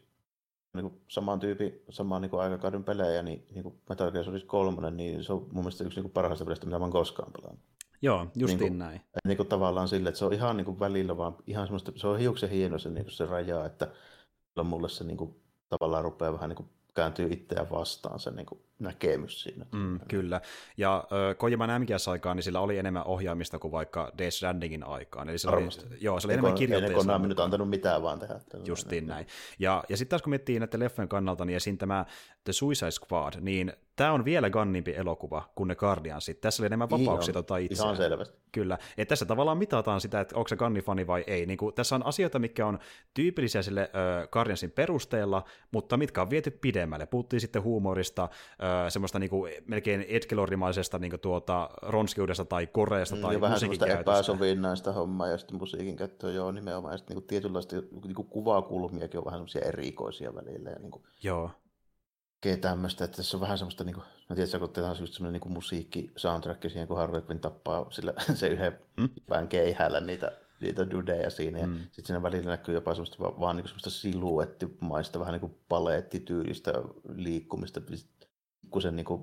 B: niin saman tyypin, saman niin aikakauden pelejä, niin, niin Metal Gear Solid kolme, niin se on mun mielestä yksi niin parhaista pelistä, mitä mä oon koskaan pelannut.
A: Joo, justiin
B: niin kuin,
A: näin.
B: Niin kuin tavallaan silleen, että se on ihan niin kuin välillä vaan ihan semmoista, se on hiuksen hieno se, niin kuin se raja, että mulle se niin kuin, tavallaan rupeaa vähän niin kuin kääntyy itseään vastaan se niin kuin näkemys siinä.
A: Mm, kyllä. Ja äh, Kojiman M G S-aikaan niin sillä oli enemmän ohjaamista kuin vaikka Death Strandingin aikaan. Eli se oli, joo, se oli enemmän kirjoittajia.
B: Ei ne Konami nyt antanut mitään vaan tehdä.
A: Justiin näin. Ja, ja sitten taas kun miettii näiden leffojen kannalta, niin esiin tämä The Suicide Squad, niin tämä on vielä gannimpi elokuva kuin ne Guardiansit. Tässä oli enemmän vapauksia tota itseään.
B: Ihan selvästi.
A: Kyllä. Että tässä tavallaan mitataan sitä, että onko se gannifani vai ei. Niin kuin, tässä on asioita, mitkä on tyypillisiä sille äh, Guardiansin perusteella, mutta mitkä on viety pidemmälle. Puhuttiin sitten huumorista, äh, semmoista niin kuin, melkein edgelordimaisesta niin kuin, tuota, ronskiudesta tai koreasta mm, tai musiikin
B: vähän
A: semmoista
B: epäsovinnaista hommaa ja sitten musiikin käyttöä, joo, nimenomaan. Ja sitten niin tietynlaista niin kuvakulmiakin on vähän semmoisia erikoisia välillä. Ja, niin kuin,
A: joo.
B: Tämmöistä, että tässä on vähän semmoista, niin kuin, no tiedätkö, kun otetaan just semmoinen niin musiikki-soundtrack siihen, kun Harley Quinn tappaa sillä, se yhden mm? vähän keihällä niitä, niitä dudeja siinä, ja mm. sitten siinä välillä näkyy jopa semmoista vaan, vaan niin kuin semmoista siluettimaista, vähän niin kuin palettityylistä liikkumista, kun se niin kuin,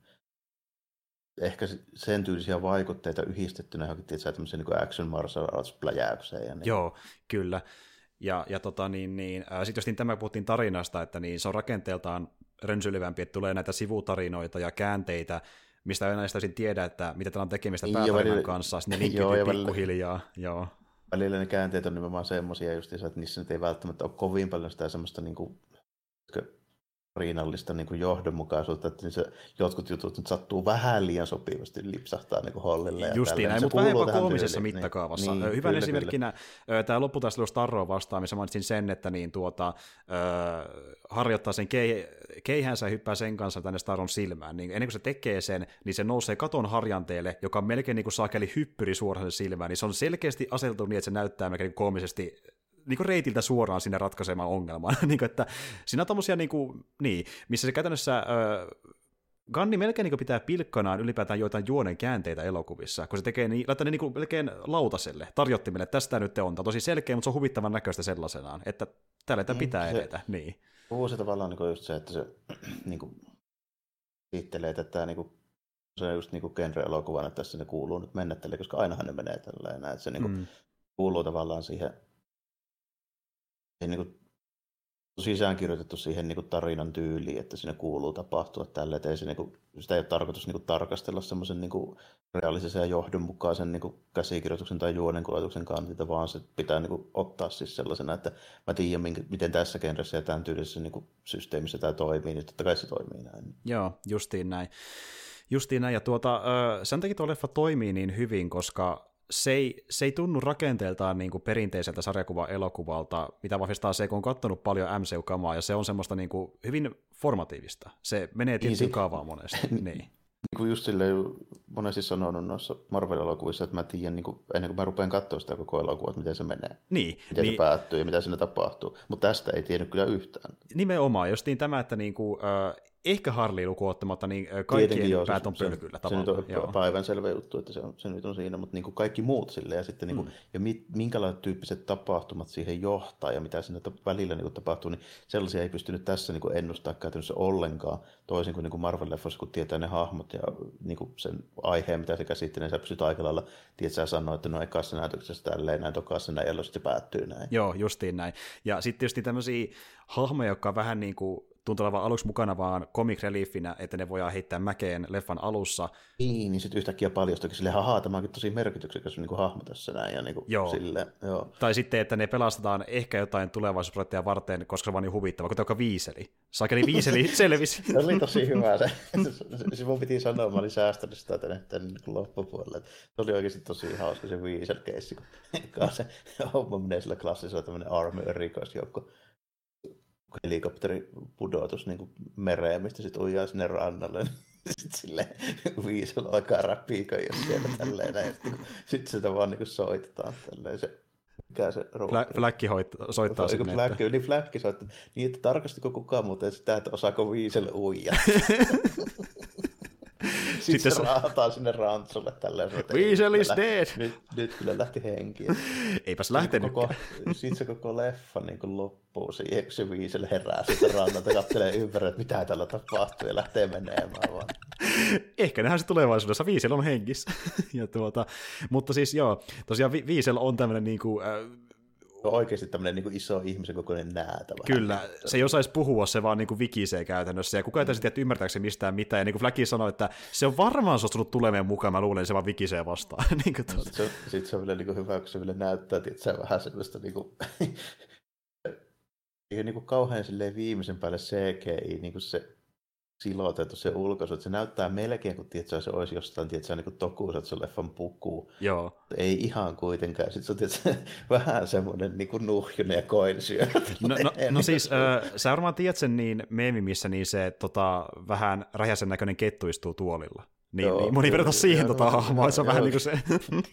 B: ehkä sen tyylisiä vaikutteita yhdistettynä johonkin tietysti tämmöiseen niin action martial arts pläjäykseen. Niin.
A: Joo, kyllä. Ja, ja tota, niin, niin, äh, sitten jos niin tämä puhuttiin tarinasta, että niin, se on rakenteeltaan rönsylivämpi, että tulee näitä sivutarinoita ja käänteitä, mistä ei enää täysin tiedä, että mitä täällä on tekemistä päätarinan kanssa, sitten ne linkittyy pikkuhiljaa. Joo.
B: Välillä ne käänteet on nimenomaan semmoisia justiinsa, että niissä nyt ei välttämättä ole kovin paljon sitä semmoista niin kuin, riinallista niin kuin johdonmukaisuutta, että se, jotkut jutut nyt sattuu vähän liian sopivasti lipsahtaa niin kuin hollille.
A: Justiin näin, mutta vähän jopa koomisessa mittakaavassa. Niin, hyvän kyllä, esimerkkinä kyllä. Tämä lopputaistelu Starroa vastaan, missä mainitsin sen, että niin, tuota, äh, harjoittaa sen kei, keihänsä ja hyppää sen kanssa tänne Starron silmään. Niin ennen kuin se tekee sen, niin se nousee katon harjanteelle, joka on melkein niin kuin saakeli hyppyri suoraan sen silmään. Niin se on selkeästi aseteltu niin, että se näyttää melkein koomisesti niin reitiltä suoraan sinne ratkaisemaan ongelmaan. niin kuin, että siinä on tommosia, niin kuin, niin, missä se käytännössä äh, Gunni melkein niin kuin pitää pilkkanaan ylipäätään joitain juonen käänteitä elokuvissa, kun se tekee niin, laittaa ne niin kuin melkein lautaselle, tarjottimelle, että tästä nyt on. Tämä on tosi selkeä, mutta se on huvittavan näköistä sellaisenaan, että tällä mm, pitää se, edetä. Niin.
B: Puhuu se tavallaan niin just se, että se niin kuin, viittelee tätä niin kuin, se on just niin kuin genre-elokuvana, että tässä ne kuuluu nyt mennä tälle, koska ainahan ne menee tälleen, että se niin kuin, mm. kuuluu tavallaan siihen niin kuin, sisäänkirjoitettu siihen niin kuin tarinan tyyliin, että siinä kuuluu tapahtua tälle, että ei se, niin kuin, sitä ei ole tarkoitus niin kuin, tarkastella semmoisen niin kuin, realistisen ja johdonmukaisen niin kuin, käsikirjoituksen tai juonenkuljetuksen kantilta, vaan se pitää niin kuin, ottaa siis sellaisena, että mä tiedän, miten tässä genressä ja tämän tyylisessä niin kuin, systeemissä tämä toimii, niin totta kai se toimii näin.
A: Joo, justiin näin. Justiin näin, ja tuota, sen takia tuo leffa toimii niin hyvin, koska Se ei, se ei tunnu rakenteeltaan niin kuin perinteiseltä sarjakuva-elokuvalta, mitä vahvistaa se, kun on katsonut paljon M C U-kamaa, ja se on semmoista niin kuin hyvin formatiivista. Se menee tietysti kaavaan monesti. niin.
B: Niin kuin just silleen monesti sanonut noissa Marvel-elokuvissa, että mä tiedän niin kuin, ennen kuin mä rupean katsoa sitä koko elokuvaa, että miten se menee.
A: Niin.
B: Miten
A: niin,
B: se päättyy ja mitä siinä tapahtuu. Mutta tästä ei tiennyt kyllä yhtään.
A: Nimenomaan. Justiin tämä, että niin kuin, äh, ehkä Harley lukuun ottamatta, niin kaikkien joo, päät on
B: se,
A: pölkyllä
B: se,
A: tavallaan.
B: Se nyt on päivänselvä juttu, että se, on, se nyt on siinä, mutta niin kuin kaikki muut silleen, ja sitten niin kuin, mm. ja mi, minkälaiset tyyppiset tapahtumat siihen johtaa, ja mitä siinä välillä niin kuin tapahtuu, niin sellaisia ei pystynyt tässä niin kuin ennustaa käytännössä ollenkaan, toisin kuin, niin kuin Marvel-leffoissa, kun tietää ne hahmot ja niin kuin sen aiheen, mitä se käsittelee, niin sä pystyt aika lailla, tiedät sä sanoa, että no ekassa näytöksessä tälleen, näin tokassa näin, jolloin sitten päättyy näin.
A: Joo, justiin näin. Ja sitten tietysti tämmöisiä hahmoja, jotka on vähän niin kuin tuntuu olevan aluksi mukana vaan comic reliefinä, että ne voidaan heittää mäkeen leffan alussa.
B: Niin, niin sitten yhtäkkiä paljastuikin silleen, haha, tämä onkin tosi merkityksekäs niin kuin hahmo tässä näin. Ja niin kuin
A: joo.
B: Silleen, joo.
A: Tai sitten, että ne pelastetaan ehkä jotain tulevaisuusprojekteja varten, koska se on vaan niin huvittava, kuten joka Viiseli. Saakeli Viiseli selvisi.
B: Se oli tosi hyvä se. Se mun piti sanoa, mä olin säästänyt sitä tänne, tänne loppupuolelle. Se oli oikeasti tosi hauska se Viisel-keissi, kun se homma menee sillä klassisella tämmöinen Army-erikoisjoukko. Helikopteripudotus niin kuin mereen, mistä sitten ujaa sinne rannalle. Sitten silleen Viisel alkaa räpiikön jos siellä tälleen. Sitten sit sitä vaan niin soitetaan tälleen se. Mikä se
A: Fla- Fläkki hoit- soittaa
B: sinne. Fläkki, yli Fläkki soittaa. Niin, että tarkastiko kukaan muuten sitä, että osaako Viisel uijaa. Sitten, Sitten se raataa sinne rantsulle tälleen.
A: Weasel is dead!
B: Nyt, nyt kyllä lähti henki.
A: Eipäs lähtenytkään.
B: Sitten se koko leffa niin kuin loppuu siihen, kun se Weasel herää siitä rannalta, katselee ympäri, että mitä täällä tapahtuu ja lähtee menemään vaan.
A: Ehkä nähdään se tulevaisuudessa. Weasel on hengissä. ja tuota, mutta siis joo, tosiaan Weasel on tämmöinen niin kuin, äh,
B: on oikeasti tämmöinen niin kuin iso ihmisen kokoinen näätä.
A: Kyllä, se ei osaisi puhua, se vaan niin kuin vikisee käytännössä, ja kukaan ei tiedä, että ymmärtääkö se mistään mitään, ja niin kuin Fläki sanoi, että se on varmaan suostunut tulemaan mukaan, mä luulen, että se vaan vikisee vastaan. niin
B: no, sitten se, sit se on vielä niin kuin hyvä, kun se vielä näyttää, että se on vähän semmoista niin kuin, niin kuin kauhean silleen viimeisen päälle C G I, niin kuin se silotettu se ulkoisu, että se näyttää melkein, kun tiedätkö, se olisi jostain, tiedätkö, niin kuin tokuus, että se on leffan puku.
A: Joo.
B: Ei ihan kuitenkaan. Sitten se on tiedätkö, vähän semmoinen niin kuin nuhjunen ja koinsyö.
A: No, no, no siis, äh, sä varmaan tiedät sen niin meemi, missä niin se tota, vähän räjäsen näköinen kettu istuu tuolilla. Niin, joo, niin moni vertaa siihen joo, tota hahmoa, se on joo. Vähän niin kuin se.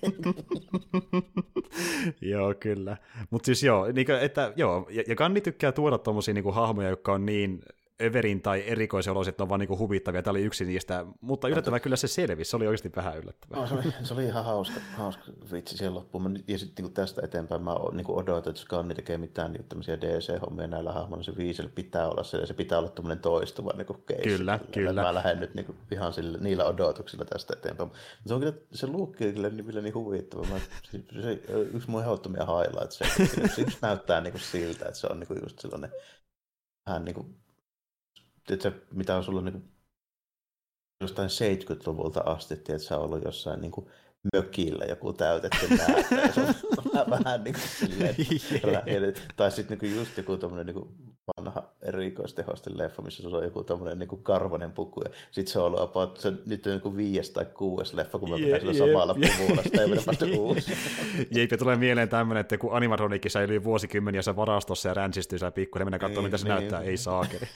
A: Joo, kyllä. Mutta siis joo, niin kuin, että joo, ja, ja Kanni tykkää tuoda tommosia niin kuin hahmoja, jotka on niin överin tai erikoisia oloisia, että ne on vaan niinku huvittavia. Tämä oli yksi niistä, mutta yllättävää kyllä se selvisi. Se oli oikeasti vähän yllättävää.
B: No, se, oli, se oli ihan hauska, hauska vitsi siihen loppuun. Ja sitten niin tästä eteenpäin mä niin odotan, että jos Kanni tekee mitään niin tämmöisiä D C-hommia näillä hahmoilla, se Weasel pitää olla se, ja se pitää olla tämmöinen toistuva niin keissi.
A: Kyllä,
B: kyllä.
A: kyllä.
B: Mä lähden nyt niin ihan sille, niillä odotuksilla tästä eteenpäin. Se on kyllä, se luukki on kyllä niin, niin huvittava. Mä, se, se, yksi mun ehdottomia highlights, se, se just näyttää niin siltä, että se on niin just sellainen vähän niin kuin tiedätkö, mitä on sulla niin kuin, jostain seitsemänkymmentäluvulta asti, että sä on ollut jossain niin kuin, mökillä joku täytetty näätä, ja se on vähän niin kuin silleen, tai sitten niin just joku tommoinen niin vanha erikoistehosten leffa, missä se on joku tommoinen niin karvanen puku, ja sitten se on ollut about, se nyt on joku viides tai kuudes leffa, kun mä pitää sillä samalla puvulla, sitä ei mennä päästä uusi.
A: Jep, ja tulee mieleen tämmöinen, että kun animatronikki säilyy vuosikymmeniä se varastossa ja ränsistyy siellä pikkuinen, mennään katsomaan, mitä se niin, näyttää, ei saakeli.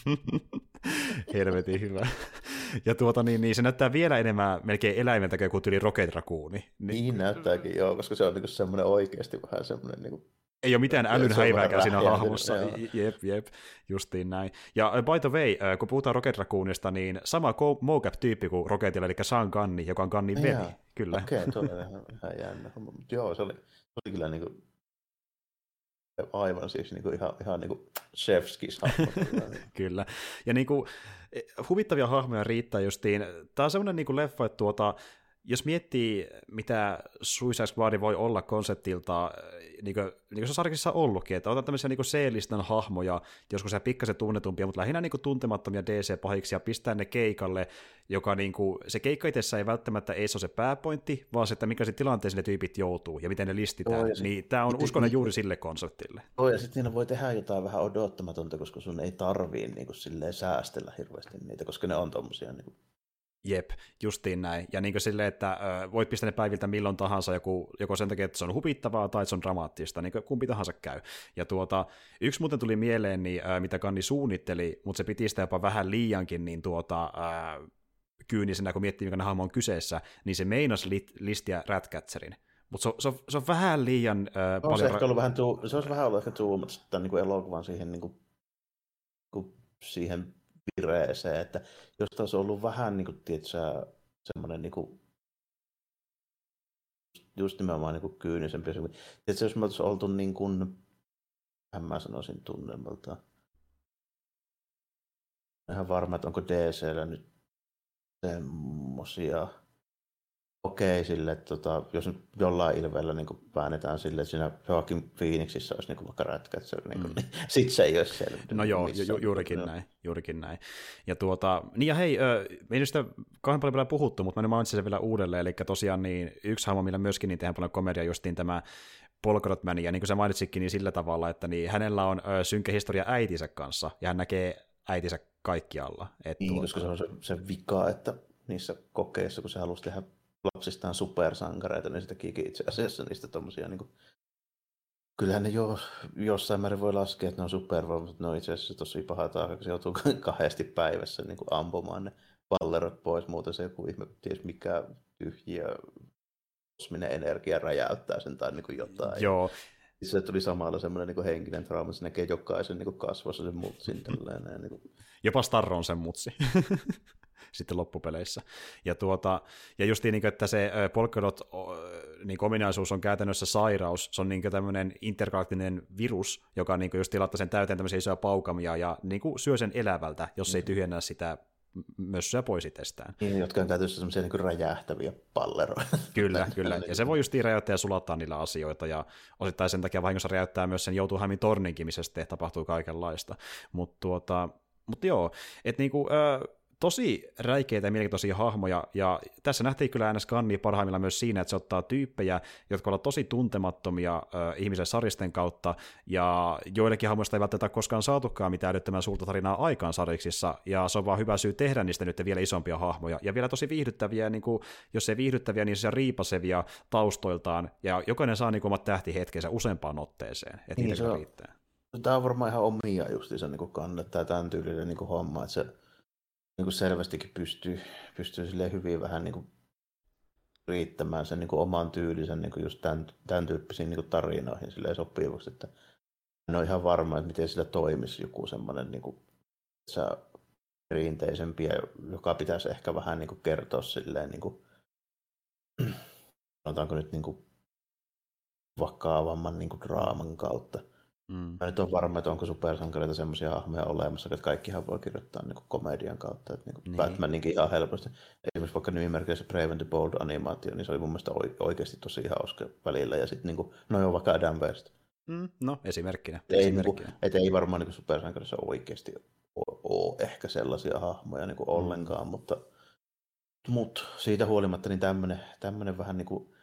A: Helvetin hyvä. Ja tuota, niin, niin se näyttää vielä enemmän melkein eläimeltä kuin joku tyyli Rocket Raccoon. Niin,
B: niin näyttääkin, joo, koska se on niinku semmoinen oikeasti vähän semmoinen niinku
A: ei ole mitään älyn häivääkään siinä hahmossa. Jep, jep, justiin näin. Ja by the way, kun puhutaan Rocket Raccoonista, niin sama mocap-tyyppi kuin Rocketilla, eli Sean Gunny, joka on Gunnin veli. Kyllä.
B: Okei, okay, tuo on ihan, ihan jännä. Joo, se oli, se oli kyllä niin kuin, aivan siis niin kuin, ihan, ihan niin kuin chefskis hahmo.
A: Kyllä. Ja niin kuin, huvittavia hahmoja riittää justiin. Tämä on semmoinen niin kuin leffa, että tuota, jos miettii, mitä Suicide Squad voi olla konseptilta, niin kuin, niin kuin se on sarkissa ollutkin, että otan tämmöisiä niin C-listan hahmoja, joskus se pikkasen tunnetumpia, mutta lähinnä niin kuin tuntemattomia D C-pahiksi, ja pistää ne keikalle, joka niin kuin, se keikka itsessään ei välttämättä edes ole se pääpointti, vaan se, että mikä se tilanteeseen ne tyypit joutuu, ja miten ne listitään, oh, niin tämä on uskonen juuri sille konseptille.
B: Oh, ja sitten niillä voi tehdä jotain vähän odottamatonta, koska sun ei tarvii niin kuin, silleen säästellä hirveästi niitä, koska ne on tommosia niin kuin
A: jep, justiin näin. Ja niin kuin silleen, että ö, voit pistää ne päiviltä milloin tahansa, joku, joko sen takia, että se on huvittavaa tai se on dramaattista, niin kuin kumpi tahansa käy. Ja tuota, yksi muuten tuli mieleen, niin, ö, mitä Kanni suunnitteli, mutta se piti sitä jopa vähän liiankin niin tuota, ö, kyynisenä, kun miettii, mikä hahmo on kyseessä, niin se meinasi lit, listiä Ratcatcherin. Mutta se, se, se on vähän liian ö,
B: no,
A: paljon...
B: Se, ra- ollut vähän tuu, se olisi vähän ollut ehkä tuumattu tämän niin elokuvan siihen, niin kuin, siihen vireeseen, että jos taas on ollut vähän niin kuin, tiedätkö, semmoinen niin kuin, just nimenomaan niin kuin kyynisempi. Tiedätkö, jos me oltaisiin oltu niin kuin, mä sanoisin tunnelmaltaan. Ihan varma, että onko D C:llä nyt semmosia. Okei, sille, että tota, jos nyt jollain ilveellä niin väännetään silleen, että siinä Joaquin Phoenixissä olisi niin vaikka Ratcatcher, niin, mm. niin sitten se ei olisi selvinnyt.
A: No joo, ju- juurikin no. näin, juurikin näin. Ja tuota, niin ja hei, me ei nyt sitä kauhean paljon vielä puhuttu, mutta mä mainitsin sen vielä uudelleen, eli tosiaan niin yksi hahmo, millä myöskin niin tehdään paljon komedia, justiin tämä Polkadot Man, ja niin kuin sä mainitsikin, niin sillä tavalla, että niin hänellä on ö, synkkä historia äitinsä kanssa, ja hän näkee äitinsä kaikkialla.
B: Niin, tuota... koska se on se, se vika, että niissä kokeissa, kun se halusi tehdä lapsistaan supersankareita, niin se tekikin itse asiassa niistä tommosia niin kuin... Kyllähän ne jo jossain määrin voi laskea, että ne on supervoimat, mutta ne on itse asiassa tosi paha taakka, kun se joutuu kahdesti päivässä niin kuin ampumaan ne ballerot pois, muuten se joku ihme, ties mikä tyhjiä kosminen energia räjäyttää sen tai niin kuin jotain.
A: Joo.
B: Se tuli samalla semmoinen niin kuin henkinen trauma, se näkee jokaisen niin kuin kasvossa sen mutsin tällainen. Niin kuin...
A: Jopa Starro on sen mutsi. Sitten loppupeleissä. Ja, tuota, ja justiin, niin kuin, että se Polkadot niin ominaisuus on käytännössä sairaus, se on niin tämmöinen intergalaktinen virus, joka niin just tilattaa sen täyteen tämmöisiä isoja paukamia ja niin syö sen elävältä, jos mm. ei tyhjennä sitä mössöä pois itsestään.
B: Niin, jotka on käytössä semmoisia niin räjähtäviä palleroita.
A: Kyllä, kyllä. Ja se voi just räjäyttää ja sulattaa niillä asioita, ja osittain sen takia vahingossa räjäyttää myös sen Joutuheimin torninkin, missä sitten tapahtuu kaikenlaista. Mutta tuota, mut joo, että niinku... Äh, tosi räikeitä ja mielenkiintoisia hahmoja, ja tässä nähtiin kyllä N S Gunnia parhaimmillaan myös siinä, että se ottaa tyyppejä, jotka ovat tosi tuntemattomia äh, ihmisen saristen kautta, ja joillekin hahmoista ei välttämättä koskaan saatukaan mitään älyttömän suurta tarinaa aikaan sariksissa, ja se on vaan hyvä syy tehdä niistä nyt vielä isompia hahmoja, ja vielä tosi viihdyttäviä, niin kuin, jos ei viihdyttäviä, niin se riipasevia taustoiltaan, ja jokainen saa niin kuin, omat tähtihetkensä useampaan otteeseen, että niin, niitä riittää.
B: Tämä on varmaan ihan omia justiinsa niin kannattaa tämän tyylinen niin homma, että se niin kuin selvästikin pystyy, pystyy silleen hyvin vähän niin kuin riittämään sen niin kuin oman tyylisen niin kuin just tämän, tämän tyyppisiin niin kuin tarinoihin silleen sopivaksi, että en ole ihan varma, että miten sillä toimisi joku semmoinen niin kuin, perinteisempi, joka pitäisi ehkä vähän niin kuin kertoa silleen, niin kuin, sanotaanko nyt niin kuin vakaavamman niin kuin draaman kautta. Mm. Mä nyt on varma, että onko supersankareita semmoisia hahmoja olemassa, että kaikkihan voi kirjoittaa niin kuin komedian kautta. Että niin kuin niin. Batmaninkin ihan helposti. Esimerkiksi vaikka nimimerkeissä Brave and the Bold-animaatio, niin se oli mun mielestä oikeasti tosi hauska välillä. Ja sitten, niin kuin, no joo, vaikka Adam West.
A: Mm, no, esimerkkinä.
B: Et ei,
A: esimerkkinä.
B: Niin kuin, et ei varmaan niin supersankarissa oikeasti ole ehkä sellaisia hahmoja niin kuin mm. ollenkaan, mutta, mutta siitä huolimatta niin tämmöinen, tämmöinen vähän niin kuin,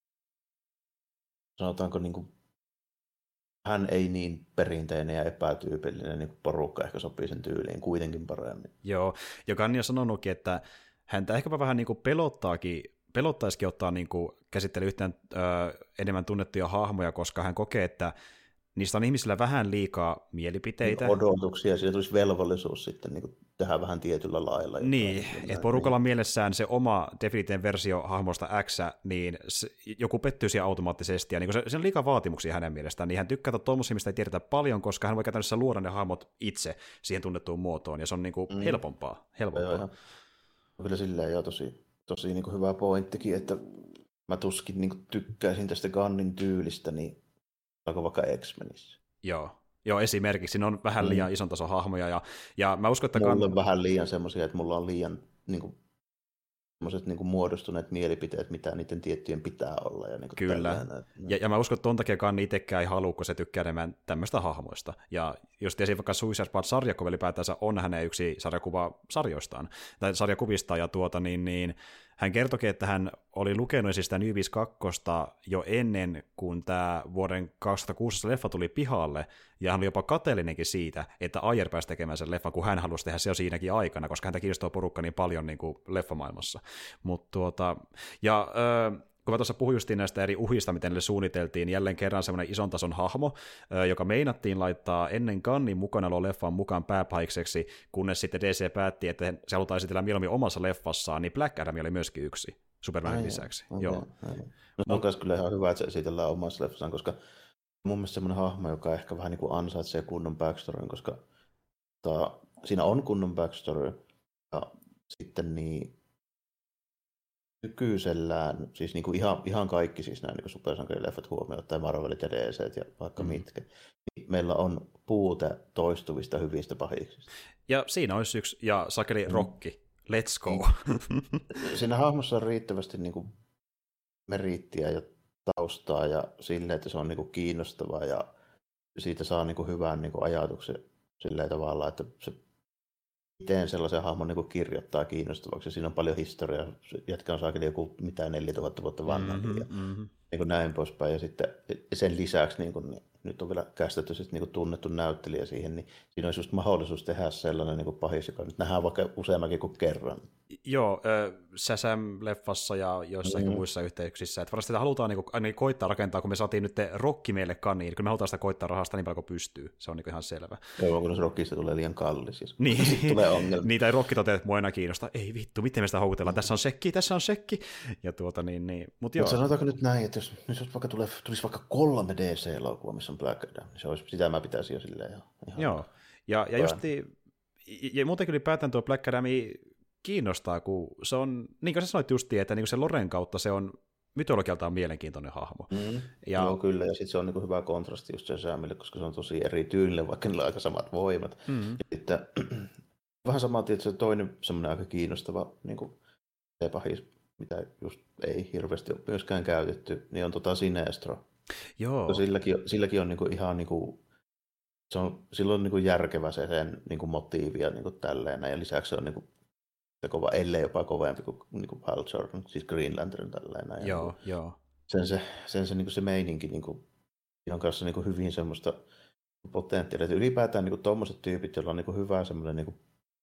B: sanotaanko niin kuin, hän ei niin perinteinen ja epätyypillinen, niin porukka ehkä sopii sen tyyliin kuitenkin paremmin.
A: Joo, ja Gunni on sanonutkin, että häntä ehkäpä vähän niin kuin pelottaakin, pelottaisikin ottaa niin kuin käsittely yhtään ö, enemmän tunnettuja hahmoja, koska hän kokee, että niistä on ihmisillä vähän liikaa mielipiteitä.
B: Niin odotuksia, siitä tulisi velvollisuus sitten niin kuin tehdä vähän tietyllä lailla.
A: Niin, että porukalla niin. Mielessään se oma definiittinen versio hahmosta X, niin se, joku pettyy siihen automaattisesti, ja niin se, se on liikaa vaatimuksia hänen mielestään, niin hän tykkää tuommoisia, mistä ei tiedetä paljon, koska hän voi käytännössä luoda ne hahmot itse siihen tunnettuun muotoon, ja se on niin kuin mm. helpompaa. helpompaa.
B: Joo, kyllä silleen jo tosi, tosi niin kuin hyvä pointtikin, että mä tuskin niin kuin tykkäisin tästä Gunnin tyylistä, niin onko vaikka X-Menissä?
A: Joo. Joo, esimerkiksi ne on vähän liian mm. ison tason hahmoja, ja, ja mä uskon, että...
B: Mulla on vähän liian semmoisia, että mulla on liian niin kuin, semmoiset niin kuin muodostuneet mielipiteet, mitä niiden tiettyjen pitää olla. Ja, niin kuin
A: kyllä, ja, ja mä uskon, että ton takiakaan itsekään ei halua, kun se tykkää enemmän tämmöistä hahmoista. Ja just esimerkiksi vaikka Suicide Squad-sarjakuva ylipäätänsä on hänen yksi sarjakuva sarjoistaan, tai sarjakuvistaan, ja tuota niin... niin hän kertoi, että hän oli lukenut siis sitä New kaksi jo ennen kuin tämä vuoden kaksituhattakuusitoista leffa tuli pihalle, ja hän oli jopa kateellinenkin siitä, että Ayer pääsi tekemään sen leffan, kun hän halusi tehdä se jo siinäkin aikana, koska häntä kiinnostaa porukka niin paljon niin kuin leffamaailmassa. Mut tuota, ja... Öö, kun mä tuossa puhuin justiin näistä eri uhista, miten ne suunniteltiin, jälleen kerran semmoinen ison tason hahmo, joka meinattiin laittaa ennen Gunnin mukanaolo-leffan mukaan pääpaikseksi, kunnes sitten D C päätti, että se halutaan esitellä mieluummin omassa leffassaan, niin Black Adam oli myöskin yksi Supermanin lisäksi.
B: Okay,
A: Joo.
B: No, on myös kyllä ihan hyvä, että se esitellään omassa leffassaan, koska mun mielestä semmoinen hahmo, joka ehkä vähän niin kuin ansaitsee kunnon backstoryn, koska ta, siinä on kunnon backstory. Ja sitten niin nykyisellään, siis niin kuin ihan, ihan kaikki siis nämä niin supersankarileffat huomioon, tai Marvelit ja D C:t ja vaikka mm. mitkä, niin meillä on puute toistuvista hyvistä pahiksista.
A: Ja siinä olisi yksi, ja sakeli mm. Rokki. Let's go.
B: Siinä hahmossa on riittävästi niin kuin meriittiä ja taustaa ja silleen, että se on niin kuin kiinnostavaa ja siitä saa niin kuin hyvän niin kuin ajatuksen silleen tavalla, että se miten sellaisen hahmon niin kuin kirjoittaa kiinnostavaksi. Siinä on paljon historiaa. Jätkä on saakeli joku mitään neljätuhatta vuotta vanhempi mm-hmm, ja mm-hmm. niin kuin näin poispäin. Ja sitten sen lisäksi niin kuin, niin nyt on vielä käsitetty sitten, niin kuin tunnettu näyttelijä siihen, niin siinä olisi just mahdollisuus tehdä sellainen niin kuin pahis, joka nyt nähdään vaikka useammankin kuin kerran.
A: Joo, äh, Shazam-leffassa ja joissain mm. muissa yhteyksissä. Että varmasti sitä halutaan niin kuin, ainakin koittaa rakentaa, kun me saatiin nyt Rokki meille kaniin. Kyllä me halutaan sitä koittaa rahasta niin paljon kuin pystyy. Se on niin kuin ihan selvä.
B: Joo, kun Rockista tulee liian kallis. Siis.
A: Niin.
B: Sitten tulee ongelma.
A: Niitä ei Rokki totea, että mua enää kiinnostaa. Ei vittu, miten me sitä houkutellaan? Tässä on sekki, tässä on sekki. Ja tuota niin, niin. Mut joo.
B: Mutta sanotaanko nyt näin, että jos, jos vaikka tulee, tulisi vaikka kolme D C-elokuvaa, missä on Black Adam, niin se olisi, sitä mä pitäisin jo silleen ihan. ihan
A: joo, ja, ja justi, ja muutenkin ylipäätään tuo Black Adam kiinnostaa, kun se on, niin kuin sä sanoit justiin, että niin kuin se Loren kautta se on mytologialtaan mielenkiintoinen hahmo.
B: Mm, ja, joo, kyllä, ja sitten se on niin kuin hyvä kontrasti just Shazamille, koska se on tosi eri tyylinen, vaikka niillä on aika samat voimat. Mm. Ja sitten vähän sama, että se toinen semmoinen aika kiinnostava niin kuin se pahis, mitä just ei hirveästi ole myöskään käytetty, niin on tota Sinestro.
A: Joo.
B: Silläkin, silläkin on niinku ihan niinku, se on silloin niinku järkevä se sen niinku motiivi ja niinku tälleen, ja lisäksi se on niinku se kova, ellei jopa kovempi kuin niinku Hal Jordan, siis Green Lantern tälleen.
A: Joo,
B: niinku,
A: joo.
B: Sen se, sen se, niinku se meininki niinku, on kanssa niinku hyvin semmoista potentiaalia, että ylipäätään niinku tommoset tyypit, joilla on niinku hyvä semmoinen niinku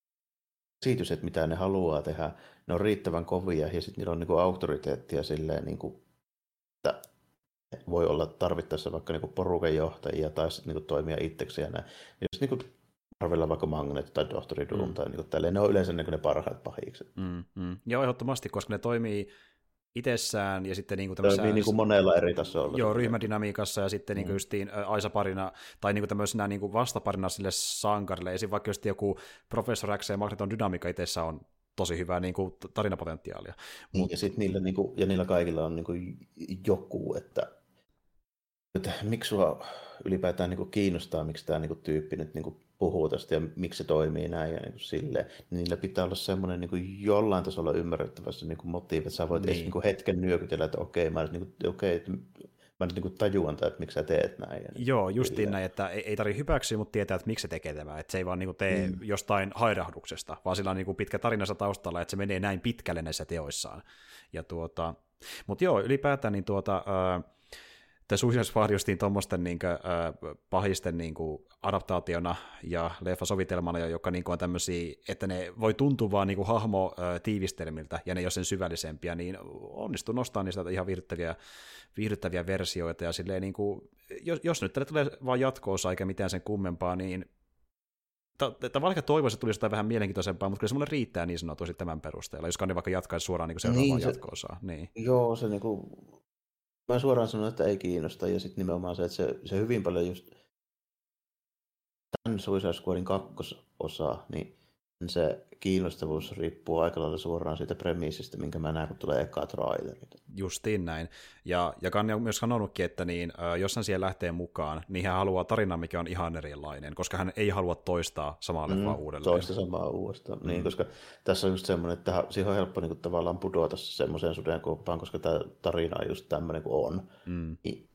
B: käsitys, että mitä ne haluaa tehdä, ne on riittävän kovia ja sitten niillä on niinku auktoriteettia silleen, niinku, että voi olla tarvittaessa vaikka niinku porukan johtajia tai sitten niinku toimia itseksi ja näin. Jos niinku arvella vaikka Magneto tai Doctor Doom mm. tai niinku tälleen, ne on yleensä niinku ne parhaat pahikset.
A: Mm, mm. Joo, ehdottomasti, koska ne toimii itsessään ja sitten niinku tämmöisessä...
B: Toimii niinku monella eri tasolla.
A: Joo, ryhmädynamiikassa ja sitten mm. niinku justiin Aisa-parina tai niinku tämmöisenä niinku vastaparina sille sankarille. Esim. Vaikka just joku Professor X ja Magneton dynamiikka itsessä on tosi hyvää niinku tarinapotentiaalia.
B: Niin, Mut... ja sitten niillä, niinku, ja niillä kaikilla on niinku joku, että, että miksi sua ylipäätään niinku kiinnostaa, miksi tämä niinku tyyppi nyt niinku puhuu tästä ja miksi se toimii näin ja niinku silleen, niin niillä pitää olla semmoinen niinku jollain tasolla ymmärrettävässä niinku motiivi, että sä voit niin. edes niinku hetken nyökytellä, että okei, mä nyt, niinku, okei, mä nyt niinku tajuan tämän, että miksi sä teet näin. Ja
A: joo, niin justiin silleen. Näin, että ei, ei tarvitse hyväksyä, mutta tietää, että miksi se tekee tämä, että se ei vaan niinku tee mm. jostain hairahduksesta, vaan sillä on niinku pitkä tarinansa taustalla, että se menee näin pitkälle näissä teoissaan. Ja tuota, mutta joo, ylipäätään niin tuota... Ää, The Suicide Squad justiin tuommoisten niin äh, pahisten niin kuin, adaptaationa ja leffasovitelmana, joka niin kuin, on tämmöisiä, että ne voi tuntua vaan niin hahmo-tiivistelmiltä ja ne ei ole sen syvällisempiä, niin onnistuu nostamaan niistä ihan viihdyttäviä, viihdyttäviä versioita. Ja silleen, niin kuin, jos, jos nyt tälle tulee vaan jatko-osa eikä mitään sen kummempaa, niin tavallaan ehkä toivoisin, että tulisi jotain vähän mielenkiintoisempaa, mutta kyllä se mulle riittää niin sanotusti tämän perusteella, jos ne vaikka jatkaisi suoraan niin seuraavaan niin, jatko-osaa. Niin.
B: Joo, se niin kuin... Mä suoraan sanon, että ei kiinnosta, ja sitten nimenomaan se, että se, se hyvin paljon just tämän Suicide Squadin kakkososa, niin se kiinnostavuus riippuu aika lailla suoraan siitä premissistä, minkä mä näen, kun tulee eka trailerit.
A: Justiin näin. Ja, ja Kanni on myös sanonutkin, että niin, jos hän siihen lähtee mukaan, niin hän haluaa tarinan, mikä on ihan erilainen, koska hän ei halua toistaa samaa mm, leffaa uudelleen.
B: Toista samaa uudestaan. Mm. Niin, koska tässä on just semmoinen, että siihen on helppo niin kuin, tavallaan pudota semmoiseen sudenkuoppaan, koska tämä tarina on just tämmöinen kuin on. Mm. Niin,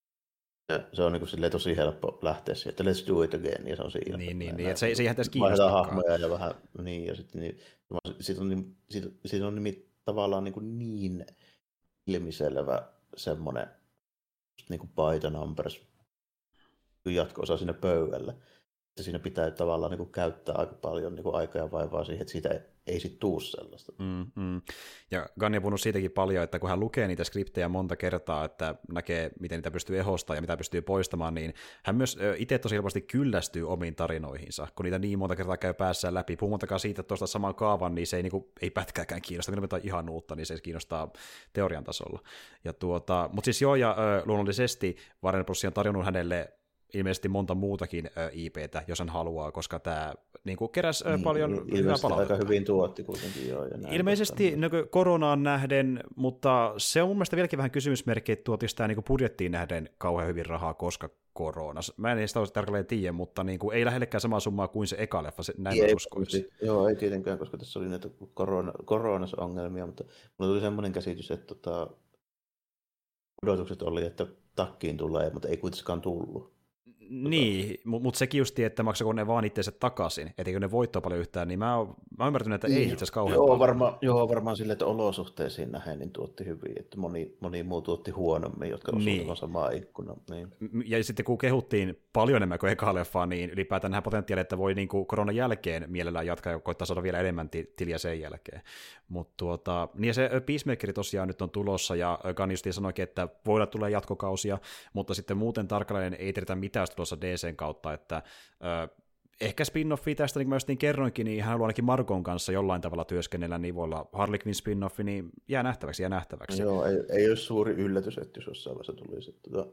B: se on niin kuin, tosi helppo lähteä siihen, että let's do it again, ja se on siinä.
A: Niin, niin, niin että se, se eihän tässä kiinnostakaan.
B: Hahmoja ja vähän, niin, ja sitten niin, siitä on, niin, siitä, siitä on nimi, tavallaan niin, kuin niin ilmiselvä semmoinen niin kuin by the numbers jatko-osa sinne pöydälle. Että siinä pitää tavallaan niin kuin käyttää aika paljon niin kuin aikaa ja vaivaa siihen, että siitä ei, ei sitten tuu sellaista.
A: Mm, mm. Ja Gunn on puhunut siitäkin paljon, että kun hän lukee niitä skriptejä monta kertaa, että näkee, miten niitä pystyy ehostamaan ja mitä pystyy poistamaan, niin hän myös itse tosi helposti kyllästyy omiin tarinoihinsa, kun niitä niin monta kertaa käy päässään läpi. Puhumattakaan siitä, että tuosta saman kaavan, niin se ei, niin kuin, ei pätkääkään kiinnosta. Kun on ihan uutta, niin se kiinnostaa teorian tasolla. Ja tuota, mutta siis joo, ja ö, luonnollisesti Warner Bros. On tarjonnut hänelle ilmeisesti monta muutakin I P:tä, jos hän haluaa, koska tämä niin kuin keräsi
B: niin,
A: paljon hyvää
B: ilmeisesti
A: palautetta.
B: aika hyvin tuotti kuitenkin joo. Ja
A: ilmeisesti niin koronaan nähden, mutta se on mun mielestä vieläkin vähän kysymysmerkki, että tuotisi tämä niin budjettiin nähden kauhean hyvin rahaa, koska korona. Mä en sitä tarkalleen tiedä, mutta niin kuin, ei lähellekään samaa summaa kuin se eka leffa, se, näin
B: ei,
A: uskoisin.
B: Joo, ei tietenkään, koska tässä oli näitä korona, koronasongelmia, mutta mulla tuli semmoinen käsitys, että tota, odotukset oli, että takkiin tulee, mutta ei kuitenkaan tullut.
A: Niin, mutta mut sekin just, että maksako ne vaan itseensä takaisin, etteikö ne voittoa paljon yhtään, niin mä oon, mä oon ymmärtänyt, että ei itse asiassa kauhean
B: joo, varma, joo, varmaan sille, että olosuhteisiin nähden niin tuotti hyvin, että moni, moni muu tuotti huonommin, jotka osuivat niin. samaa ikkuna. Niin.
A: Ja sitten kun kehuttiin paljon enemmän kuin eka leffaa, niin ylipäätään nähdään potentiaalia, että voi niin kuin koronan jälkeen mielellään jatkaa ja koittaa saada vielä enemmän tiliä sen jälkeen. Mutta tuota, niin se Peacemaker tosiaan nyt on tulossa, ja Gunn justiin sanoikin, että voidaan tulla jatkokausia, mutta sitten muuten tarkalleen ei tiedetä mitään tulossa D C:n kautta, että äh, ehkä spin-offi tästä, niin kuin mä just niin kerroinkin, niin hän haluaa ainakin Margon kanssa jollain tavalla työskennellä, niin voi olla Harley Quinn spin-offi, niin jää nähtäväksi, jää nähtäväksi.
B: Joo, ei, ei ole suuri yllätys, että jos jossain vaiheessa tuli se, tota,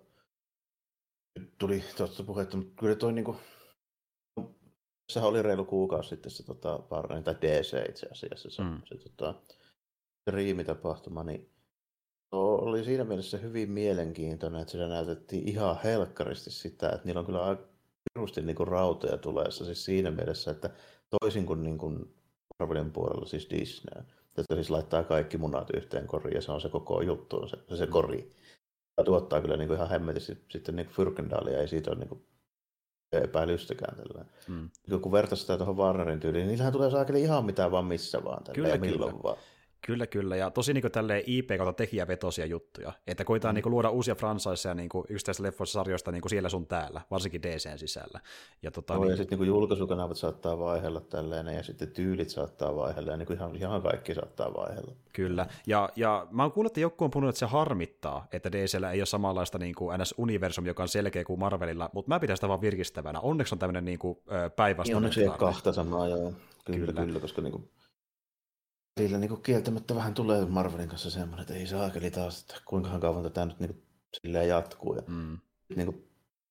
B: tuli tuosta puhetta, mutta kyllä toi niinku, sehän oli reilu kuukausi sitten se tota, Warner, tai D C itse asiassa, se, mm. se, tota, se riimitapahtuma, niin oli siinä mielessä hyvin mielenkiintoinen, että siellä näytettiin ihan helkkaristi sitä, että niillä on kyllä aika pirusti niin rautoja tuleessa, siis siinä mielessä, että toisin kuin, niin kuin Marvelin puolella, siis Disney, että siis laittaa kaikki munat yhteen koriin ja se on se koko juttu, on se, se, se kori. Ja tuottaa kyllä niin kuin ihan hemmetisti sitten niin Fyrkendaalia, ei siitä ole niin kuin epäilystäkään tällä. Mm. Kun vertaisi sitä tuohon Warnerin tyyliin, niin niillähän tulee saakeli ihan mitä vaan missä vaan tällä kyllä, ja milloin kyllä. vaan.
A: Kyllä, kyllä, ja tosi niin tälleen I P kautta tekijävetoisia juttuja, että koetaan mm. niin luoda uusia franchiseja niin yksittäisistä leffoista sarjoista niin siellä sun täällä, varsinkin D C:n sisällä. Ja, tota,
B: no,
A: niin...
B: ja sitten niin julkaisukanavat saattaa vaihella tälleen, ja sitten tyylit saattaa vaihella, ja niin ihan, ihan kaikki saattaa vaihella.
A: Kyllä, ja, ja mä oon kuullut, että joku on puhunut, että se harmittaa, että D C:llä ei ole samanlaista niin kuin N S-universum, joka on selkeä kuin Marvelilla, mutta mä pidän sitä vaan virkistävänä. Onneksi on tämmöinen niin päinvastainen.
B: Niin onneksi ei ole kahta samaa, joo. Kyllä, kyllä, kyllä koska niin kuin Sillä niin kieltämättä vähän tulee Marvelin kanssa semmoinen, että ei saakeli taas, että kuinkahan kauan tätä nyt niin silleen jatkuu. Ja mm. niin kuin,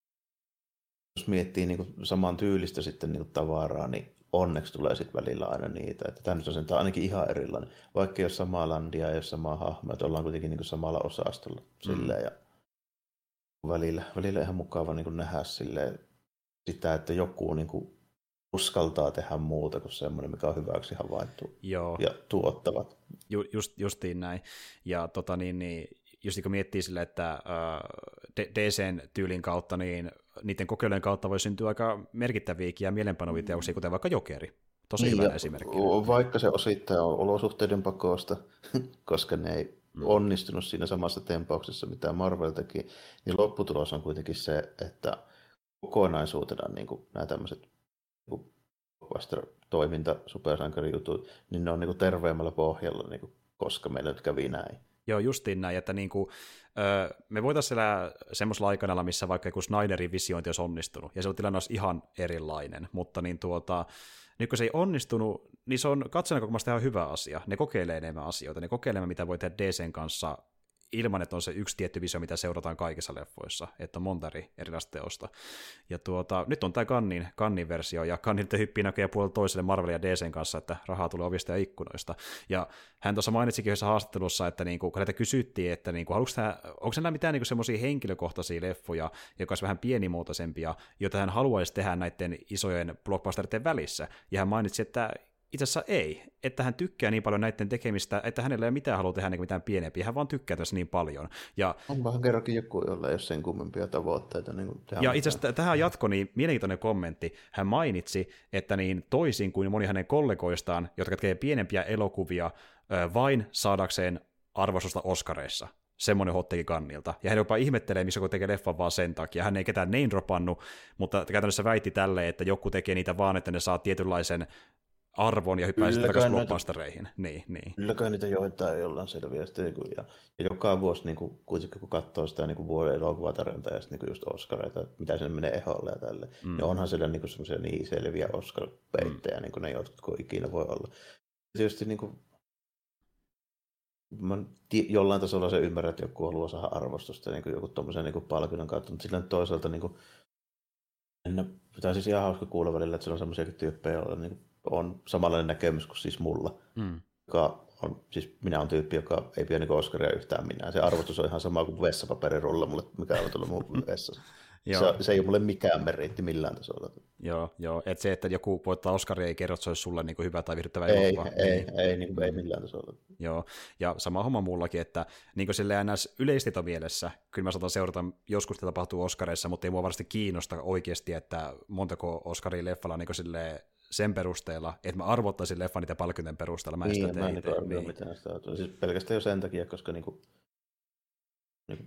B: jos miettii niin saman tyylistä sitten niin tavaraa, niin onneksi tulee sitten välillä aina niitä. Että tämä nyt on sentään ainakin ihan erilainen. Vaikka ei ole samaa landia, ei ole samaa hahmoa, että ollaan kuitenkin niin samalla osastolla. Mm. Ja välillä, välillä ihan mukava niin nähdä silleen, sitä, että joku niin kuin uskaltaa tehdä muuta kuin semmoinen, mikä on hyväksi havaittu Joo. ja tuottavat.
A: Ju, just, justiin näin. Ja tota, niin, niin, just kun miettii sille, että äh, D C:n tyylin kautta, niin niiden kokeilujen kautta voi syntyä aika merkittäviäkin ja mielenpanovia teoksia, kuten vaikka Jokeri. Tosi niin, hyvä esimerkki.
B: Vaikka se osittain on olosuhteiden pakosta, koska ne ei mm. onnistunut siinä samassa tempauksessa, mitä Marvel teki, niin lopputulos on kuitenkin se, että kokonaisuutena niin kuin nämä tämmöiset toiminta, supersankarijutut, niin ne on niinku terveemmällä pohjalla, niinku, koska meillä nyt kävi näin.
A: Joo, justiin näin, että niinku, öö, me voitaisiin elää semmoisella aikanalla, missä vaikka joku Snyderin visiointi olisi onnistunut, ja se tilanne olisi ihan erilainen, mutta niin tuota, nyt kun se ei onnistunut, niin se on katsojan näkökulmasta ihan hyvä asia. Ne kokeilee enemmän asioita, ne kokeilee mitä voi tehdä D C:n kanssa ilman, että on se yksi tietty visio, mitä seurataan kaikissa leffoissa, että on monta eri erilaista teosta. Ja tuota, nyt on tämä Gunnin, Gunnin versio, ja Gunnin hyppii näköjään puolella toiselle Marvelin ja D C:n kanssa, että rahaa tulee ovista ja ikkunoista. Ja hän tuossa mainitsikin yhdessä haastattelussa, että niinku, kun näitä kysyttiin, että niinku, tämä, onko nämä mitään niinku semmoisia henkilökohtaisia leffoja, joka olisi vähän pienimuotoisempia, joita hän haluaisi tehdä näiden isojen blockbusterien välissä. Ja hän mainitsi, että itse asiassa ei, että hän tykkää niin paljon näiden tekemistä, että hänellä ei ole mitään halua tehdä niin mitään pienempiä, hän vaan tykkää tässä niin paljon. Ja
B: onpahan kerrankin joku, jolla ei ole sen kummempia tavoitteita. Niin
A: ja itse asiassa tähän jatko, niin mielenkiintoinen kommentti. Hän mainitsi, että niin toisin kuin moni hänen kollegoistaan, jotka tekee pienempiä elokuvia vain saadakseen arvostusta Oscareissa. Semmoinen hotteki Gunnilta. Ja hän jopa ihmettelee, miksi joku tekee leffan vaan sen takia. Hän ei ketään name dropannut, mutta käytännössä väitti tälleen, että joku tekee niitä vaan, että ne saa tietynlaisen arvon ja hyppää sitten takaisin blockbustereihin. Niin, niin.
B: Kylläkään niitä joitain jollain selviä. Ja, ja joka vuosi niin kuin, kuitenkin kun katsoo sitä niin kuin vuoden elokuvatarjontaa ja sitten niin just Oscareita, mitä sinne menee eholle ja tälle, mm. niin onhan siellä niin kuin semmoisia niin selviä Oscar-peittejä, mm. niin kuin ne jotkut kuin ikinä voi olla. Tietysti niin kuin, mä jollain tasolla se ymmärrän, että joku haluaa saada arvostusta niin kuin joku tuommoisen niin palkinnon kautta, mutta sillä toisaalta niin kuin, En, tämä on siis ihan hauska kuulla välillä, että siellä on sellaisiakin tyyppejä, joilla niin on samanlainen näkemys kuin siis mulla. Mm. Joka on, siis minä olen tyyppi, joka ei pidä niin Oscaria yhtään minä. Se arvostus on ihan sama kuin vessapaperirulla, mulle, mikä on tullut mun vessassa. se, se ei ole mulle mikään meriitti millään tasolla.
A: Joo, joo. Et se, että joku voittaa Oscaria, ei kerro, että se olisi sulle niin kuin hyvä tai viihdyttävä
B: ei,
A: elokuva.
B: Ei, ei, ei, niin ei millään tasolla.
A: Joo, ja sama homma mullakin, että niin kuin silleen näissä yleistitomielessä, kyllä mä saatan seurata, joskus sitä tapahtuu Oscareissa, mutta ei mua varmasti kiinnosta oikeasti, että montako Oscaria leffalla on niin kuin silleen sen perusteella, että mä arvottaisin leffan niitä palkintojen perusteella. Mä en
B: niin,
A: sitä
B: mä en
A: tee,
B: arvioida niin. mitään sitä. Siis pelkästään jo sen takia, koska niinku, niinku,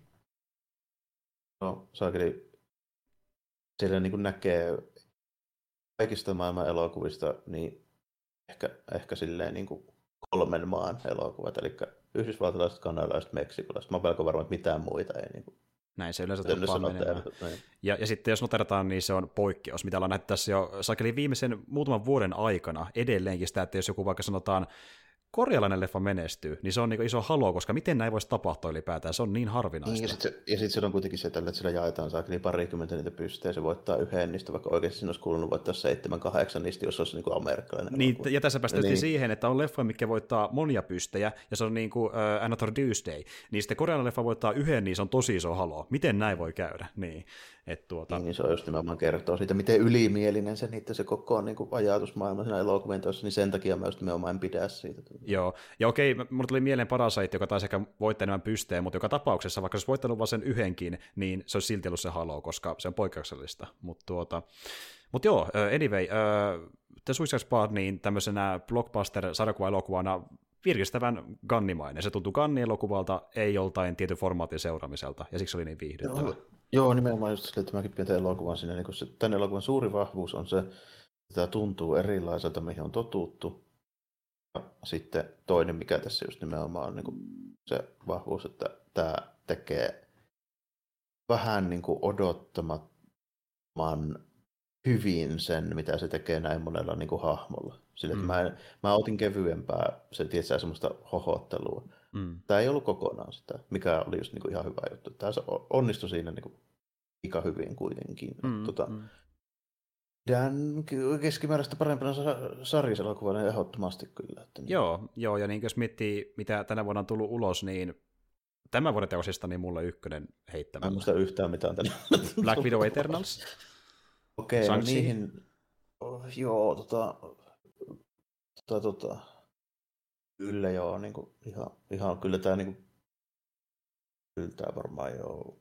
B: no, saakeli, siellä niinku näkee kaikista maailman elokuvista niin ehkä, ehkä silleen niinku kolmen maan elokuvat, eli yhdysvaltalaiset, kanadalaiset, meksikolaiset. Mä oon pelko varma, että mitään muita ei niinku.
A: Näin se yleensä tuppaa menemään. Ja, ja sitten jos noterataan, niin se on poikkeus, mitä ollaan nähty tässä jo saakeli viimeisen muutaman vuoden aikana edelleenkin sitä, että jos joku vaikka sanotaan korealainen leffa menestyy, niin se on niin iso haloo, koska miten näin voisi tapahtua ylipäätään, se on niin harvinaista.
B: Niin, ja sitten sit se on kuitenkin se, että sillä jaetaan saakeli parikymmentä niitä pystejä, se voittaa yhden niistä, vaikka oikeasti siinä olisi kuulunut voittaa seitsemän, kahdeksan niistä, jos olisi niin amerikkalainen.
A: Niin, ja tässä päästään niin siihen, että on leffoja, mitkä voittaa monia pystejä, ja se on niin kuin uh, Another Tuesday, niin sitten korealainen leffa voittaa yhden, niin se on tosi iso haloo. Miten näin voi käydä? Niin. Et tuota...
B: niin, se on just nimenomaan kertoo siitä, miten ylimielinen se niitä se koko niin kuin ajatusmaailma siinä elokuvien toissa, niin sen takia mä just nimenomaan en pidä siitä.
A: Joo, ja okei, mulle tuli mieleen Parasite, joka taisi ehkä voittaa enemmän pystejä, mutta joka tapauksessa, vaikka se olisi voittanut vain sen yhdenkin, niin se olisi silti ollut se halo, koska se on poikkeuksellista. Mutta tuota... Mut joo, anyway, uh, The Suicide Squad niin tämmöisenä blockbuster-sarjakuva-elokuvana virkistävän gannimainen. Se tuntuu ganni-elokuvalta, ei joltain tietyn formaatin seuraamiselta, ja siksi oli niin viihdyttävä.
B: Joo, joo nimenomaan just sille, että mäkin pidän tämän elokuvan siinä. Niin se, tämän elokuvan suuri vahvuus on se, että tämä tuntuu erilaiselta, mihin on totuttu. Ja sitten toinen, mikä tässä just nimenomaan on niin kuin se vahvuus, että tämä tekee vähän niin kuin odottamattoman hyvin sen, mitä se tekee näin monella niin kuin hahmolla. Sille, mm. mä, en, mä otin kevyempää, se tietää semmoista hohottelua. Mm. Tämä ei ollut kokonaan sitä, mikä oli just niin kuin ihan hyvä juttu. Tämä onnistui siinä niin kuin aika hyvin kuitenkin. Mm. Tota, mm. Pidän keskimääräistä parempana sarjaselokuvana ehdottomasti kyllä. Että niin.
A: Joo, joo, ja niin jos miettii, mitä tänä vuonna on tullut ulos, niin tämän vuoden teosista niin mulle ykkönen heittämällä.
B: Mä en muista yhtään mitään tänä.
A: Black Widow Eternals.
B: Okei, okay, no niihin, oh, joo, tota, tota, tota, kyllä joo, niin kuin, ihan, ihan, kyllä tämä, niin kuin, kyllä tämä varmaan joo,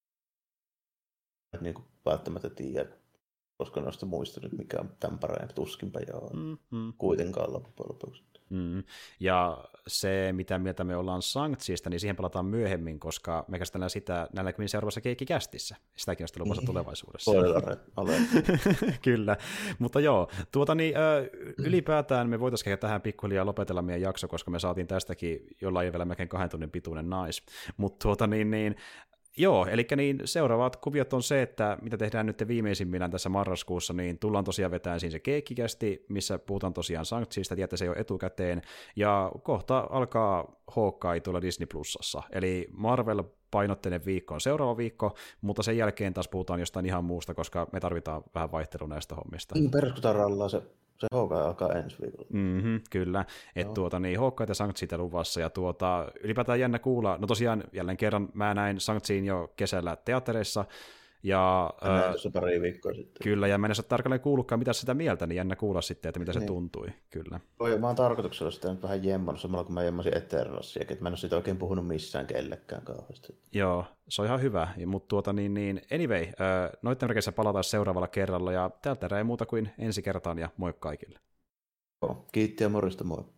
B: niin kuin, välttämättä tiedä, koska noista muista nyt mikä on tämän parempi, tuskinpä joo, mm-hmm. kuitenkaan loppujen lopuksi.
A: Mm. Ja se, mitä mieltä me ollaan Shang-Chista, niin siihen palataan myöhemmin, koska me käsitellään sitä neljäkymmentä seuraavassa keikkikästissä. Sitäkin on sitten luvassa niin. Tulevaisuudessa. Kyllä, mutta joo, tuota niin, ylipäätään me voitaisiin ehkä tähän pikkuhiljaa lopetella meidän jakso, koska me saatiin tästäkin jollain vielä melkein kahden tunnin pituinen nais. Mutta tuota niin, niin joo, eli niin seuraavat kuviot on se, että mitä tehdään nyt viimeisimmillään tässä marraskuussa, niin tullaan tosiaan vetämään siinä se keikkikästi, missä puhutaan tosiaan Shang-Chista, tiedätte se jo etukäteen, ja kohta alkaa Hawkeye tuolla Disney Plusassa, eli Marvel-painotteinen viikko on seuraava viikko, mutta sen jälkeen taas puhutaan jostain ihan muusta, koska me tarvitaan vähän vaihtelua näistä hommista.
B: Niin, peruskutarallaan se. Se Hawkeye alkaa ensi viikolla.
A: Mm-hmm, kyllä, että tuota, niin, Hawkeye ja Shang-Chita luvassa, ja tuota, ylipäätään jännä kuulla, no tosiaan jälleen kerran mä näin Shang-Chin jo kesällä teattereissa, ja
B: näin tuossa pari viikkoa sitten.
A: Kyllä, ja mä en ole tarkalleen kuullutkaan, mitä sitä mieltä, niin jännä kuulla sitten, että mitä se niin. tuntui, kyllä.
B: Oi, mä oon tarkoituksella sitä nyt vähän jemmannut, samalla kun mä jemmasin Eternalsia, että mä en ole siitä oikein puhunut missään kellekään kauheasti.
A: Joo, se on ihan hyvä, mutta tuota niin, niin anyway, äh, noitten merkeissä palataan seuraavalla kerralla, ja täältä ei muuta kuin ensi kertaan, ja moi kaikille.
B: Joo, kiitti ja morjesta, moi.